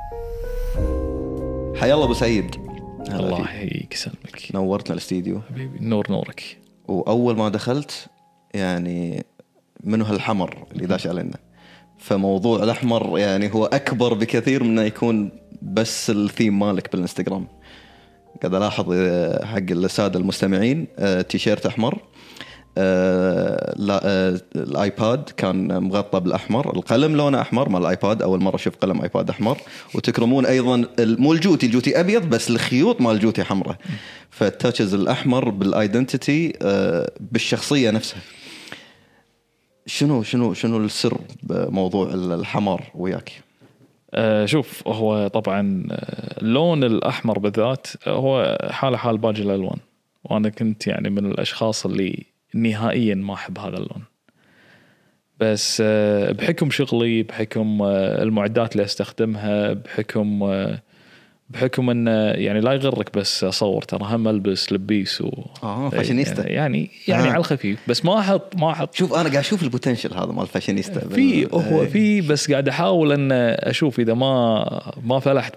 حيا الله ابو سعيد. الله يحييك يسلمك، نورتنا الاستديو حبيبي. نورك. واول ما دخلت يعني منو هالحمر اللي داش علينا، فموضوع الاحمر يعني هو اكبر بكثير من انه يكون بس الثيم مالك بالانستغرام. قاعد الاحظ حق الساده المستمعين تيشيرت احمر، الايباد كان مغطى بالاحمر، القلم لونه احمر مال الايباد، اول مره اشوف قلم ايباد احمر. وتكرمون ايضا مو الجوتي ابيض بس الخيوط مال الجوتي حمراء، فالتاتشز الاحمر بالايدنتيتي بالشخصيه نفسها. شنو السر بموضوع الحمار وياك؟ شوف، هو طبعا اللون الأحمر بالذات هو حال باقي الألوان، وأنا كنت يعني من الأشخاص اللي نهائيا ما أحب هذا اللون، بس بحكم شغلي، بحكم المعدات اللي أستخدمها، بحكم أن يعني لا يغرك بس أصور، ترى هم ألبس لبيس فاشينيستا يعني على الخفيف، بس ما أحط. شوف أنا قاعد أشوف البوتنشل هذا مال فاشينيستا في بس قاعد أحاول أن أشوف إذا ما فلحت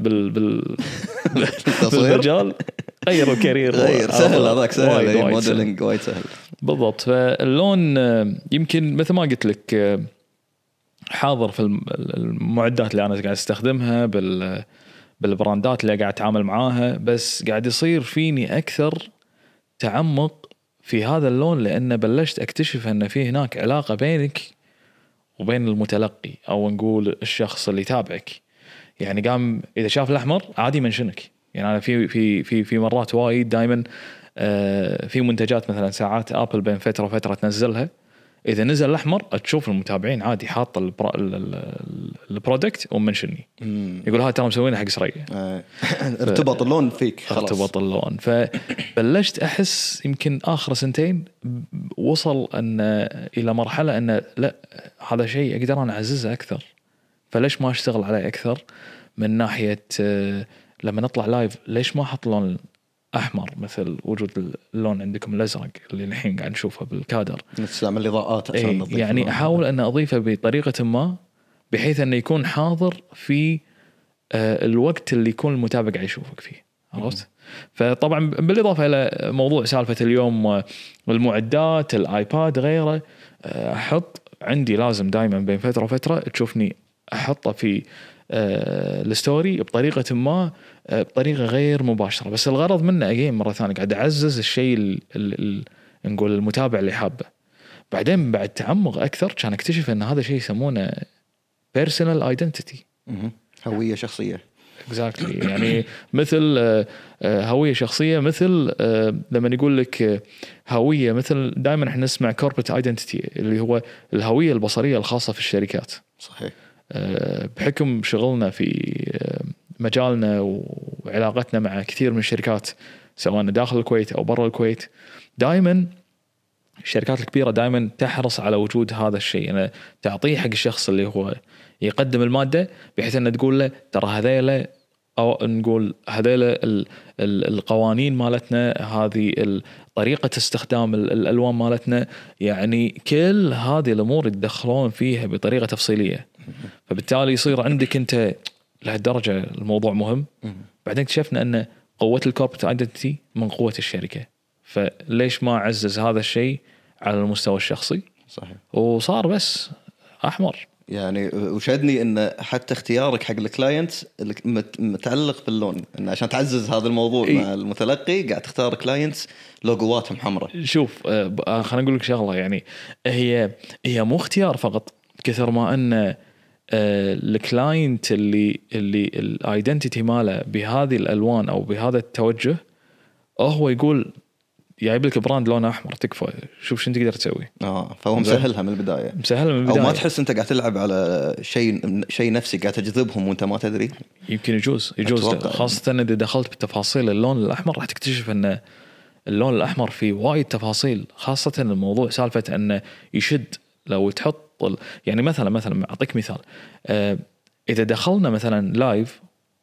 بالمجال غير الكارير. غير سهل هذاك، سهل موديلينج وايد سهل. بالضبط. فاللون يمكن مثل ما قلت لك حاضر في المعدات اللي أنا قاعد أستخدمها، بالبراندات اللي قاعد أتعامل معاها، بس قاعد يصير فيني أكثر تعمق في هذا اللون، لأن بلشت أكتشف أن في هناك علاقة بينك وبين المتلقي، أو نقول الشخص اللي يتابعك. يعني قام إذا شاف الأحمر عادي منشنك. يعني أنا في مرات وايد دائما في منتجات مثلا ساعات آبل بين فترة وفترة تنزلها، إذا نزل الأحمر تشوف المتابعين عادي حاط البرودكت ومنشني، يقول هاي ترى مسوينها حق سرية. ارتبط اللون فيك خلاص. ارتبط اللون. فبلشت أحس يمكن آخر سنتين وصل أن إلى مرحلة أن لا، هذا شيء أقدر أنا أعززه أكثر، فليش ما أشتغل عليه أكثر من ناحية لما نطلع لايف ليش ما أحط لون أحمر مثل وجود اللون عندكم الأزرق اللي الحين قاعد نشوفه بالكادر، نستعمل الإضاءات عشان نضيف يعني أحاول أن أضيفه بطريقة ما بحيث أنه يكون حاضر في الوقت اللي يكون المتابع قاعد يشوفك فيه. عرفت؟ فطبعا بالإضافة إلى موضوع سالفة اليوم والمعدات الآيباد غيره، أحط عندي لازم دائما بين فترة وفترة تشوفني أحطه في الستوري بطريقة ما، بطريقة غير مباشرة، بس الغرض منه أجين مرة ثانية قاعد أعزز الشيء نقول المتابع اللي حابه. بعدين بعد تعمق أكثر كان اكتشف أن هذا شيء يسمونه personal identity، هوية شخصية. exactly. يعني مثل هوية شخصية، مثل لما يقول لك هوية، مثل دائما احنا نسمع corporate identity اللي هو الهوية البصرية الخاصة في الشركات. صحيح. بحكم شغلنا في مجالنا وعلاقتنا مع كثير من الشركات سواء داخل الكويت أو برا الكويت، دائما الشركات الكبيرة دائما تحرص على وجود هذا الشيء، أنا تعطيه حق الشخص اللي هو يقدم المادة، بحيث أن تقول له ترى هذيلا، أو نقول هذيلا القوانين مالتنا، هذه طريقة استخدام الألوان مالتنا، يعني كل هذه الأمور يتدخلون فيها بطريقة تفصيلية. فبالتالي يصير عندك أنت لهالدرجة الموضوع مهم. بعدين اكتشفنا أن قوة الكوربريت ايدنتيتي من قوة الشركة، فليش ما أعزز هذا الشيء على المستوى الشخصي؟ صحيح. وصار بس أحمر. يعني وشدني ان حتى اختيارك حق الكلاينت متعلق باللون، ان عشان تعزز هذا الموضوع مع المتلقي قاعد تختار كلاينتس لوجواتهم حمراء. شوف خلينا نقول لك شغله، يعني هي مو اختيار فقط، كثر ما ان الكلاينت اللي الايدنتيتي ماله بهذه الالوان او بهذا التوجه، هو يقول جايب لك براند لونه احمر تكفى، شوف شو انت تقدر تسوي. فهو مسهلها من البدايه، او ما تحس انت قاعد تلعب على شيء نفسي قاعد تجذبهم وانت ما تدري. يمكن يجوز خاصه اذا دخلت بالتفاصيل اللون الاحمر راح تكتشف ان اللون الاحمر فيه وايد تفاصيل، خاصه الموضوع سالفه انه يشد. لو تحط يعني مثلا اعطيك مثال، اذا دخلنا مثلا لايف،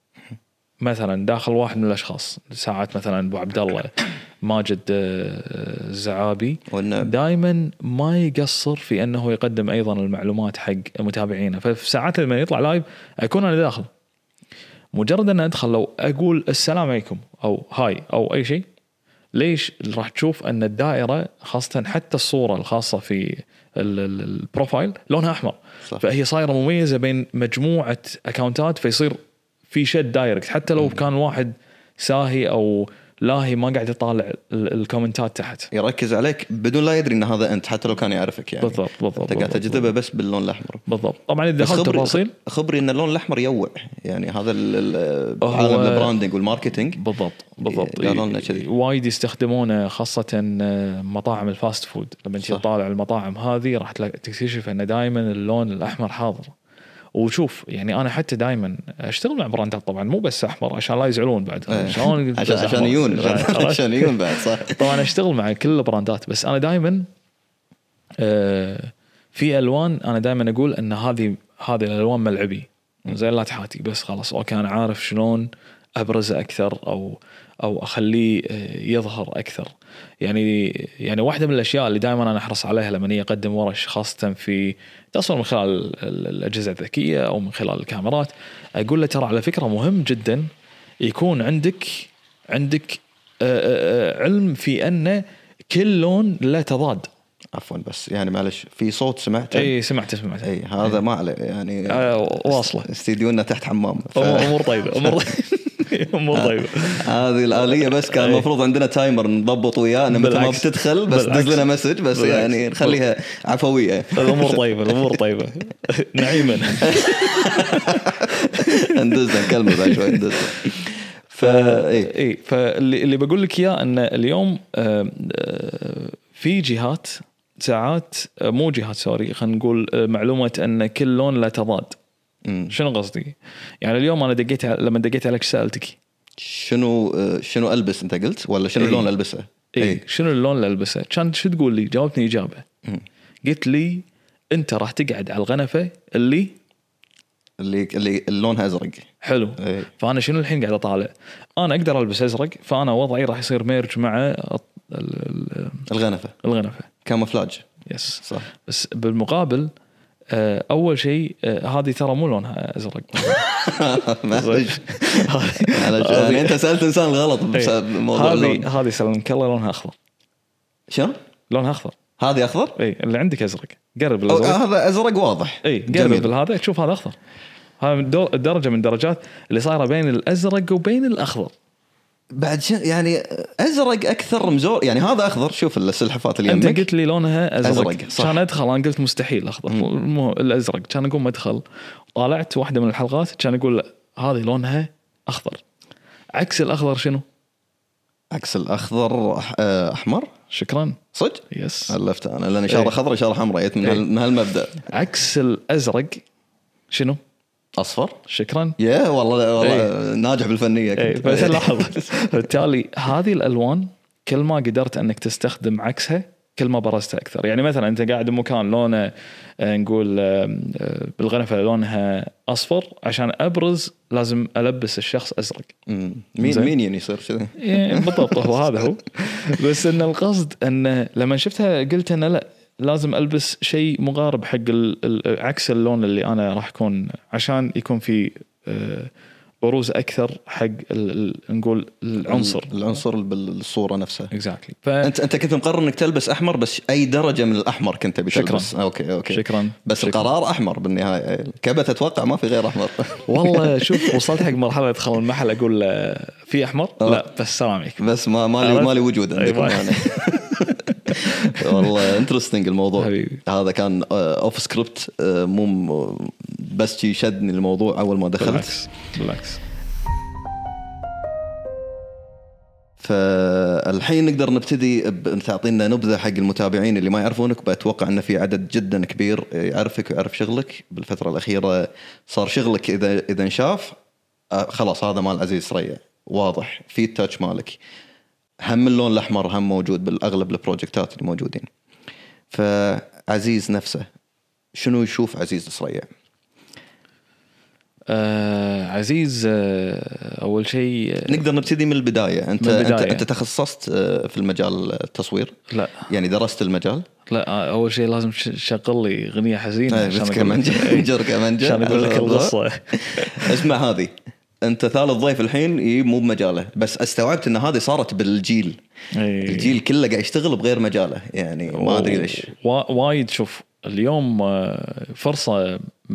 مثلا داخل واحد من الاشخاص ساعات مثلا ابو عبد الله ماجد الزعابي، دائما ما يقصر في انه يقدم ايضا المعلومات حق متابعينه. ففي ساعات لما يطلع لايف اكون انا داخل مجرد ان ادخل لو اقول السلام عليكم او هاي او اي شيء، ليش راح تشوف ان الدائره خاصه حتى الصوره الخاصه في البروفايل لونها احمر. صح. فهي صايره مميزه بين مجموعه اكاونتات، فيصير في شد دايركت حتى لو كان واحد ساهي او لاهي ما قاعد يطالع الكومنتات تحت، يركز عليك بدون لا يدري ان هذا انت، حتى لو كان يعرفك يعني. بالضبط انت قاعد تجذبه بس باللون الاحمر. بالضبط. طبعا اذا دخلت تفاصيل خبري ان اللون الاحمر يوع يعني، هذا عالم البراندنج والماركتينج. بالضبط قالوا لنا كذي وايد يستخدمونه، خاصه مطاعم الفاست فود. لما تجي تطالع المطاعم هذه راح تكتشف ان دائما اللون الاحمر حاضر. وشوف يعني انا حتى دائما اشتغل مع براندات، طبعا مو بس احمر عشان لا يزعلون بعد شلون عشان يون بعد صح. طبعا اشتغل مع كل البراندات، بس انا دائما في الوان انا دائما اقول ان هذه الالوان ملعبي زي اللاتحاتي، بس خلاص اوكي انا عارف شلون ابرزه اكثر او اخليه يظهر اكثر. يعني واحده من الاشياء اللي دائما انا احرص عليها لما اقدم ورش، خاصه في تصوير من خلال الاجهزه الذكيه او من خلال الكاميرات، اقول له ترى على فكره مهم جدا يكون عندك علم في ان كل لون له تضاد. عفوا بس يعني معلش في صوت سمعته. اي سمعته اي هذا ما عليه يعني واصله استديونا تحت حمام امور طيبه امور طيبه. هذه الآلية بس كان المفروض عندنا تايمر نضبط وياه ان متى ما بتدخل بس دز لنا مسج بس يعني نخليها عفويه. الامور طيبه نعيما ندز نكلمه بعد شوي ندز. فاللي بقول لك اياه ان اليوم في جهات ساعات مو جهات سوري خلينا نقول معلومه ان كل لون له تضاد. شنو قصدي؟ يعني اليوم انا لما دقيت عليك سألتك شنو البس، انت قلت ولا شنو اللون البسه؟ شنو اللون اللي البسه؟ كان شو تقول لي؟ جاوبتني اجابه قلت لي انت راح تقعد على الغنفه اللي لونها ازرق. حلو. فانا شنو الحين قاعد اطالع؟ انا اقدر البس ازرق، فانا وضعي راح يصير ميرج مع الغنفه كاموفلاج. يس صح. بس بالمقابل اول شيء هذه ترى مو لونها ازرق. معلش يعني انت سالت انسان غلط بسبب موضوع اللون. هذه سلمك الله لونها اخضر. شو لونها اخضر؟ هذه اخضر. اي اللي عندك ازرق، قرب الازرق. هذا ازرق واضح. اي قرب هذا تشوف هذا اخضر. هذا الدرجه من الدرجات اللي صايره بين الازرق وبين الاخضر. بعد يعني ازرق اكثر مزور يعني. هذا اخضر، شوف السلحفات اللي انت قلت لي لونها ازرق كان ادخل انا قلت مستحيل اخضر. الازرق كان اقوم ادخل طالعت واحده من الحلقات كان اقول هذه لونها اخضر. عكس الاخضر شنو؟ عكس الاخضر احمر. شكرا صدق. يس الفت انا لان اشاره خضراء اشاره حمراء جت من هالمبدا. عكس الازرق شنو؟ اصفر. شكرا. يا والله ناجح بالفنيه كنت. بس لاحظ بالتالي هذه الالوان كل ما قدرت انك تستخدم عكسها كل ما برزتها اكثر. يعني مثلا انت قاعد بمكان لونه نقول بالغنفه لونها اصفر، عشان ابرز لازم البس الشخص ازرق. مين يعني يصير كذا بالضبط. هو هذا هو. بس ان القصد ان لما شفتها قلت انا لا لازم البس شيء مقارب حق عكس اللون اللي انا راح اكون، عشان يكون في بروز اكثر حق نقول العنصر بالصوره نفسها. اكزاكتلي. انت كنت مقرر انك تلبس احمر، بس اي درجه من الاحمر كنت بتلبس؟ اوكي شكرا. بس القرار احمر بالنهايه. كبت اتوقع ما في غير احمر. والله شوف وصلت حق مرحله ادخل المحل اقول في احمر لا بس سلام عليكم، بس ما لي وجود عندكم يعني. والله انترستينج الموضوع حبيبي. هذا كان اوف سكريبت، مو بس يشدني الموضوع اول ما دخلت. بالعكس. فالحين نقدر نبتدي تعطينا نبذة حق المتابعين اللي ما يعرفونك. بأتوقع أن في عدد جدا كبير يعرفك ويعرف شغلك. بالفترة الأخيرة صار شغلك إذا انشاف خلاص هذا مال عزيز سريع، واضح في التاتش مالك. هم اللون الأحمر هم موجود بالأغلب البروجكتات اللي موجودين. فعزيز نفسه شنو يشوف عزيز سريع؟ عزيز أول شيء نقدر نبتدي من البداية. أنت تخصصت في المجال التصوير؟ لا. يعني درست المجال؟ لا. أول شيء لازم شغل لي أغنية حزينة عشان كمانجة عشان أقول لك القصة. اسمع هذه انت ثالث ضيف الحين مو بمجاله، بس استوعبت ان هذه صارت بالجيل. الجيل كله قاعد يشتغل بغير مجاله، يعني ما ادري ليش. وايد شوف اليوم فرصه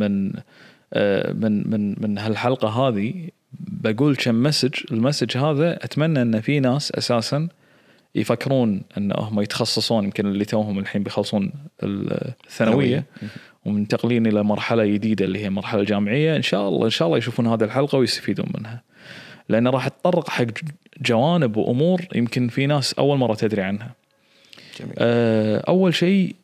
من هالحلقه هذه بقول كم المسج هذا اتمنى ان في ناس اساسا يفكرون ان هم يتخصصون، يمكن اللي توهم الحين بيخلصون الثانويه ومنتقلين الى مرحله جديده اللي هي مرحله جامعيه. ان شاء الله يشوفون هذه الحلقه ويستفيدون منها، لان راح تطرق حق جوانب وامور يمكن في ناس اول مره تدري عنها. جميل. اول شيء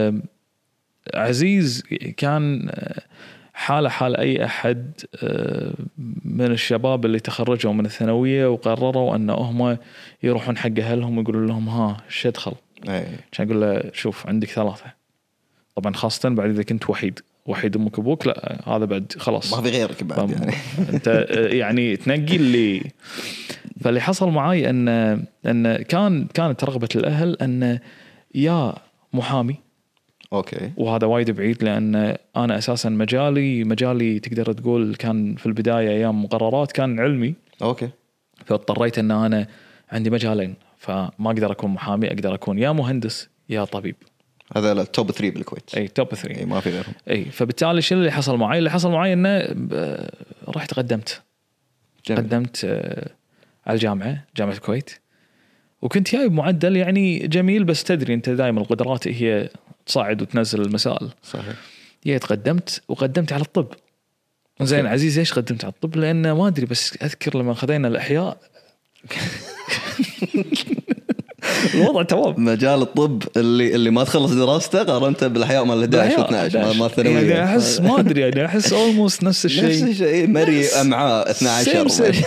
عزيز كان حال اي احد من الشباب اللي تخرجوا من الثانويه وقرروا ان هم يروحون حق اهلهم ويقولوا لهم ها ايش ادخل، عشان اقول له شوف عندك 3. طبعا خاصه بعد اذا كنت وحيد امك وابوك، لا هذا بعد خلاص ما في غيرك بعد يعني. انت يعني تنقي اللي. فاللي حصل معي ان كانت رغبه الاهل ان يا محامي. اوكي. وهذا وايد بعيد، لان انا اساسا مجالي تقدر تقول كان في البدايه ايام مقررات كان علمي. اوكي. فاضطريت ان انا عندي مجالين، فما اقدر اكون محامي، اقدر اكون يا مهندس يا طبيب. هذا التوب 3 بالكويت. اي توب 3. اي ما في غيرهم. اي فبالتالي شو اللي حصل معي؟ اللي حصل معي انه رحت قدمت على جامعه الكويت، وكنت جايب معدل يعني جميل، بس تدري انت دائما القدرات هي تصعد وتنزل المسائل. صحيح. وقدمت على الطب. زين عزيز ليش قدمت على الطب؟ لان ما ادري، بس اذكر لما خذينا الاحياء الوضع تمام. مجال الطب اللي ما تخلص دراسته قارنته بالاحياء مال 11 و12 مال الثانويه. يعني احس ما ادري، يعني احس اولموست نفس الشيء مري امعاء 12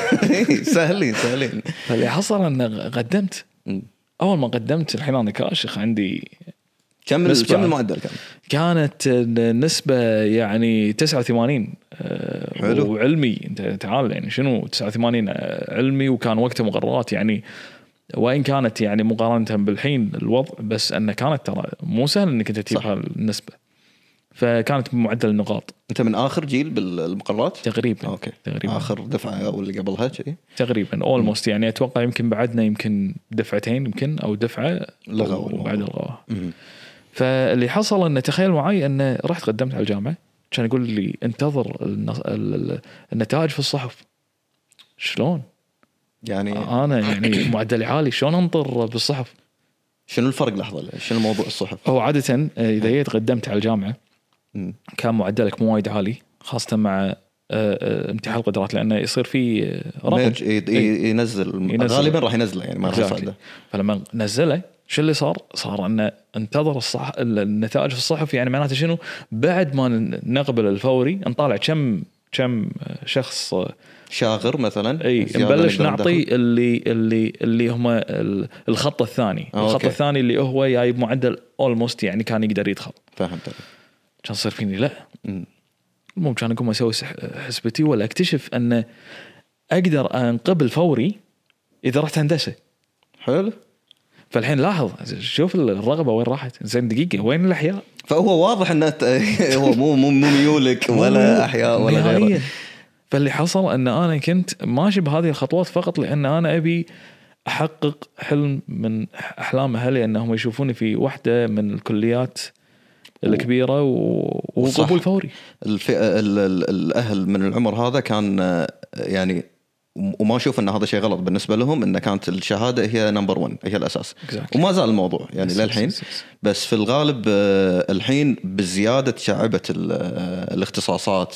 سهلين. فاللي حصل ان قدمت. اول ما قدمت الحين انا كاشخ عندي كم المعدل كانت نسبة يعني 89. حلو. وعلمي انت تعال يعني شنو 89 علمي، وكان وقته مقررات يعني، وإن كانت يعني مقارنة بالحين الوضع، بس أن كانت ترى مو سهل إنك أنت تجيب هالنسبة. فكانت بمعدل النقاط. أنت من آخر جيل بالمقررات تقريبا. أوكي. تقريبا آخر دفعة أو اللي قبلها شيء تقريبا almost يعني أتوقع يمكن بعدنا يمكن دفعتين يمكن أو دفعة وبعد الغواه. فاللي حصل أن تخيل معي أن رحت قدمت على الجامعة كان يقول لي انتظر النتائج في الصحف. شلون يعني أنا يعني معدلي عالي شلون أنطر بالصحف؟ شنو الفرق لحظة؟ شنو موضوع الصحف؟ هو عادة إذا قدمت على الجامعة كان معدلك مو وايد عالي، خاصة مع امتحان القدرات، لأنه يصير فيه رقم ينزل غالبا راح ينزله يعني ما راح يصعده. فلما نزله شو اللي صار أنه انتظر النتائج في الصحف. يعني معناته شنو؟ بعد ما نقبل الفوري نطالع كم شخص شاغر مثلا، اي نبلش نعطي اللي هم الخط الثاني. الخط الثاني اللي هو جايب معدل اولموست يعني كان يقدر يدخل. فهمت. كان صار فيني لا ممكن اقوم اسوي حسبتي ولا اكتشف ان اقدر انقبل فوري اذا رحت هندسه. حلو. فالحين لاحظ شوف الرغبه وين راحت. زين دقيقه وين الاحياء؟ فهو واضح انه هو مو ميولك ولا احياء ولا غيره. فاللي حصل ان انا كنت ماشي بهذه الخطوات فقط لان انا ابي احقق حلم من احلام اهلي انهم يشوفوني في واحده من الكليات الكبيره وقبول فوري. الاهل من العمر هذا كان يعني، وما اشوف ان هذا شيء غلط بالنسبه لهم، ان كانت الشهاده هي نمبر 1 هي الاساس. وما زال الموضوع يعني للحين. بس في الغالب الحين بزياده شعبه الاختصاصات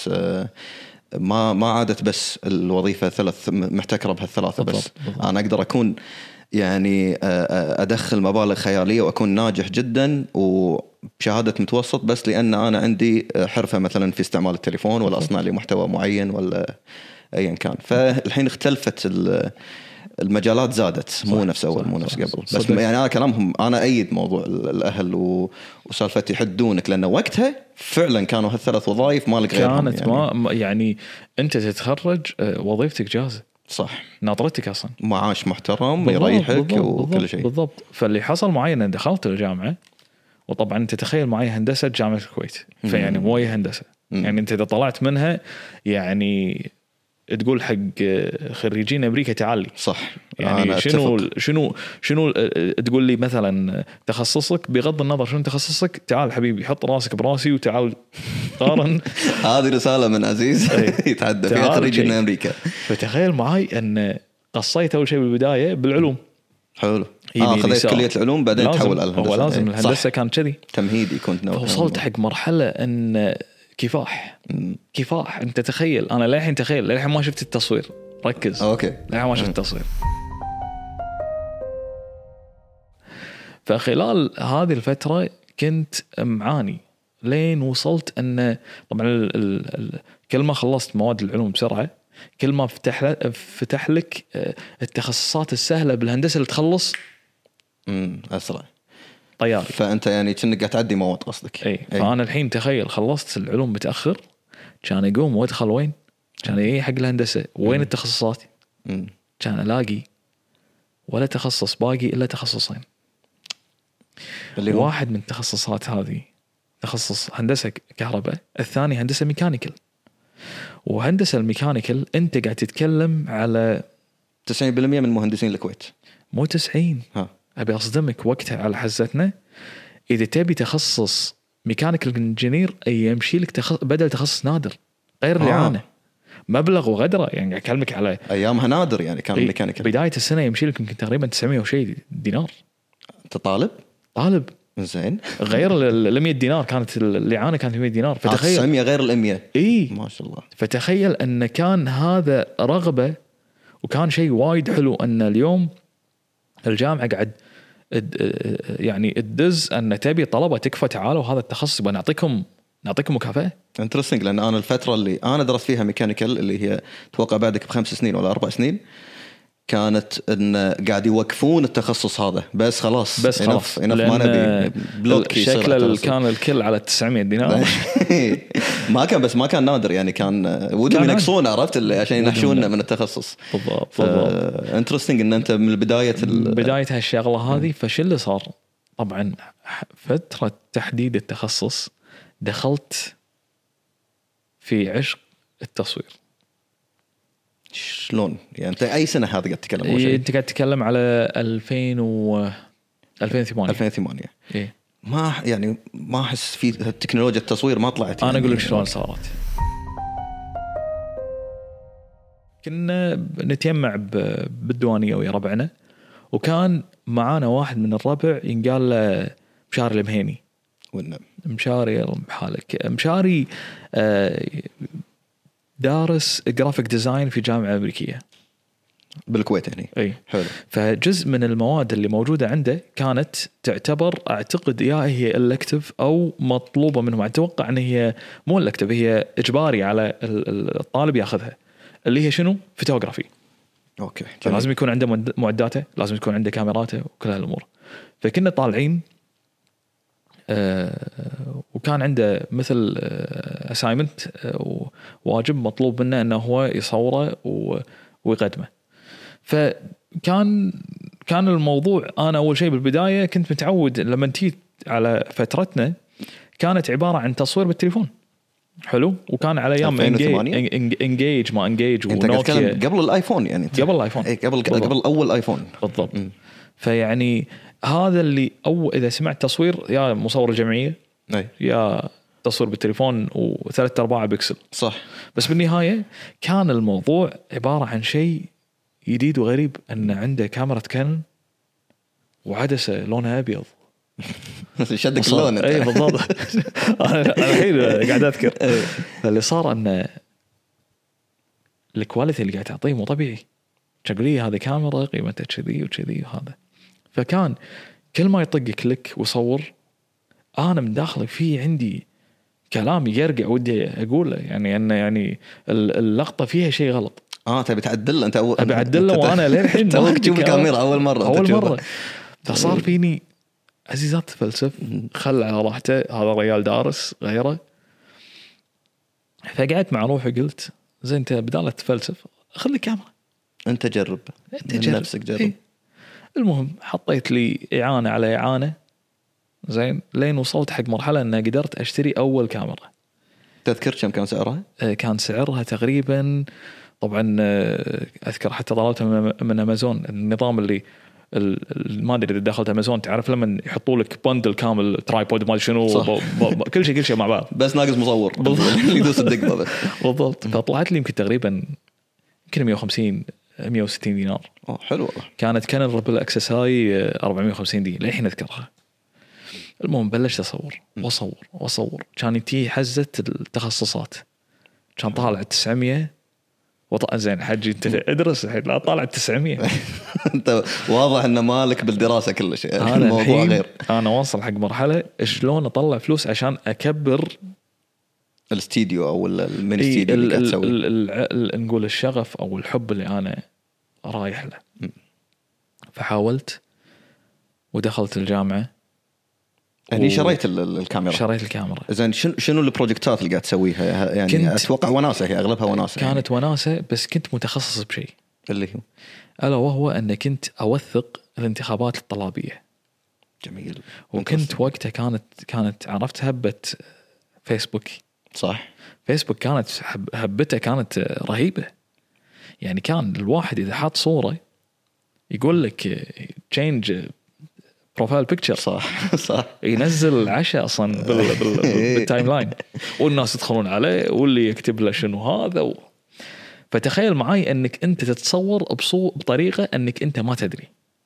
ما عادت بس الوظيفه 3 محتكره بهالثلاثه بس. انا اقدر اكون يعني ادخل مبالغ خياليه واكون ناجح جدا وبشهاده متوسط بس لان انا عندي حرفه مثلا في استعمال التليفون ولا اصنع لي محتوى معين ولا ايا كان. فالحين اختلفت المجالات، زادت مو نفس اول مو نفس قبل. بس يعني انا كلامهم انا ايد موضوع الاهل وسالفه يحدونك، لانه وقتها فعلا كانوا هالثلاث وظائف مالك غيرهم. كانت يعني ما يعني انت تتخرج وظيفتك جاهزه صح، ناطرتك اصلا معاش محترم يريحك وكل شيء بالضبط. فاللي حصل معي ان دخلت الجامعه، وطبعا انت تخيل معي هندسه جامعه الكويت، فيعني مو هي هندسه يعني انت اذا طلعت منها يعني تقول حق خريجين امريكا تعالي صح. يعني أنا شنو تقول لي مثلا تخصصك بغض النظر شنو تخصصك تعال حبيبي حط راسك براسي وتعال قارن. هذه رسالة من عزيز يتحدى فيها خريجين امريكا. فتخيل معاي ان قصيت اول شيء بالبدايه بالعلوم. حلو. خذيت كلية العلوم بعدين تحول على الهندسة. هو لازم الهندسة كان كذي تمهيدي كنت ناوي. فوصلت حق مرحلة ان كفاح انت تخيل انا للحين تخيل للحين ما شفت التصوير. ركز اوكي للحين ما شفت التصوير. فخلال هذه الفترة كنت معاني لين وصلت ان طبعا كل ما خلصت مواد العلوم بسرعة كل ما فتح لك التخصصات السهلة بالهندسة اللي تخلص أسرع طياري. فأنت يعني كأنك قاعد تعدي مواد قصدك. أي. فأنا الحين تخيل خلصت العلوم متأخر كان يقوم وادخل وين كان يجي حق الهندسة وين التخصصات كان ألاقي ولا تخصص باقي إلا تخصصين اللي واحد من التخصصات هذه تخصص هندسة كهرباء الثاني هندسة ميكانيكال. وهندسة الميكانيكال أنت قاعد تتكلم على 90% من مهندسين الكويت. مو 90 أبي أصدمك وقتها على حزتنا إذا تبي تخصص ميكانيكال انجينير يمشي لك بدل تخصص نادر غير الإعانة مبلغ وغدرة يعني أكلمك على أيامها نادر يعني كان الميكانيكال بداية السنة يمشي لك يمكن تقريبا 900 وشيء دينار. أنت طالب زين غير ال 100 دينار كانت الإعانة كانت 100 دينار. فتخيل 900 غير ال 100. ما شاء الله. فتخيل أن كان هذا رغبة وكان شيء وايد حلو أن اليوم الجامعة قاعد يعني تدز أن تبي طلبة تكفى تعالوا هذا التخصص بنعطيكم مكافأة. انترستينج لأن أنا الفترة اللي أنا درست فيها ميكانيكال اللي هي توقع بعدك ب5 سنين ولا 4 سنين كانت إن قاعد يوقفون التخصص هذا بس خلاص ما نبي بلوك شكل كان الكل على 900 دينار. ما كان نادر يعني كان ودهم ينقصون عرفت اللي عشان ينحشوننا من التخصص. بالضبط. انترستينج ان انت من بداية هالشغله هذه. فش اللي صار طبعا فترة تحديد التخصص دخلت في عشق التصوير. شلون يعني انت اي سنه هذا قاعد تتكلم انت قاعد تتكلم على 2008 إيه؟ ما احس في تكنولوجيا التصوير ما طلعت انا اقول لك شلون صارت. كنا نتجمع بالديوانيه ويا ربعنا وكان معانا واحد من الربع ينقال له مشاري المهيني. مشاري بحالك مشاري دارس جرافيك ديزاين في جامعة أمريكية بالكويت يعني. أي حلو. فجزء من المواد اللي موجودة عنده كانت تعتبر أعتقد يا هي إلكتيف أو مطلوبة منهم. أتوقع أن هي مو إلكتيف هي إجباري على الطالب يأخذها اللي هي شنو فوتوغرافي. أوكي. لازم يكون عنده معداته لازم يكون عنده كاميراته وكل هالأمور. فكنا طالعين وكان عنده مثل assignment واجب مطلوب منه أنه هو يصوره ويقدمه. فكان الموضوع أنا أول شيء بالبداية كنت متعود لما نتيت على فترتنا كانت عبارة عن تصوير بالتليفون. حلو. وكان على أيام انجيج ما انجيج ونوكيا قبل الآيفون يعني قبل الآيفون قبل أول آيفون بالضبط. فيعني هذا اللي إذا سمعت تصوير يا مصور جمعية يا تصوير بالتليفون و3/4 بكسل صح. بس بالنهاية كان الموضوع عبارة عن شيء جديد وغريب أن عنده كاميرا كانون وعدسة لونها أبيض شدك اللون. أي بالضبط. أنا الحين قاعد أذكر. فاللي صار أن الكواليتي اللي قاعد تعطيه مو طبيعي. شغلي هذه كاميرا قيمتها كذي وكذي وهذا. فكان كل ما يطق كليك وصور أنا من داخل في عندي كلام يرجع ودي أقوله يعني أن يعني اللقطة فيها شيء غلط. تبي تعدل أنت أبي أعدله وأنا للحين توك تشوف الكاميرا أول مرة. فصار فيني عزيزات فلسف خل على راحته هذا الرجال دارس غيره. فقعدت مع روحي قلت زين أنت بدالة تفلسف خلي كاميرا أنت جرب نفسك جرب. إيه؟ المهم حطيت لي إعانة على إعانة زين لين وصلت حق مرحلة أن قدرت أشتري أول كاميرا. تذكر كم كان سعرها؟ كان سعرها تقريبا طبعا اذكر حتى طلبتها من امازون، النظام اللي ما ادري اذا دخلت امازون تعرف لما يحطوا لك بندل كامل ترايبود ما شنو كل شيء مع بعض بس ناقص مصور يدوس الدقمه بس. بالضبط. فطلعت لي يمكن تقريبا 150 160 دينار. حلو والله. كانت كانون ريبل اكسس هاي 450 دي للحين اذكرها. المهم بلشت اصور كان تي حزه التخصصات، كان طالع 900 زين حجي انت ادرس الحين لا طالع 900. انت واضح ان مالك بالدراسه كل شيء. انا الموضوع غير. انا واصل حق مرحله شلون اطلع فلوس عشان اكبر الاستديو او الميني استديو اللي قاعد تسويه. نقول الشغف او الحب اللي انا رايح له. فحاولت ودخلت الجامعه يعني شريت الكاميرا. شريت الكاميرا. زين شنو البروجكتات اللي قاعد تسويها؟ يعني اتوقع وناسه، هي اغلبها وناسه. كانت يعني. وناسه بس كنت متخصص بشيء اللي هو الا وهو ان كنت اوثق الانتخابات الطلابيه. جميل. وكنت وقتها كانت عرفت هبه فيسبوك. صح. فيسبوك كانت هبته كانت رهيبه. يعني كان الواحد اذا حط صوره يقول لك تشينج بروفايل بيكتشر. صح ينزل العشاء اصلا بالتايم لاين والناس يدخلون عليه واللي يكتب له شنو هذا فتخيل معي انك انت تتصور بطريقه انك انت ما تدري.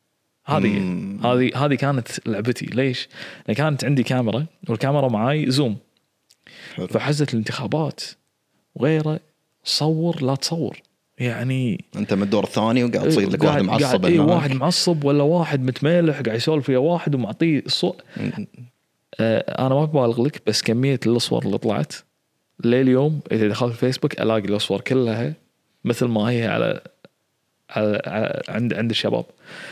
هذه كانت لعبتي. ليش؟ لأن كانت عندي كاميرا والكاميرا معاي زوم. حلو. فحزة الانتخابات وغيره صور لا تصور. يعني انت من الدور الثاني وقاعد تصير لك واحد معصب. واحد معصب ولا واحد متمالح قاعد يسولف ويا واحد ومعطيه الصوت. انا ما ببالغ لك بس كميه الصور اللي طلعت لليوم اذا دخلت الفيسبوك الاقي الصور كلها مثل ما هي على عند الشباب.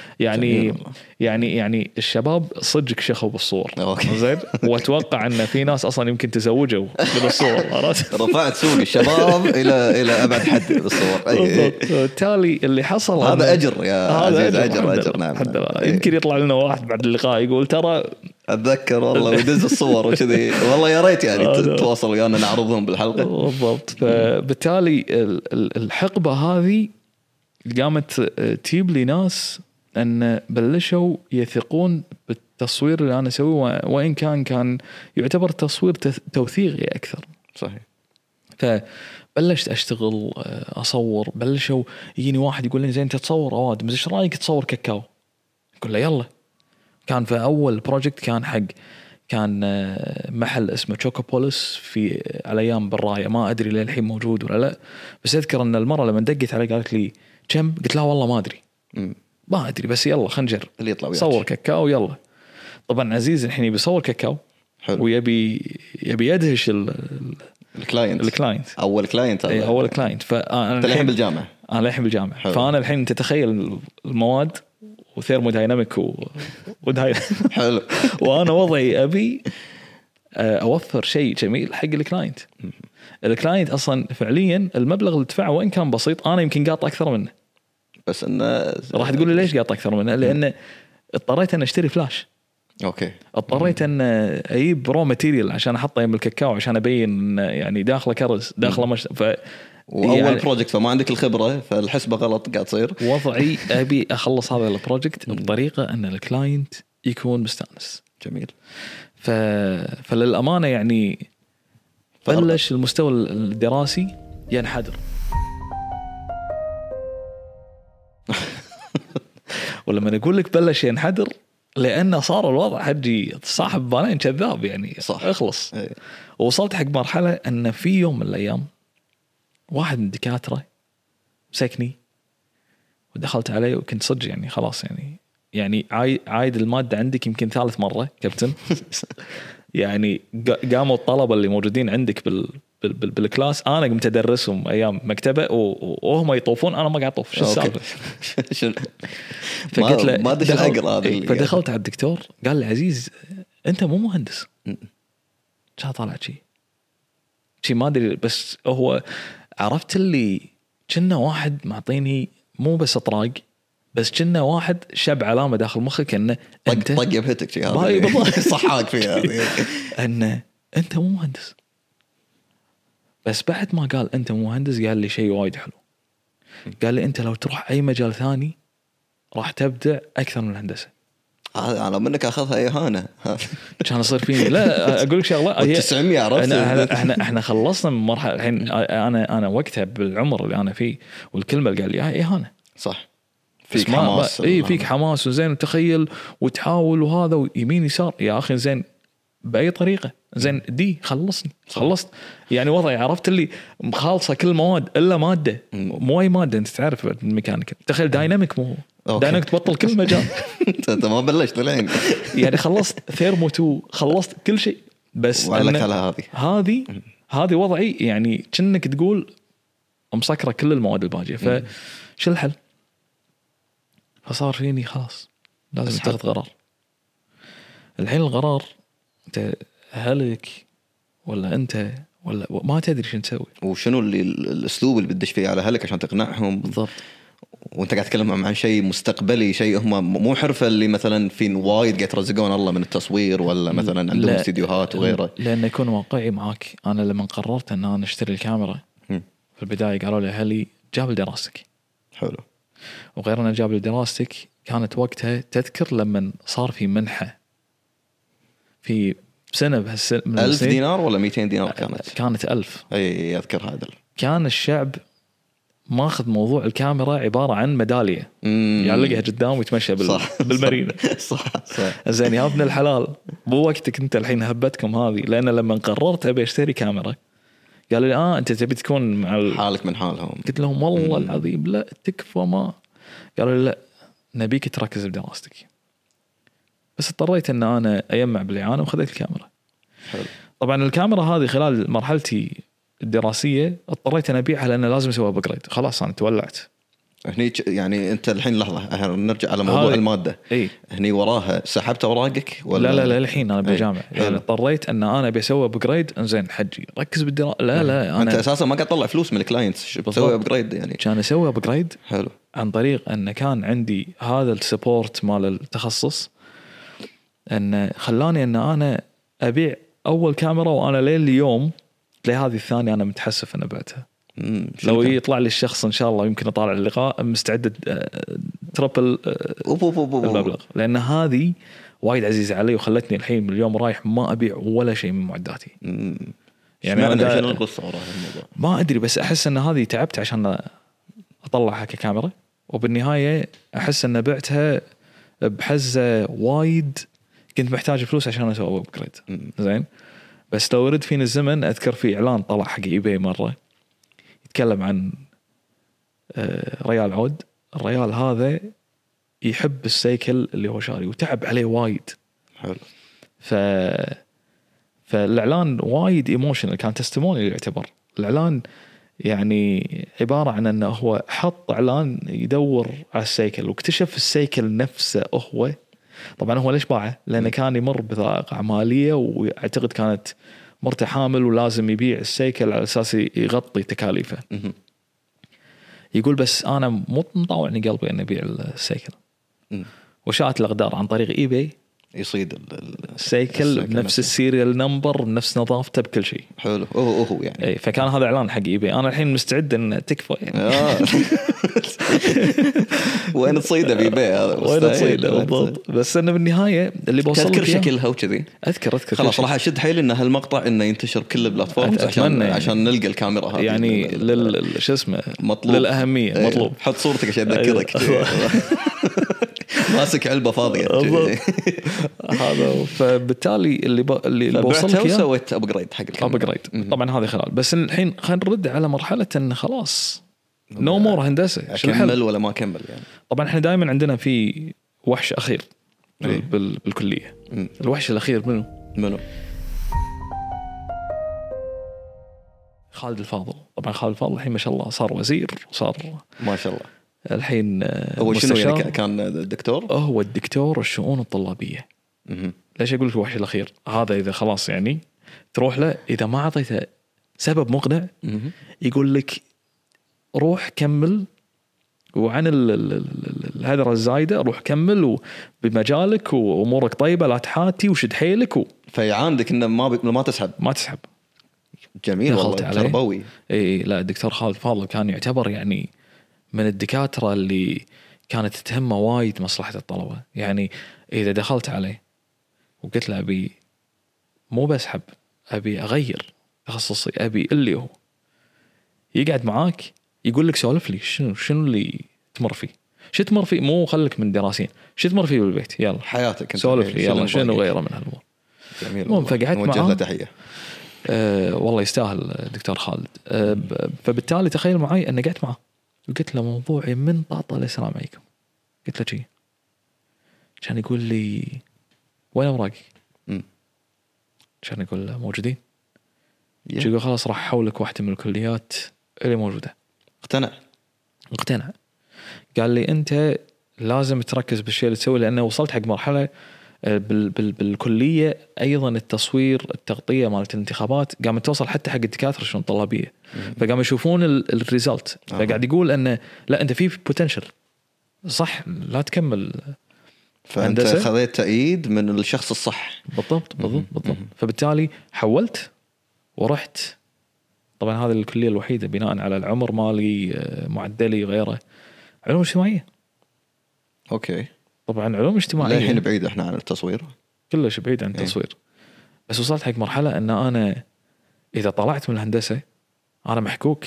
يعني الشباب صدق شخوا بالصور. زين. واتوقع ان في ناس اصلا يمكن تزوجوا بالصور. رفعت سوق الشباب الى ابعد حد بالصور. بالتالي اللي حصل هذا اجر يا عزيز. اجر نعم. يمكن يطلع لنا واحد بعد اللقاء يقول ترى اتذكر والله ويدز الصور وكذي. والله يا ريت يعني تواصل ويانا نعرضهم بالحلقه. بالضبط. فبالتالي الحقبه هذه قامت تجيب لي ناس أن بلشوا يثقون بالتصوير اللي أنا أسويه وإن كان يعتبر تصوير توثيقي أكثر. صحيح. فبلشت أشتغل أصور. بلشوا يجيني واحد يقول لي زين تصور أوادم إيش رأيك تصور كاكاو؟ أقول له يلا. كان في أول بروجكت كان محل اسمه تشوكوبوليس في على أيام بالراية. ما أدري للحين موجود ولا لا بس أذكر أن المرة لما دقت عليه قالت لي كم؟ قلت لها والله ما أدري. ما أدري بس يلا خنجر اللي يطلع صور كاكاو يلا. طبعا عزيز الحين بيصور كاكاو. حلو. ويبي يدهش الكلاينت أول كلاينت. أول كلاينت. فأنا الحين بالجامعة. أنا الحين بالجامعة. فأنا الحين تتخيل المواد وثيرمودايناميك حلو. وأنا وضعي أبي أوفر شيء جميل حق الكلاينت. الكلاينت أصلا فعليا المبلغ اللي دفعه وإن كان بسيط أنا يمكن قاطع أكثر منه. بس إنه راح تقول لي ليش قاطع أكثر منه؟ لأن اضطريت أن أشتري فلاش. أوكي. اضطريت أن أجيب رو ماتيريال عشان أحطه يم الكاكاو عشان أبين يعني داخله كرز داخله وأول يعني بروجكت فما عندك الخبرة فالحسبة غلط قاعد تصير. وضعي أبي أخلص هذا البروجكت بطريقة أن الكلاينت يكون مستانس. جميل. فللأمانة يعني بلش المستوى الدراسي ينحدر. ولما نقول لك بلش ينحدر لأنه صار الوضع حجي صاحب بالين كذاب يعني. صح. اخلص. ووصلت حق مرحلة أن في يوم من الأيام واحد من الدكاترة مسكني ودخلت عليه وكنت صدق يعني خلاص يعني عايد المادة عندك يمكن ثالث مرة كابتن. يعني قاموا الطلبة اللي موجودين عندك بالكلاس أنا قمت أدرسهم أيام مكتبة وهم يطوفون أنا ما قاعد أطوف. شو السالفة؟ فقلت له ما أدري الأقر هذا. فدخلت على الدكتور قال لي عزيز أنت مو مهندس. شا طالع شي ما أدري بس هو عرفت اللي كنا واحد معطيني مو بس أطراق بس كنا واحد شب علامة داخل مخك أنه طق يبهتك شيء هذا صحاك فيها أن أنت مو مهندس. بس بعد ما قال أنت مو مهندس قال لي شيء وايد حلو. قال لي انت لو تروح اي مجال ثاني راح تبدع اكثر من الهندسه. انا منك اخذها اهانه. كان يصير فيني. لا اقول لك شغله، هي 900 عرفت. احنا خلصنا من مرحله الحين. انا وقتها بالعمر اللي انا فيه والكلمه اللي قال لي اهانه. صح، فيك حماس. اي فيك حماس وزين وتخيل وتحاول وهذا ويمين يسار يا اخي زين باي طريقه زين دي خلصني. خلصت يعني وضعي، عرفت اللي مخالصه كل المواد الا ماده، مو اي ماده. انت تعرف الميكانيكا، تخيل دايناميك، مو دايناميك تبطل كل مجال. انت ما بلشت الحين يعني خلصت ثيرمو 2، خلصت كل شيء، بس وعلك على هذه وضعي يعني كأنك تقول مسكره كل المواد الباقيه. فشو الحل؟ فصار فيني خلاص لازم تاخذ قرار. الحين القرار انت هلك ولا انت ولا ما تدري شو تسوي، وشنو اللي الاسلوب اللي بدش فيه على اهلك عشان تقنعهم بالضبط. وانت قاعد تتكلم عن شيء مستقبلي، شيء هم مو حرفه اللي مثلا في وايد قاعد يرزقون الله من التصوير ولا مثلا عندهم استديوهات وغيره. لأن يكون واقعي معاك، انا لما قررت ان انا اشتري الكاميرا في البدايه قالوا لي اهلي جاب لدراستك. حلو. وغير أن جاب لدراستك كانت وقتها تذكر لما صار في منحة في سنة بهالسنة 1000 دينار ولا 200 دينار كانت 1000. أي أذكر هذا. كان الشعب ماخذ موضوع الكاميرا عبارة عن ميدالية يعلقها قدام ويتمشى بالمارينا. صح. زين يا ابن الحلال مو وقتك انت الحين هبتكم هذه. لأن لما قررت أبي أشتري كاميرا قالوا لي انت تبي تكون مع حالك من حالهم. قلت لهم والله العظيم لا تكفى. ما قالوا لي لا نبيك تركز بدراستك. بس اضطريت ان انا اجمع بالاعانه وخذيت الكاميرا. حلو. طبعا الكاميرا هذه خلال مرحلتي الدراسيه اضطريت ان ابيعها لان لازم اسوي ابجريد. خلاص انا تولعت هني. يعني انت الحين لحظه نرجع على موضوع الماده. هني وراها سحبت اوراقك ولا لا الحين انا بالجامعه. يعني اضطريت ان انا ابي اسوي ابجريد. انزين حجي ركز بالدراسه. لا انت اساسا ما قاعد تطلع فلوس من الكلاينتس، بتسوي ابجريد. يعني كان اسوي ابجريد. حلو. عن طريق ان كان عندي هذا السبورت مال التخصص ان خلاني ان انا ابيع اول كاميرا. وانا لين اليوم لهذه الثانيه انا متحسف ان بعتها. لو يطلع لي الشخص ان شاء الله يمكن اطالع اللقاء مستعد تربل المبلغ، لان هذه وايد عزيزه علي وخلتني الحين من اليوم رايح ما ابيع ولا شيء من معداتي. يعني انا عشان القصه وراها الموضوع ما ادري، بس احس ان هذه تعبت عشان اطلعها ككاميرا، وبالنهايه احس ان بعتها بحزه وايد. كنت محتاج فلوس عشان اسوي ابجريد. زين بس لو رد فيني الزمن اذكر في اعلان طلع حق ايباي مره يتكلم عن ريال عود. الريال هذا يحب السيكل اللي هو شاري وتعب عليه وايد. حلو. فالاعلان وايد ايموشنال، كان تستموني يعتبر الاعلان. يعني عباره عن انه هو حط اعلان يدور على السيكل واكتشف السيكل نفسه هو. طبعا هو ليش باعه؟ لانه كان يمر بضائقه ماليه واعتقد كانت مرته حامل ولازم يبيع السيكل على اساس يغطي تكاليفه. يقول بس انا مو مطاوعني قلبي اني ابيع السيكل. وشاءت الاقدار عن طريق ايباي يصيد السيكل بنفس السيريال نمبر بنفس نظافته بكل شيء. حلو. هو يعني اي فكان هذا اعلان حق ايباي. انا الحين مستعد ان تكفى يعني. وين تصيده بايباي هذا؟ وين تصيده بالضبط. بس انه بالنهايه اللي بوصل تذكر شكلها وكذي. اذكر خلاص راح اشد حيل ان هالمقطع انه ينتشر كل البلاتفورم عشان نلقى الكاميرا هذه. يعني شو اسمه مطلوب للاهميه. مطلوب حط صورتك عشان اذكرك. ماسك علبه فاضيه هذا. فبالتالي اللي بوصلك اياه سويت ابجريد حق ابجريد. طبعا هذه خلال. بس الحين خلينا نرد على مرحله ان خلاص نو مور هندسه. اكمل ولا ما اكمل يعني. طبعا احنا دائما عندنا في وحش اخير بالكليه. الوحش الاخير منو؟ خالد الفاضل. طبعا خالد الفاضل الحين ما شاء الله صار وزير وصار ما شاء الله. الحين هو شنو يعني كان الدكتور؟ هو الدكتور الشؤون الطلابيه. ليش اقول لك الوحش الاخير؟ هذا اذا خلاص يعني تروح له اذا ما اعطيته سبب مقنع يقول لك روح كمل وعن الهدرة الزايدة روح كمل بمجالك وامورك طيبه لا تحاتي وشد حيلك فيعاندك انه ما تسحب. جميل والله تربوي. اي لا الدكتور خالد فاضل كان يعتبر يعني من الدكاترة اللي كانت تهمه وايد مصلحة الطلبة. يعني إذا دخلت عليه وقلت له أبي مو بس حب أبي أغير تخصصي أبي اللي هو، يقعد معاك يقول لك سولف لي شنو اللي تمر فيه، شو تمر فيه، مو خلك من دراسين، شو تمر فيه بالبيت، يلا حياتك سولف لي يلا شنو غيره من هالأمور. جميل. فقعدت موجه له تحية. والله يستاهل دكتور خالد. فبالتالي تخيل معي أن قعدت معه وقلت له موضوعي من طاطا السلام عليكم، قلت له شيء كان يقول لي وين أوراقي؟ كان يقول له موجودين. يقول خلاص راح أحولك واحدة من الكليات اللي موجودة. اقتنع. قال لي أنت لازم تركز بالشيء اللي تسوي، لأنه وصلت حق مرحلة بالكلية أيضا التصوير التغطية مالت الانتخابات قامت توصل حتى حق الدكاترة شلون طلابية، فقام يشوفون الريزلت، فقاعد يقول أنه لا أنت في بوتنشل صح لا تكمل. فأنت خذيت تأييد من الشخص الصح. بالضبط. فبالتالي حولت ورحت. طبعا هذه الكلية الوحيدة بناء على العمر مالي معدلي غيره علوم اجتماعية. أوكي. طبعا علوم اجتماعية الحين بعيد احنا عن التصوير، كلش بعيد عن التصوير. بس وصلت حق مرحلة ان انا اذا طلعت من الهندسة انا محكوك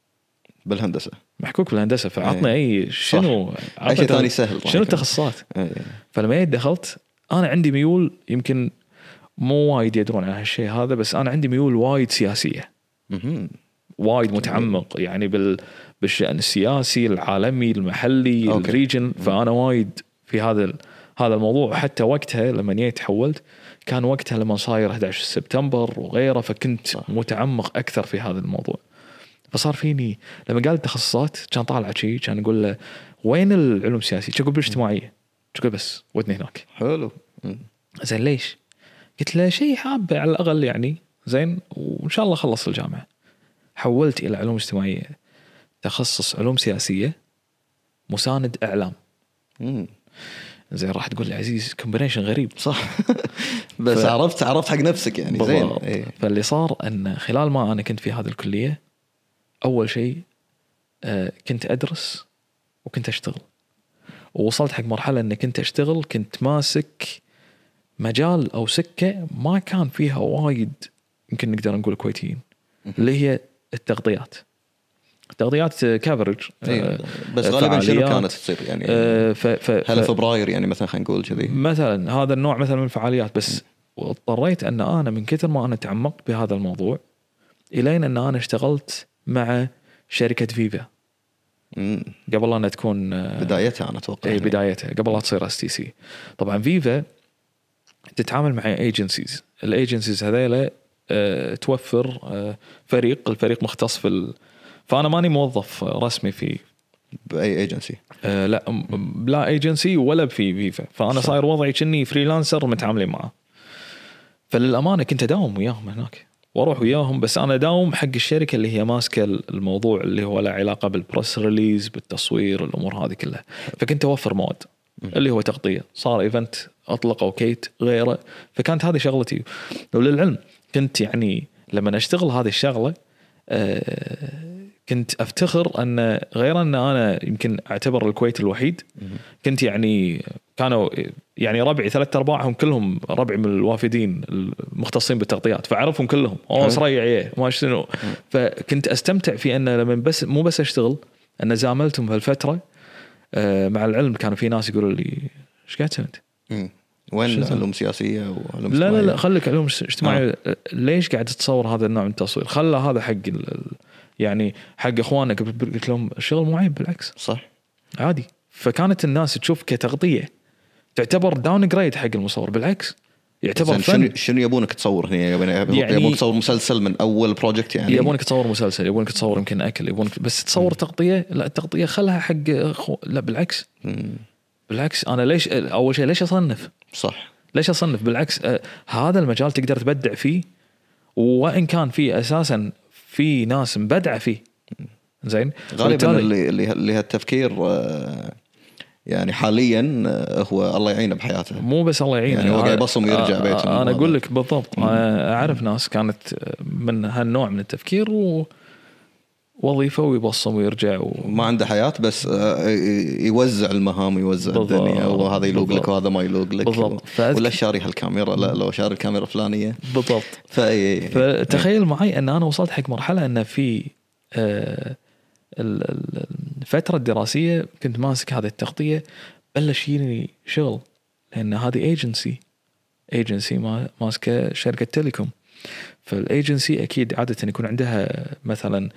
بالهندسة فعطنا اي شنو اي شيء ثاني سهل، شنو التخصصات. فلما دخلت انا عندي ميول يمكن مو وايد يدرون عن هالشيء هذا، بس انا عندي ميول وايد سياسية وايد متعمق يعني بالشأن السياسي العالمي المحلي الريجن. فانا وايد في هذا الموضوع. حتى وقتها لما جيت حولت كان وقتها لما صاير 11 سبتمبر وغيره، فكنت متعمق أكثر في هذا الموضوع. فصار فيني لما قال التخصصات كان طالع شيء كان يقول له وين العلوم السياسية؟ كان يقول بالاجتماعية. كان بس ودني هناك. حلو. زين ليش؟ قلت له شيء حابة على الأقل يعني زين وإن شاء الله خلص الجامعة. حولت إلى علوم اجتماعية تخصص علوم سياسية مساند إعلام. زين راح تقول لي عزيز كومبينيشن غريب صح. بس عرفت حق نفسك يعني زين. فاللي صار أن خلال ما أنا كنت في هذه الكلية أول شيء كنت أدرس وكنت أشتغل، ووصلت حق مرحلة أن كنت أشتغل كنت ماسك مجال أو سكة ما كان فيها وايد يمكن نقدر نقول كويتيين، اللي هي التغطيات كافرج. بس غالبا شنو كانت تصير يعني هل فبراير يعني مثلا خلينا نقول كذي مثلا هذا النوع مثلا من الفعاليات. بس واضطريت أن أنا من كثر ما أنا تعمقت بهذا الموضوع إلين أن أنا اشتغلت مع شركة فيفا قبل أن تكون بدايتها. أنا أتوقع بدايتها قبل لا تصير STC. طبعا فيفا تتعامل مع ايجنسيز. الايجنسيز هذيلا توفر الفريق مختص فأنا ماني موظف رسمي في بأي ايجنسي. لا ايجنسي ولا في فيفا. فأنا صاير وضعي كني فريلانسر متعاملين معه. فللأمانة كنت أداوم وياهم هناك واروح وياهم، بس أنا داوم حق الشركة اللي هي ماسكة الموضوع اللي هو له علاقة بالبريس ريليز بالتصوير الأمور هذه كلها. فكنت أوفر مواد اللي هو تغطية، صار إيفنت أطلقوا كيت غيره، فكانت هذه شغلتي. وللعلم كنت يعني لما أشتغل هذه الشغلة كنت أفتخر أن غير أن أنا يمكن أعتبر الكويت الوحيد كنت يعني كانوا يعني ربعي 3/4 كلهم ربعي من الوافدين المختصين بالتغطيات، فعرفهم كلهم سريع إيه ما شنو. فكنت أستمتع في أن لما مو بس أشتغل أن زاملتهم بهالفترة. مع العلم كانوا في ناس يقولوا لي إيش قاعد تسوي أنت؟ وين علوم سياسية وعلوم اجتماعية؟ لا خليك علوم اجتماعية. ليش قاعد تتصور هذا النوع من التصوير؟ خلى هذا حق يعني حق اخوانك. قلت لهم الشغل مو عيب بالعكس صح عادي. فكانت الناس تشوف كتغطية تعتبر داون جريد حق المصور، بالعكس يعتبر فن. شنو يبونك تصور هنا؟ يبونك تصور مسلسل من اول بروجكت يعني؟ يبونك تصور مسلسل، يبونك تصور يمكن اكل، يبونك بس تصور تغطية. لا التغطية خلها حق لا بالعكس. بالعكس انا ليش اول شيء ليش اصنف؟ صح ليش اصنف؟ بالعكس هذا المجال تقدر تبدع فيه، وان كان فيه اساسا في ناس مبدعة فيه. زين غالبا اللي هالتفكير يعني حاليا هو الله يعينه بحياته. مو بس الله يعينه يعني هو قاعد يبصم ويرجع بيته. انا اقول لك بالضبط. انا اعرف ناس كانت من هالنوع من التفكير وظيفه ويبصم ويرجع ما عنده حياة بس يوزع المهام ويوزع بالضبط. الدنيا، وهذا يلوق لك بالضبط. وهذا ما يلوق لك. بالضبط. ولا شاري هالكاميرا، لا لو شاري الكاميرا الفلانية بالضبط. فتخيل معي ان انا وصلت حق مرحله ان في الفتره الدراسيه كنت ماسك هذه التغطيه، بلش يجيني شغل لان هذه ايجنسي ماسكه شركه تيليكوم. فالايجنسي اكيد عاده يكون عندها مثلا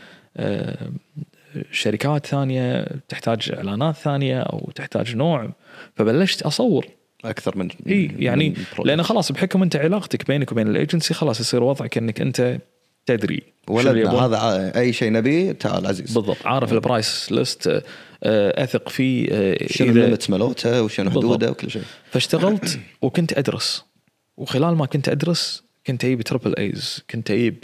شركات ثانيه تحتاج اعلانات ثانيه او تحتاج نوع، فبلشت اصور اكثر من يعني من لان خلاص بحكم انت علاقتك بينك وبين الايجنسي خلاص يصير وضعك انك انت تدري ولدنا هذا اي شيء نبي تعال عزيز. بالضبط. عارف البرايس ليست، اثق فيه، شنو الليمتس ملوته وشنو حدوده وكل شيء. فاشتغلت وكنت ادرس، وخلال ما كنت ادرس كنت اجيب تريبل ايز، كنت اجيب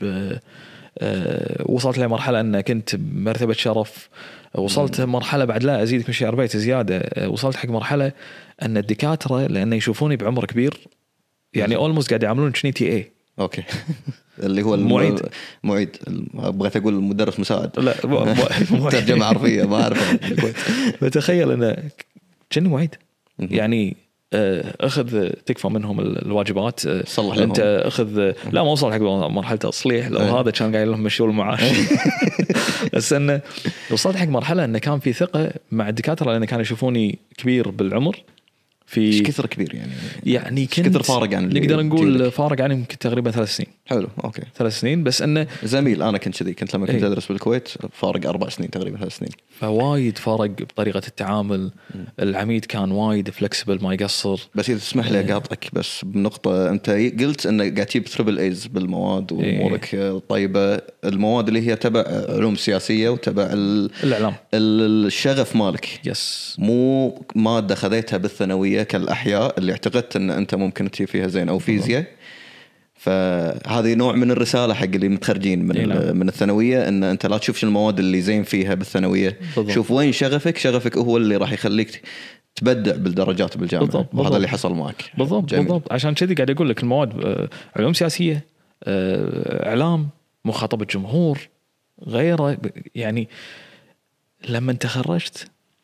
وصلت لمرحله ان كنت مرتبه شرف. وصلت مرحله بعد لا ازيدك من شعر بيت زياده، وصلت حق مرحله ان الدكاتره لان يشوفوني بعمر كبير يعني اولموست قاعد يعاملون كني تي اي. اوكي. اللي هو معيد بغيت اقول مدرس مساعد، لا ترجمه عربيه ما اعرف. فتخيل انا كني معيد يعني اخذ تكفى منهم الواجبات، صلح لهم. انت اخذ لا ما وصل حق مرحله تصليح لو هذا كان قايل لهم مشوا المعاش. بس انه وصلت حق مرحله انه كان في ثقه مع الدكاتره لان كانوا يشوفوني كبير بالعمر. في ايش كثر كبير يعني كنت كثر فارق عن نقدر نقول فارق عني يمكن تقريبا 3 سنين. حلو اوكي 3 سنين بس انه زميل. انا كنت كذي، كنت لما كنت ادرس بالكويت فارق 4 سنين تقريبا 3 سنين. فوايد فارق بطريقه التعامل. العميد كان وايد فلكسبل ما يقصر. بس اذا تسمح لي اقاطعك بس بنقطه، انت قلت انك قاعد تجيب تريبل ايز بالمواد وامورك طيبه. المواد اللي هي تبع علوم سياسيه وتبع الاعلام الشغف مالك يس، مو ماده خذيتها بالثانويه كالاحياء اللي اعتقدت ان انت ممكن تجيب فيها زين او فيزياء. فهذه نوع من الرساله حق اللي متخرجين من الثانويه، ان انت لا تشوفش المواد اللي زين فيها بالثانويه. بالضبط. شوف وين شغفك هو اللي راح يخليك تبدع بالدرجات بالجامعه. بالضبط. وهذا اللي حصل معك. بالضبط. عشان كذي قاعد اقول لك المواد علوم سياسيه، اعلام، مخاطبه جمهور، غيره. يعني لما انت خرجت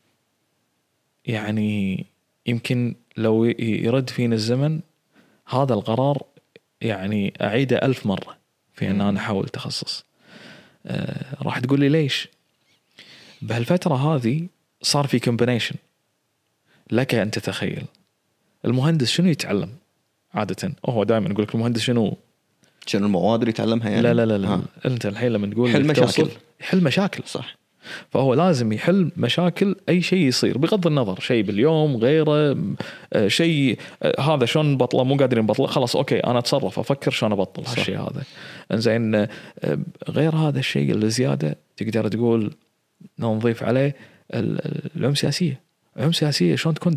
يعني يمكن لو يرد فينا الزمن هذا القرار يعني أعيده 1000 مرة في أن أنا أحاول تخصص. راح تقول لي ليش؟ بهالفترة هذه صار في كومبينيشن. لك أن تتخيل المهندس شنو يتعلم عادة؟ هو دائما يقول لك المهندس شنو المواد اللي يتعلمها يعني؟ لا. أنت الحين لما تقول حل مشاكل صح. فهو لازم يحل مشاكل أي شيء يصير بغض النظر شيء باليوم غيره شيء هذا شلون بطله مو قادرين بطله خلاص أوكي أنا أتصرف أفكر شلون أبطل هالشيء هذا. إنزين غير هذا الشيء اللي زيادة تقدر تقول نضيف عليه العلوم سياسية. علوم سياسية شلون تكون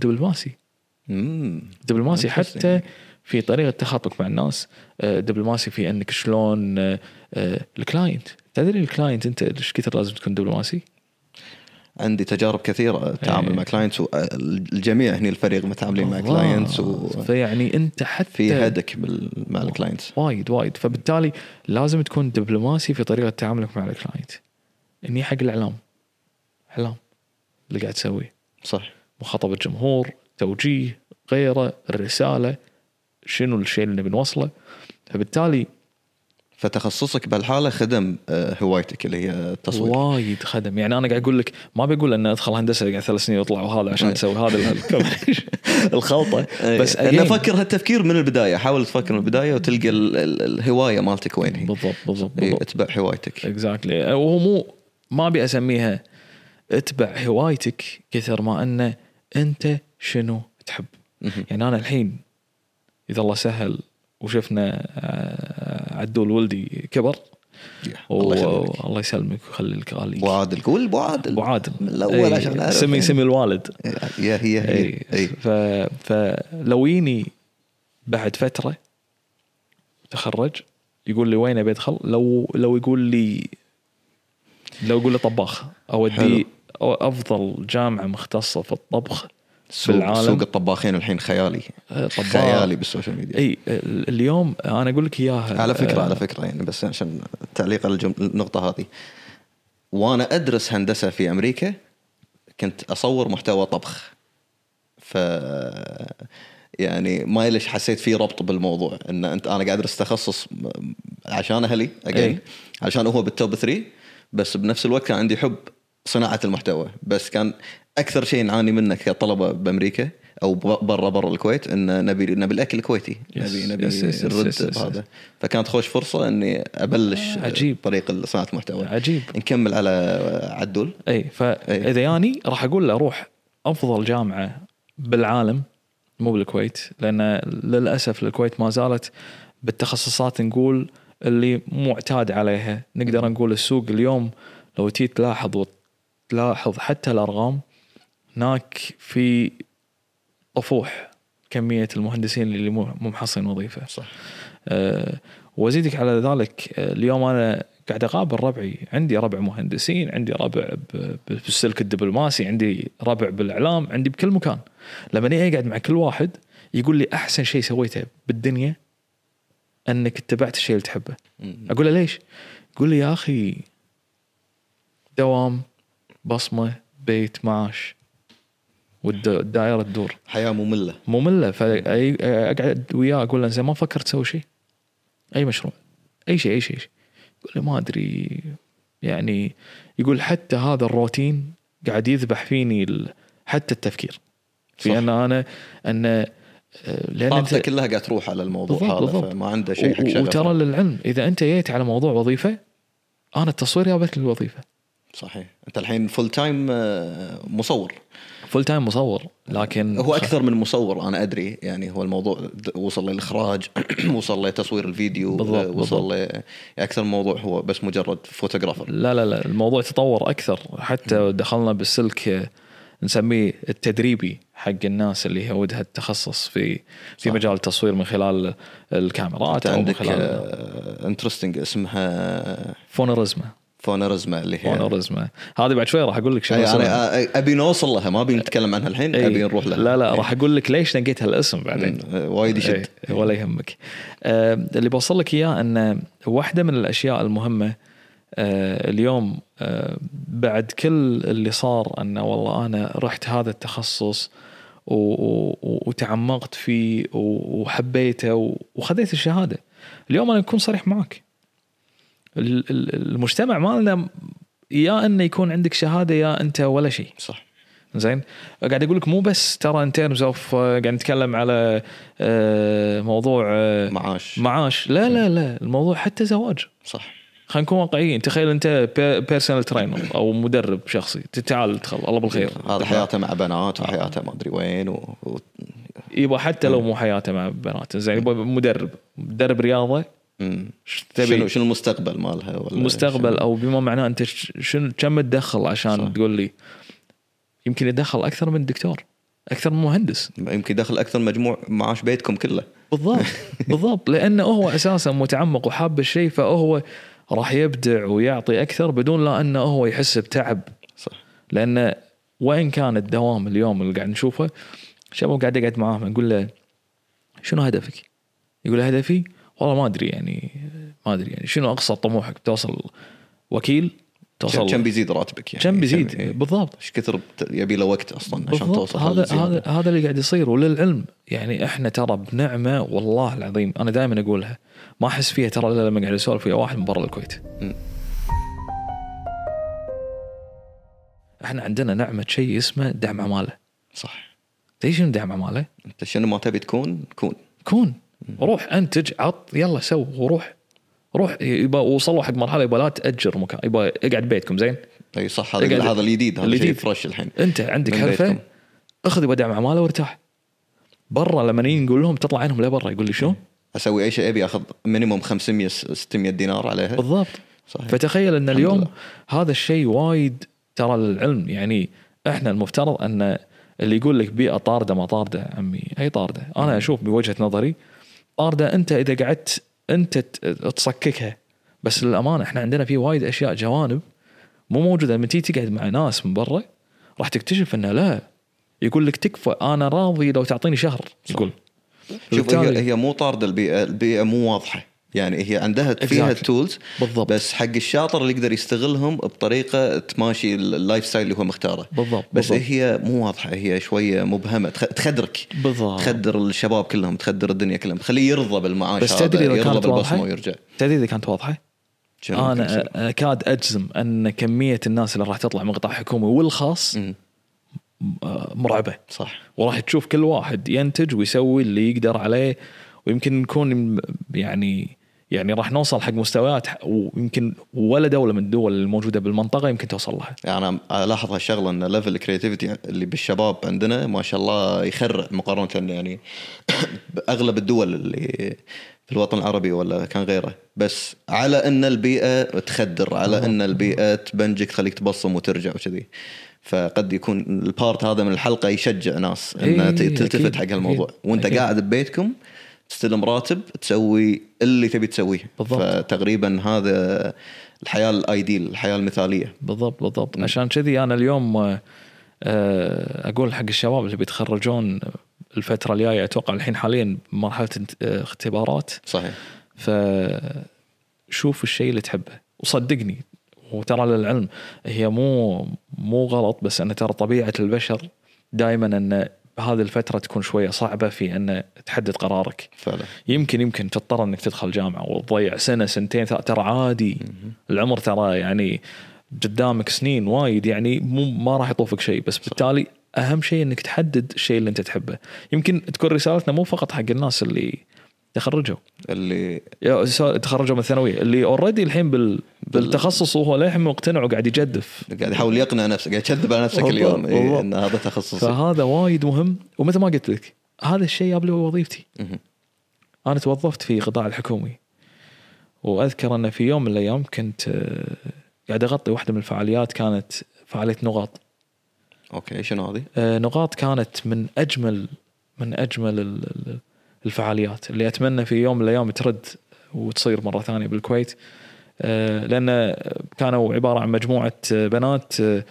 دبلوماسي حتى في طريقة تخاطبك مع الناس. دبلوماسي في أنك شلون الكلاينت. تدري الكلاينت أنت إيش كثر لازم تكون دبلوماسي؟ عندي تجارب كثيرة تعامل مع كلاينتس، والجميع هني الفريق متعاملين مع كلاينتس فيعني أنت حتى في هدك مع الكلاينتس وايد. فبالتالي لازم تكون دبلوماسي في طريقة تعاملك مع الكلاينت. إني حق الإعلام اللي قاعد تسويه صح، مخاطبة جمهور، توجيه، غيره، الرسالة، شنو الشيء اللي بنوصله. فبالتالي فتخصصك بالحالة خدم هوايتك اللي هي التصوير. وايد خدم. يعني أنا قاعد أقول لك ما بقول أن أدخل هندسة قاعد 3 سنين وأطلع وهذا عشان تسوي هذا الخلطة. بس أنا أفكر هالتفكير من البداية. حاول تفكر من البداية وتلقى الهواية مالتك وين هي. بالضبط. اتبع هوايتك. exactly. وهو ما أبي أسميها اتبع هوايتك كثر ما أنه أنت شنو تحب. يعني أنا الحين إذا الله سهل وشفنا عدول ولدي كبر الله يسلمك ويخلي لك غالي بوعادل. قول بوعادل من الأول عشان أعرف سمي الوالد. هي. فلو يني بعد فترة تخرج يقول لي وين أبي أدخل، لو يقول لي طباخ أودي أفضل جامعة مختصة في الطبخ بالعالم. سوق الطباخين الحين خيالي بالسوشيال ميديا. اليوم انا اقول لك اياها على فكره يعني بس عشان تعليق على النقطه هذه. وانا ادرس هندسه في امريكا كنت اصور محتوى طبخ. ف يعني ما ليش حسيت في ربط بالموضوع ان انا قاعد ادرس تخصص عشان اهلي أي. عشان هو بالتوب 3، بس بنفس الوقت كان عندي حب صناعه المحتوى. بس كان اكثر شيء نعاني منه كطلبه بامريكا او برا الكويت ان نبي الاكل الكويتي، نبي الرد بهذا. فكانت خوش فرصه اني ابلش عجيب. طريق صناعه محتوى. عجيب. نكمل على عدول. اي فاذا يعني راح اقول له اروح افضل جامعه بالعالم مو بالكويت، لان للاسف الكويت ما زالت بالتخصصات نقول اللي معتاد عليها. نقدر نقول السوق اليوم لو تيجي تلاحظ حتى الارقام هناك في طفوح كميه المهندسين اللي مو محصلين وظيفه. صح. وزيدك على ذلك اليوم انا قاعد اقابل ربعي، عندي ربع مهندسين، عندي ربع بالسلك الدبلوماسي، عندي ربع بالاعلام، عندي بكل مكان. لما اجي اقعد مع كل واحد يقول لي احسن شيء سويته بالدنيا انك اتبعت الشيء اللي تحبه. اقول له ليش؟ يقول لي يا اخي دوام، بصمه، بيت، معاش، والدائره تدور. حياه ممله. فاقعد وياه اقول له زين ما فكرت تسوي شيء؟ اي مشروع، اي شيء. يقول لي ما ادري يعني. يقول حتى هذا الروتين قاعد يذبح فيني حتى التفكير في صح. ان لان انت كلها قاعد تروح على الموضوع هذا، فما عنده شيء حق شغله. وترى للعلم اذا انت جيت على موضوع وظيفه، انا التصوير جابت لي الوظيفه. صحيح. انت الحين فول تايم مصور. لكن هو اكثر من مصور انا ادري، يعني هو الموضوع وصل للاخراج وصل لتصوير الفيديو، وصل اكثر من موضوع هو بس مجرد فوتوغرافر. لا الموضوع تطور اكثر. حتى دخلنا بالسلك نسميه التدريبي حق الناس اللي هو ودها التخصص في مجال التصوير من خلال الكاميرات. او عندك انترستنج اسمها فونرزما اللي هي فونرزما. هذه بعد شوي راح اقول لك شنو انا ابي نوصل لها، ما ابي نتكلم عنها الحين. ابي نروح لها. لا راح اقول لك ليش نقيت هالاسم بعدين. وايد يشد. ولا يهمك. اللي بوصل لك اياه ان واحده من الاشياء المهمه اليوم بعد كل اللي صار، أن والله أنا رحت هذا التخصص وتعمقت فيه وحبيته وخذيت الشهادة. اليوم أنا أكون صريح معك، المجتمع مالنا يا أنه يكون عندك شهادة يا أنت ولا شيء. صح. زين. قاعد أقول لك مو بس ترى إن terms of قاعد نتكلم على موضوع معاش. لا الموضوع حتى زواج. صح. خلينا نكون واقعيين. تخيل انت بيرسونال ترينر او مدرب شخصي، تعال ادخل الله بالخير. هذا حياته مع بنات وحياته ما ادري وين يبغى حتى لو مو حياته مع بنات، زين يبغى مدرب رياضه. شنو المستقبل مالها؟ ولا المستقبل او بما معناه انت شنو كم تدخل عشان صح. تقول لي يمكن يدخل اكثر من دكتور، اكثر من مهندس، يمكن يدخل اكثر مجموع معاش بيتكم كله. بالضبط لانه هو اساسا متعمق وحاب الشيء، فهو راح يبدع ويعطي أكثر بدون لا أنه هو يحس بتعب. صح. لأن وإن كان الدوام اليوم اللي قاعد نشوفه، شباب قاعد أقعد معاه نقول له شنو هدفك؟ يقول له هدفي والله ما أدري يعني شنو أقصى طموحك؟ بتوصل وكيل، توصل كم بيزيد راتبك يعني كم بيزيد بالضبط، ايش كثر يبي له وقت اصلا عشان توصل. هذا اللي قاعد يصير. وللعلم يعني احنا ترى بنعمه والله العظيم، انا دائما اقولها ما احس فيها ترى الا لما قاعد اسولف ويا واحد من برا الكويت. احنا عندنا نعمه شيء اسمه دعم عماله. صح. تدري شنو دعم عماله؟ انت شنو ما تبي تكون روح انتج، عط يلا سو وروح يبقى وصلوا حق مرحله يبقى لا تاجر مكان، يبقى اقعد بيتكم. زين. اي صح. هذا الجديد، هذا شيء فريش الحين. انت عندك حرفه، اخذ يبقى دعم عماله وارتاح. برا لما نيجي نقول لهم تطلع عينهم لبرا، يقول لي شو اسوي اي شيء ابي اخذ مينيموم 500 600 دينار عليها. بالضبط. صحيح. فتخيل ان اليوم هذا الشيء وايد ترى للعلم. يعني احنا المفترض ان اللي يقول لك بيئه طارده ما طارده عمي، اي طارده. انا اشوف بوجهه نظري طارده انت اذا قعدت انت تصككها. بس للامانه احنا عندنا في وايد اشياء جوانب مو موجوده. لما تيجي تقعد مع ناس من برا راح تكتشف انه لا، يقول لك تكفى انا راضي لو تعطيني شهر. يقول شوف هي مو طارده البيئه مو واضحه. يعني هي عندها فيها التولز بالضبط. بس حق الشاطر اللي يقدر يستغلهم بطريقه تماشي اللايف ستايل اللي هو مختاره. بالضبط. بس بالضبط. هي مو واضحه، هي شويه مبهمه، تخدرك. بالضبط. تخدر الشباب كلهم، تخدر الدنيا كلهم، تخليه يرضى بالمعاش بس هذا، تدري إذا يرضى كانت بالبصمه واضحة؟ ويرجع. تدري إذا كانت واضحة؟ أنا أكاد أجزم أن كمية الناس اللي راح تطلع من قطاع حكومي والخاص مرعبة. صح. وراح تشوف كل واحد ينتج ويسوي اللي يقدر عليه، ويمكن نكون يعني راح نوصل حق مستويات ويمكن ولا دولة من الدول الموجودة بالمنطقة يمكن توصل لها. يعني أنا ألاحظ هالشغلة أن ليفل الكرياتيفيتي اللي بالشباب عندنا ما شاء الله يخرع مقارنة يعني بأغلب الدول اللي في الوطن العربي ولا كان غيره. بس على أن البيئة تخدر، على أن البيئة تبنجك تخليك تبصم وترجع وكذي. فقد يكون البارت هذا من الحلقة يشجع ناس أن تلتفت حق هالموضوع. وانت قاعد ببيتكم تستلم راتب تسوي اللي تبي تسويه. فتقريبا هذا الحياة الأيديل، الحياة المثالية. بالضبط. بالضبط. عشان كذي أنا اليوم أقول حق الشباب اللي بيتخرجون الفترة الجاية، أتوقع الحين حاليا مرحلة اختبارات. صحيح. فشوف الشيء اللي تحبه وصدقني، وترى للعلم هي مو غلط، بس أن ترى طبيعة البشر دائما أن بهذه الفترة تكون شوية صعبة في أن تحدد قرارك. فعلا. يمكن تضطر أنك تدخل جامعة وتضيع سنة سنتين، ترى عادي. العمر ترى يعني قدامك سنين وايد، يعني ما راح يطوفك شيء. بس بالتالي أهم شيء أنك تحدد الشيء اللي أنت تحبه. يمكن تكون رسالتنا مو فقط حق الناس اللي تخرجوا، اللي تخرجوا من الثانوية، اللي اوريدي الحين بالتخصص وهو للحين مقتنع وقاعد يجدف، قاعد يحاول يقنع نفسه، قاعد يكذب على نفسه كل يوم ان هذا تخصصي. فهذا وايد مهم. ومثل ما قلت لك هذا الشيء قبل وظيفتي. انا توظفت في قطاع الحكومي، واذكر ان في يوم من الايام كنت قاعد اغطي واحده من الفعاليات، كانت فعاليه نقاط. اوكي، شنو هذه؟ نقاط كانت من اجمل الفعاليات اللي اتمنى في يوم من الايام ترد وتصير مره ثانيه بالكويت. لان كانوا عباره عن مجموعه بنات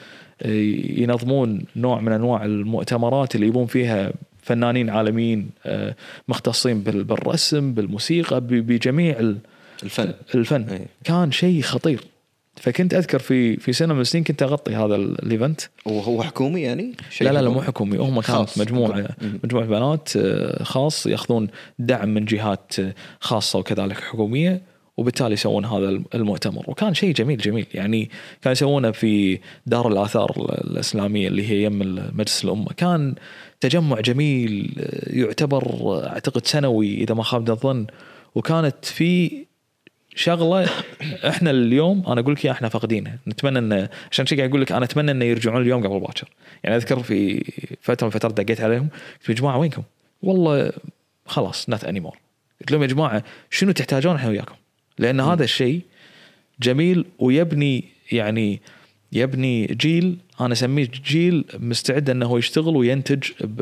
ينظمون نوع من انواع المؤتمرات اللي يبون فيها فنانين عالميين مختصين بالرسم، بالموسيقى، بجميع الفن. أي. كان شيء خطير. فكنت أذكر في سنة من السنين كنت أغطي هذا الإيفنت. وهو حكومي يعني؟ لا مو حكومي، هم كانت مجموعة بنات خاص يأخذون دعم من جهات خاصة وكذلك حكومية، وبالتالي يسوون هذا المؤتمر. وكان شيء جميل يعني. كان يسوونه في دار الآثار الإسلامية اللي هي يم مجلس الأمة. كان تجمع جميل يعتبر أعتقد سنوي إذا ما خاب الظن. وكانت في شغلة احنا اليوم انا اقول لك احنا فاقدينها، نتمنى ان عشان شيء قاعد اقول لك انا اتمنى ان يرجعون اليوم قبل باكر. يعني اذكر في فتره من فترات دقيت عليهم قلت يا جماعه وينكم؟ والله خلاص نات انيمور. قلت لهم يا جماعه شنو تحتاجون احنا وياكم، لان هذا الشيء جميل ويبني يبني جيل، انا اسميه جيل مستعد انه يشتغل وينتج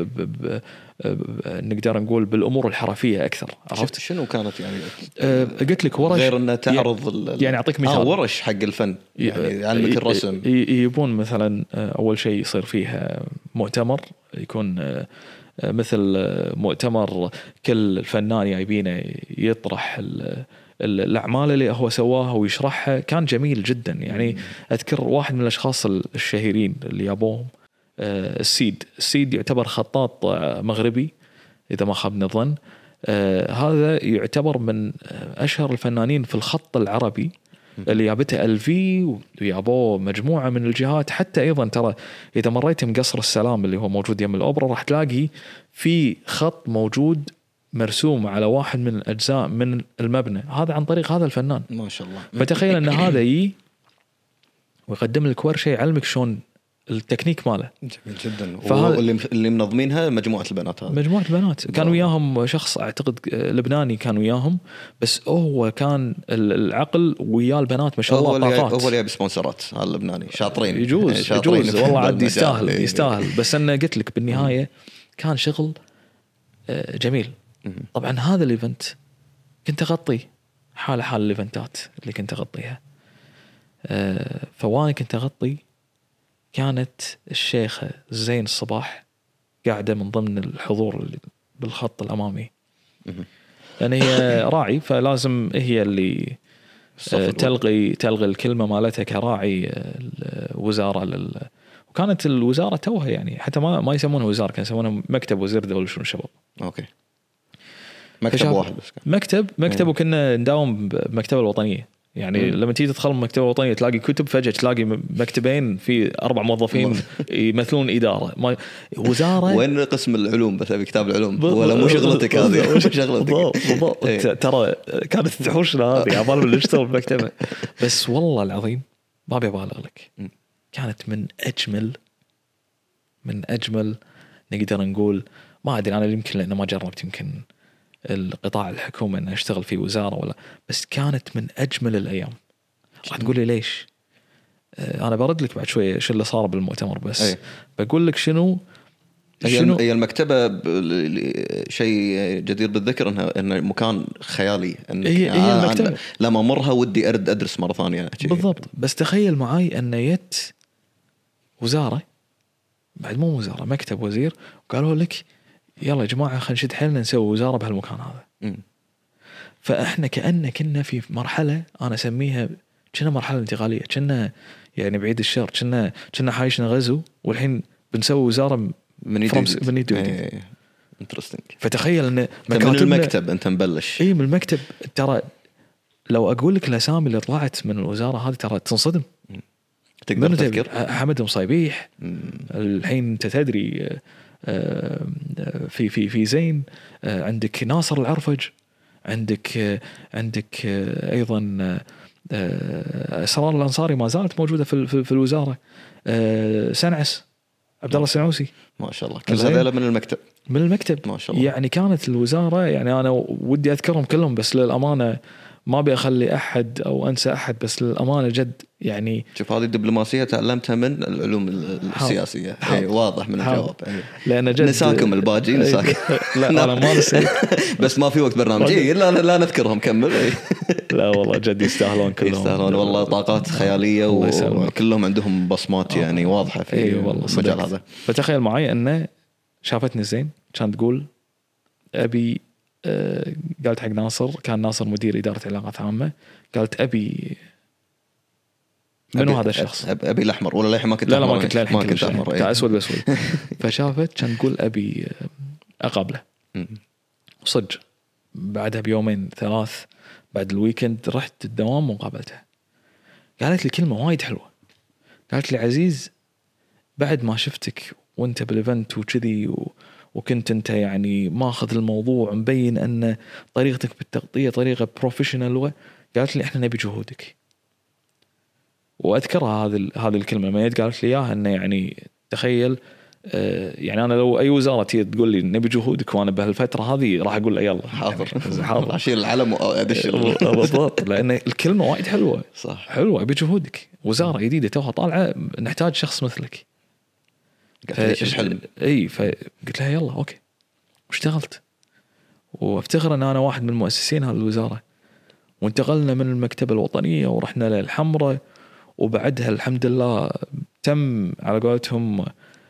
نقدر نقول بالامور الحرفيه اكثر. عرفت شنو كانت يعني؟ قلت لك ورش، غير انه تعرض يعني اعطيك مثال ورش حق الفن، يعني يعلمك الرسم. يبون مثلا اول شيء يصير فيها مؤتمر يكون مثل مؤتمر كل فنان يبينه يطرح الأعمال اللي هو سواها ويشرحها. كان جميل جدا يعني. أذكر واحد من الأشخاص الشهيرين اللي يابوهم السيد يعتبر خطاط مغربي إذا ما خابني الظن. هذا يعتبر من أشهر الفنانين في الخط العربي اللي يابته الفي ويابوه مجموعة من الجهات. حتى أيضا ترى إذا مريت من قصر السلام اللي هو موجود يم الأوبرا راح تلاقي في خط موجود مرسوم على واحد من الأجزاء من المبنى، هذا عن طريق هذا الفنان ما شاء الله. فتخيل أن هذا ويقدم لك ورشة يعلمك شلون التكنيك ماله. جميل جدا. واللي منظمينها مجموعة البنات، هذا مجموعة البنات كانوا وياهم شخص أعتقد لبناني كان وياهم، بس هو كان العقل ويا البنات ما شاء الله طاقات. هو اللي بسبونسرات اللبناني شاطرين. يجوز والله عاد يستاهل. بس أنا قلت لك بالنهاية كان شغل جميل. طبعا هذا الايفنت كنت اغطي حال الايفنتات اللي كنت اغطيها. فوانا كنت اغطي كانت الشيخة زين الصباح قاعدة من ضمن الحضور بالخط الامامي. لان هي راعي، فلازم هي اللي تلغي الكلمه مالتها كراعي الوزاره وكانت الوزاره توها يعني حتى ما يسمونها وزاره، كانوا يسمونها مكتب وزير الدوله شؤون الشباب. اوكي. مكتب واحد بس كان مكتب وكنا نداوم بمكتبه الوطنيه يعني. لما تيجي تدخل المكتبه الوطنيه تلاقي كتب، فجاه تلاقي مكتبين في 4 موظفين يمثلون اداره وزاره. وين قسم العلوم؟ بس ابي كتاب العلوم ولا مو شغلتك هذه؟ مو شغلتك بالضبط. ترى كانت تحوشنا هذه عبال اللي اشتغل بمكتبه. بس والله العظيم ما ببالغ لك، كانت من اجمل نقدر نقول، ما ادري انا يمكن لانه ما جربت يمكن القطاع الحكومي أن أشتغل في وزارة ولا، بس كانت من أجمل الأيام. راح تقول لي ليش؟ أنا برد لك بعد شوية شو اللي صار بالمؤتمر، بس بقول لك شنو هي المكتبة شيء جدير بالذكر إنها مكان خيالي. هي المكتبة لما مرها ودي أدرس مرة ثانية. بالضبط. بس تخيل معاي أن يت وزارة، بعد مو وزارة، مكتب وزير، وقالوا لك يلا يا جماعة خلينا نشد حيلنا نسوي وزارة بهالمكان هذا. فإحنا كنا في مرحلة أنا أسميها كنا مرحلة انتقالية، كنا يعني بعيد الشر، كنا حايشنا غزو والحين بنسوي وزارة من يدي. فتخيل إن من المكتب أنت مبلش. من المكتب. ترى لو أقول لك الأسامي اللي طلعت من الوزارة هذه ترى تنصدم. تقدر تذكر حمد مصيبيح الحين أنت تدري، في زين، عندك ناصر العرفج، عندك أيضا أسرار الأنصاري ما زالت موجودة في الوزارة، سنعس عبد الله السنعوسي ما شاء الله، كل هذول من المكتب ما شاء الله. يعني كانت الوزارة يعني أنا ودي أذكرهم كلهم، بس للأمانة ما بيخلي أحد أو أنسى أحد، بس للأمانة جد يعني. شوف هذه الدبلوماسية تعلمتها من العلوم السياسية. واضح من الجواب. لأن جد نساكم الباجي نساك. لا أنا ما نسيت بس ما في وقت برنامجي لا نذكرهم. كمل. لا والله جد يستاهلون كلهم، يستاهلون والله. طاقات خيالية وكلهم عندهم بصمات يعني واضحة في المجال هذا. فتخيل معي أنه شافتني زين كانت تقول أبي، قالت حق ناصر، كان ناصر مدير إدارة علاقات عامة، قالت أبي منو هذا الشخص؟ أبي الأحمر ولا للحين ما كنت؟ لا ما كنت للحين كنت أحمر، كان أسود بأسود. فشافت كان تقول أبي أقابله. صدق بعدها بيومين 3 بعد الويكند رحت الدوام وقابلته. قالت لي كلمة وايد حلوة، قالت لي عزيز بعد ما شفتك وانت بالإيفنت وكذي وكنت انت يعني ماخذ الموضوع مبين ان طريقتك بالتغطية طريقة بروفيشنال، قالت لي احنا نبي جهودك. واذكرها هذه الكلمة ما قالت لي اياها، انه يعني تخيل يعني انا لو اي وزارة تقول لي نبي جهودك وانا بهالفترة هذه راح اقول يلا حاضر اشيل العلم وادش. بالضبط، لان الكلمة وايد حلوة. صح حلوة، ابي جهودك، وزارة جديدة توها طالعة نحتاج شخص مثلك. فقلت لها يلا اوكي، واشتغلت. وافتخر ان انا واحد من مؤسسين هذه الوزارة. وانتقلنا من المكتبة الوطنية ورحنا للحمرة، وبعدها الحمد لله تم على قولتهم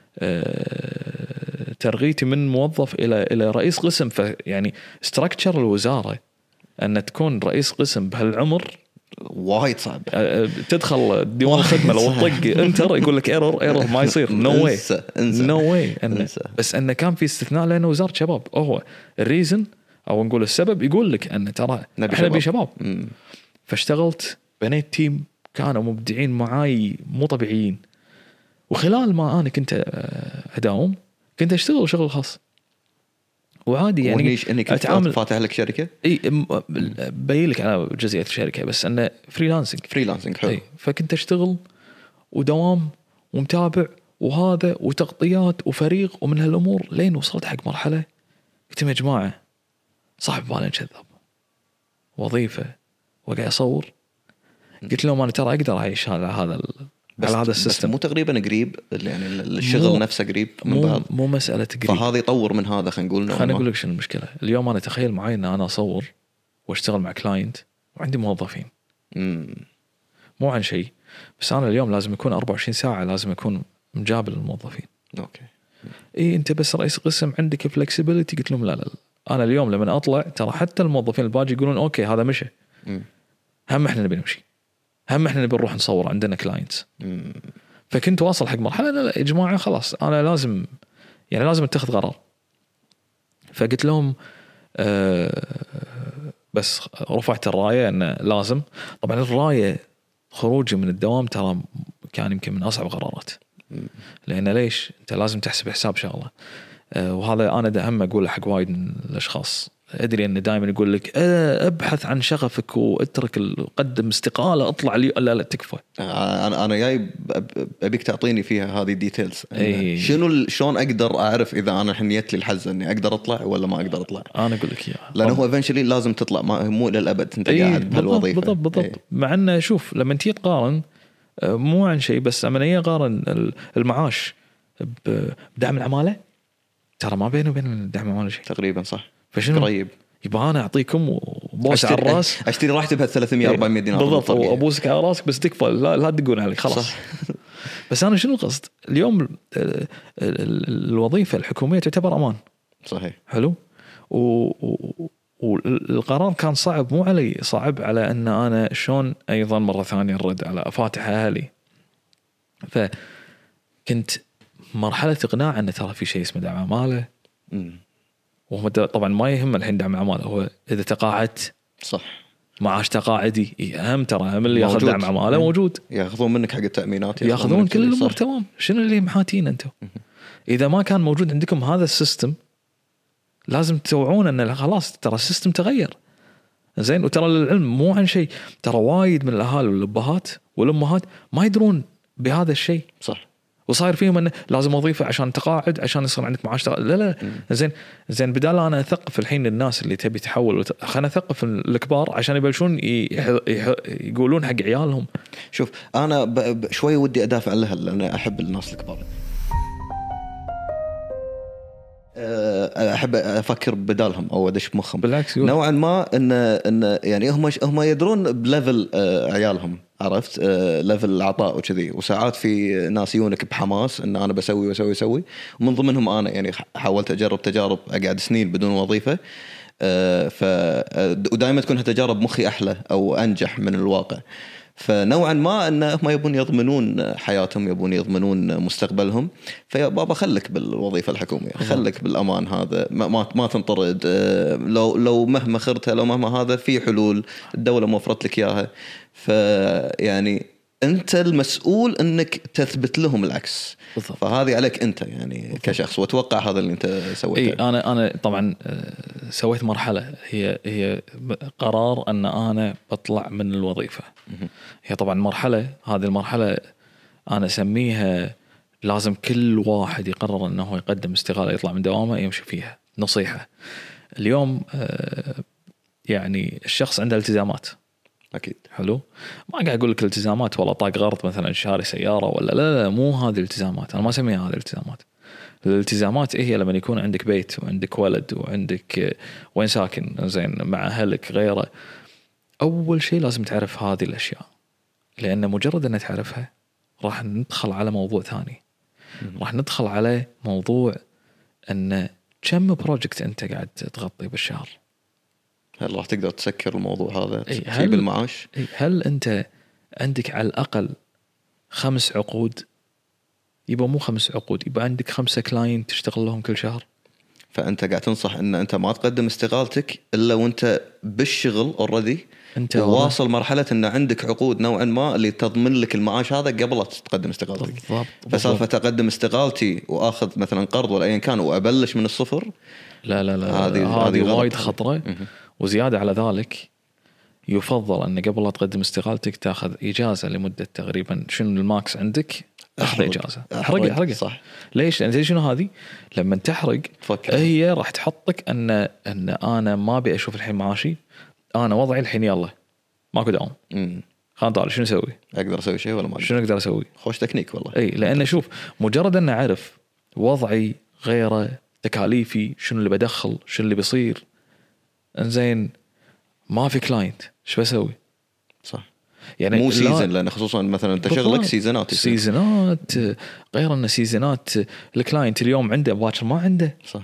ترقيتي من موظف الى رئيس قسم. فيعني استراكشر الوزارة ان تكون رئيس قسم بهالعمر وايد صعب. تدخل ديوان الخدمة لو تطق انتر يقول لك ايرور ما يصير. نو واي بس انه كان في استثناء لانه وزارة شباب. هو الريزن او نقول السبب يقول لك ان ترى احنا نبي شباب. فاشتغلت، بنيت تيم كانوا مبدعين معاي مو طبيعيين. وخلال ما انا كنت اداوم كنت اشتغل شغل خاص وعادي يعني. انك اتعامل فاتح لك شركه؟ اي بيلك على جزئيه الشركه، بس انه فريلانسنج حلو. فكنت اشتغل ودوام ومتابع وهذا وتغطيات وفريق ومن هالامور، لين وصلت حق مرحله قلت يا جماعه صاحب بالي كذاب، وظيفه وقاعد اصور. قلت لهم انا ترى اقدر اعيش على هذا السيستم. مو تقريبا قريب يعني الشغل نفسه قريب من بعض، مو مساله قريب. فهذا يطور من هذا. خلينا نقول لك شنو المشكله اليوم. انا تخيل معي ان انا اصور واشتغل مع كلاينت وعندي موظفين، مو عن شيء، بس انا اليوم لازم يكون 24 ساعه لازم اكون مجابل للموظفين. اوكي انت بس رئيس قسم عندك فلكسبيليتي. قلت لهم لا انا اليوم لما اطلع ترى حتى الموظفين الباجي يقولون اوكي هذا مشى، هم احنا نبي نمشي، هم احنا نبي نروح نصور عندنا كلاينتس. فكنت واصل حق مرحله لا يا جماعه خلاص انا لازم اتخذ قرار. فقلت لهم بس رفعت الرايه ان لازم. طبعا الرايه خروجي من الدوام ترى كان يمكن من اصعب قرارات، لان ليش انت لازم تحسب حساب شغله. وهذا انا دائما اقول حق وايد من الاشخاص، ادري ان دائما يقول لك ابحث عن شغفك واترك قدم استقاله اطلع لي. لا تكفى. انا جاي ابيك تعطيني فيها هذه الديتيلز. أي. شلون اقدر اعرف اذا انا حنيت لي الحظ اني اقدر اطلع ولا ما اقدر اطلع؟ انا اقول لك اياها لانه هو ايفنشلي لازم تطلع، مو للابد انت قاعد بهالوظيفه. بالضبط. مع انه شوف لما تيجي تقارن مو عن شيء، بس لما نيجي قارن المعاش بدعم العماله ترى ما بينه وبين دعم العماله شيء تقريبا. صح. فشنو قريب. يبقى انا اعطيكم وبوس على الراس، اشتري راحتي بها 300 400 دينار بالضبط، وابوسك على راسك بس تكفى لا تدقون عليك خلاص. صح. بس انا شنو القصد اليوم؟ الوظيفه الحكوميه تعتبر امان. صحيح. حلو. والقرار كان صعب، مو علي، صعب على ان انا شلون ايضا مره ثانيه نرد على افاتح اهلي. فكنت مرحله اقناع ان ترى في شيء اسمه دعم عماله. وهم طبعا ما يهم الحين دعم عماله، هو اذا تقاعدت صح معاش تقاعدي اهم، ترى هم اللي ياخذ دعم عماله موجود، ياخذون منك حق التامينات، ياخذون كل الامور تمام. شنو اللي محاتين انتم؟ اذا ما كان موجود عندكم هذا السيستم لازم توعون ان خلاص ترى السيستم تغير. زين. وترى العلم مو عن شيء، ترى وايد من الاهالي والابهات والامهات ما يدرون بهذا الشيء. صح. وصاير فيهم انه لازم وظيفه عشان تقاعد عشان يصير عندك معاش لا. زين بدال انا اثقف الحين الناس اللي تبي تحول، خلينا اثقف الكبار عشان يبلشون يقولون حق عيالهم. شوف انا شوي ودي ادافع لها لان احب الناس الكبار، احب افكر بدالهم او ادش بمخهم. بالعكس نوعا ما ان يعني هم يدرون بليفل عيالهم، عرفت ليفل العطاء وكذي. وساعات في ناس يونك بحماس ان انا بسوي ومن ضمنهم انا يعني حاولت اجرب تجارب اقعد سنين بدون وظيفه. ودائما تكون هالتجارب مخي احلى او انجح من الواقع. فنوعا ما ان هم يبون يضمنون حياتهم، يبون يضمنون مستقبلهم. فيا بابا خلك بالوظيفه الحكوميه، خلك بالامان هذا، ما تنطرد. لو مهما خرتها، لو مهما هذا، في حلول الدوله موفرت لك اياها. فيعني انت المسؤول انك تثبت لهم العكس. بالضبط. فهذه عليك انت يعني بالضبط. كشخص. واتوقع هذا اللي انت سويته. انا طبعا سويت مرحله هي قرار ان انا بطلع من الوظيفه. هي طبعا مرحله، هذه المرحله انا اسميها لازم كل واحد يقرر انه يقدم استقاله يطلع من دوامه يمشي فيها. نصيحه اليوم يعني الشخص عنده التزامات أكيد. حلو. ما قاعد أقول لك التزامات ولا طاق غرض مثلا شاري سيارة ولا لا مو هذه الالتزامات. أنا ما أسميها هذه الالتزامات. الالتزامات هي لما يكون عندك بيت وعندك ولد وعندك وين ساكن زين مع أهلك غيره. أول شيء لازم تعرف هذه الأشياء، لأن مجرد أن تعرفها راح ندخل على موضوع ثاني. راح ندخل على موضوع أن كم بروجكت أنت قاعد تغطي بالشهر. هل راح تقدر تسكر الموضوع هذا تجيب المعاش؟ هل أنت عندك على الأقل 5 عقود؟ يبقى مو 5 عقود، يبقى عندك 5 كلاينت تشتغل لهم كل شهر. فأنت قاعد تنصح أن أنت ما تقدم استقالتك إلا وأنت بالشغل already، أنت واصل مرحلة أن عندك عقود نوعا ما اللي تضمن لك المعاش هذا قبل لا تقدم استقالتك. فسالفة تقدم استقالتي وآخذ مثلا قرض ولا أيا كان وأبلش من الصفر، لا هذه وايد خطرة. وزيادة على ذلك يفضل أن قبل لا تقدم استقالتك تأخذ إجازة لمدة تقريبا شنو الماكس عندك، أخذ إجازة. أحرق صح. ليش؟ لأن شنو هذه لما تحرق هي راح تحطك أن أنا ما أبي أشوف الحين معاشي، أنا وضعي الحين يلا ماكو دوام. خلنا نطالع شنو أسوي؟ أقدر أسوي شيء ولا ما شنو أقدر أسوي؟ خوش تكنيك والله. أي لأن شوف مجرد أن أعرف وضعي غيره، تكاليفي شنو اللي بدخل شنو اللي بيصير، إنزين ما في كلاينت شو بسوي؟ صح. يعني مو سيزن، لأن خصوصا مثلا أنت شغلك سيزنات غير أن سيزنات الكلاينت اليوم عنده باكر ما عنده. صح.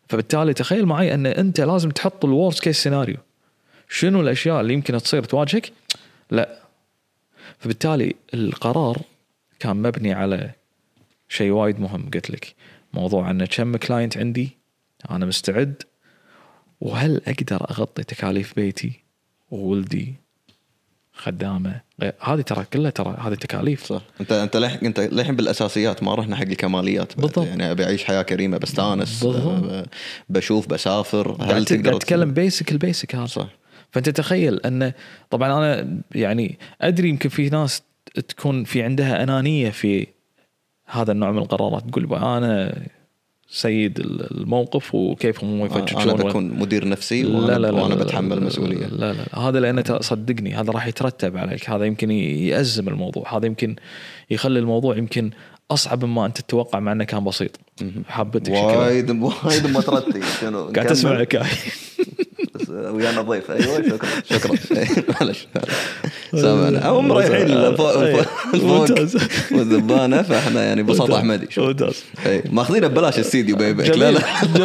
فبالتالي تخيل معي ان انت لازم تحط الورست كيس سيناريو، شنو الاشياء اللي يمكن تصير تواجهك. لا، فبالتالي القرار كان مبني على شيء وايد مهم. قلت لك موضوع ان كم كلاينت عندي انا مستعد، وهل اقدر اغطي تكاليف بيتي وولدي خدامه. هذه ترى كلها ترى هذه تكاليف. صح. انت للحين بالاساسيات، ما رحنا حق الكماليات. بالضبط. يعني ابي اعيش حياه كريمه، بستانس، بشوف، بسافر. هل تقدر اتكلم البيسك هذا؟ صح. فانت تخيل ان طبعا انا يعني ادري يمكن في ناس تكون في عندها انانيه في هذا النوع من القرارات، تقول انا سيد الموقف وكيف هم يفكرون، انا بكون مدير نفسي وانا بتحمل المسؤوليه. لا هذا لانه صدقني هذا راح يترتب عليك، هذا يمكن يأزم الموضوع، هذا يمكن يخلي الموضوع يمكن اصعب مما انت تتوقع مع انه كان بسيط. حبتك وايد ما ترتي شنو قاعد تسمع لك ويانا ضيف. ايوه شكرا معلش سامعنا او مريحين فوق والذبانه، فاحنا يعني بساطه احمدي ممتاز ماخذينه ببلاش الاستديو بيبيك. لا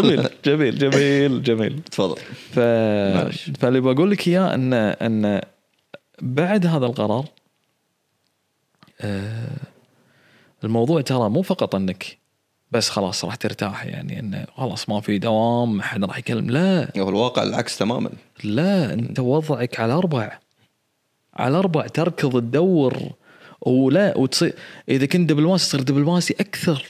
جميل تفضل. فاللي بقول لك اياه ان بعد هذا القرار الموضوع ترى مو فقط انك بس خلاص راح ترتاح، يعني انه خلاص ما في دوام، ما حد راح يكلم. لا، هو الواقع العكس تماما. لا، انت وضعك على 4 تركض تدور، ولا وتصير اذا كنت دبلوماسي تصير دبلوماسي اكثر.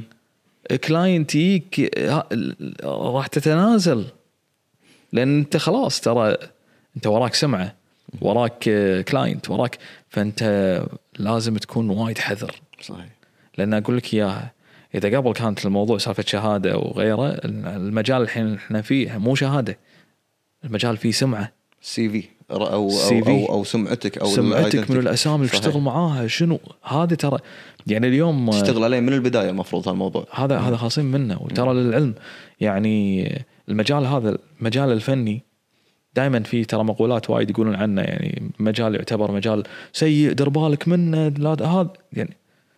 كلاينت يجيك راح تتنازل، لان انت خلاص ترى انت وراك سمعه، وراك كلاينت، وراك، فانت لازم تكون وايد حذر. صحيح. لان اقول لك اياها، إذا قبل كانت الموضوع سالفة شهادة وغيره، المجال الحين احنا فيه مو شهادة، المجال فيه سمعة، CV أو سمعتك من الأسامي اللي تشتغل معاها شنو. هذا ترى يعني اليوم تشتغل عليه من البداية المفروض هالموضوع هذا خاصين منه. وترى للعلم يعني المجال هذا المجال الفني دائما فيه ترى مقولات وايد يقولون عنه، يعني مجال يعتبر مجال سيء دير بالك منه، لا هذا يعني،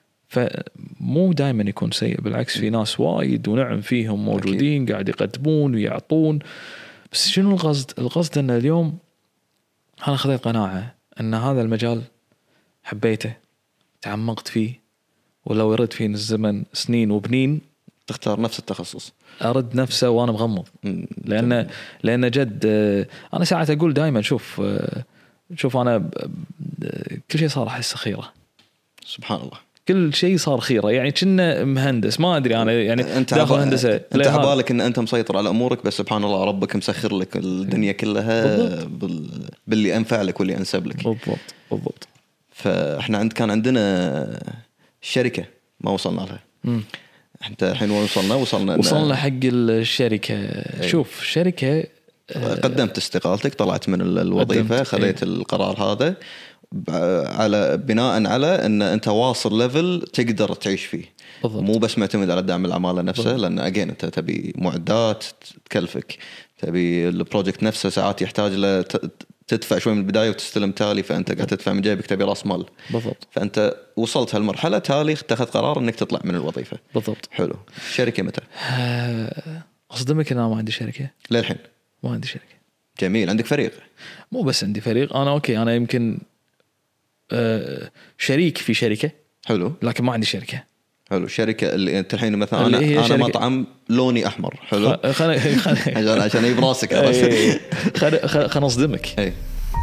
فمو دائما يكون سيء، بالعكس في ناس وايد ونعم فيهم موجودين قاعد يقدمون ويعطون. بس شنو القصد ان اليوم انا خذيت قناعة ان هذا المجال حبيته، تعمقت فيه، ولو يرد فيه الزمن سنين وبنين تختار نفس التخصص، ارد نفسه وانا مغمض. لان جد انا ساعات اقول دائما شوف انا كل شيء صار احس خيره. سبحان الله، كل شيء صار خيره، يعني كنا مهندس ما ادري انا، يعني انت داخل هندسه انت عبالك ان انت مسيطر على امورك، بس سبحان الله ربك مسخر لك الدنيا كلها باللي انفع لك واللي انسب لك. بالضبط. فاحنا كان عندنا شركه ما وصلنا لها. انت الحين وين وصلنا حق الشركه. شوف شركه قدمت استقالتك، طلعت من الوظيفه، خذيت القرار هذا على بناء على ان انت واصل ليفل تقدر تعيش فيه. بالضبط. مو بس معتمد على دعم العماله نفسه. بالضبط. لان اجين انت تبي معدات تكلفك، تبي البروجكت نفسه ساعات يحتاج له تدفع شوي من البدايه وتستلم تالي، فانت قاعد تدفع من جيبك، تبي راس مال. بالضبط. فانت وصلت هالمرحله، تالي اتخذ قرار انك تطلع من الوظيفه. بالضبط. حلو. الشركه متى؟ اصدمك انا ما عندي شركه للحين. ما عندي شركه. جميل. عندك فريق؟ مو بس عندي فريق، انا اوكي، انا يمكن شريك في شركه. حلو. لكن ما عندي شركه. حلو. الشركه اللي انت الحين مثلا انا مطعم لوني احمر. حلو. عشان يجيب راسك. خلنا نصدمك.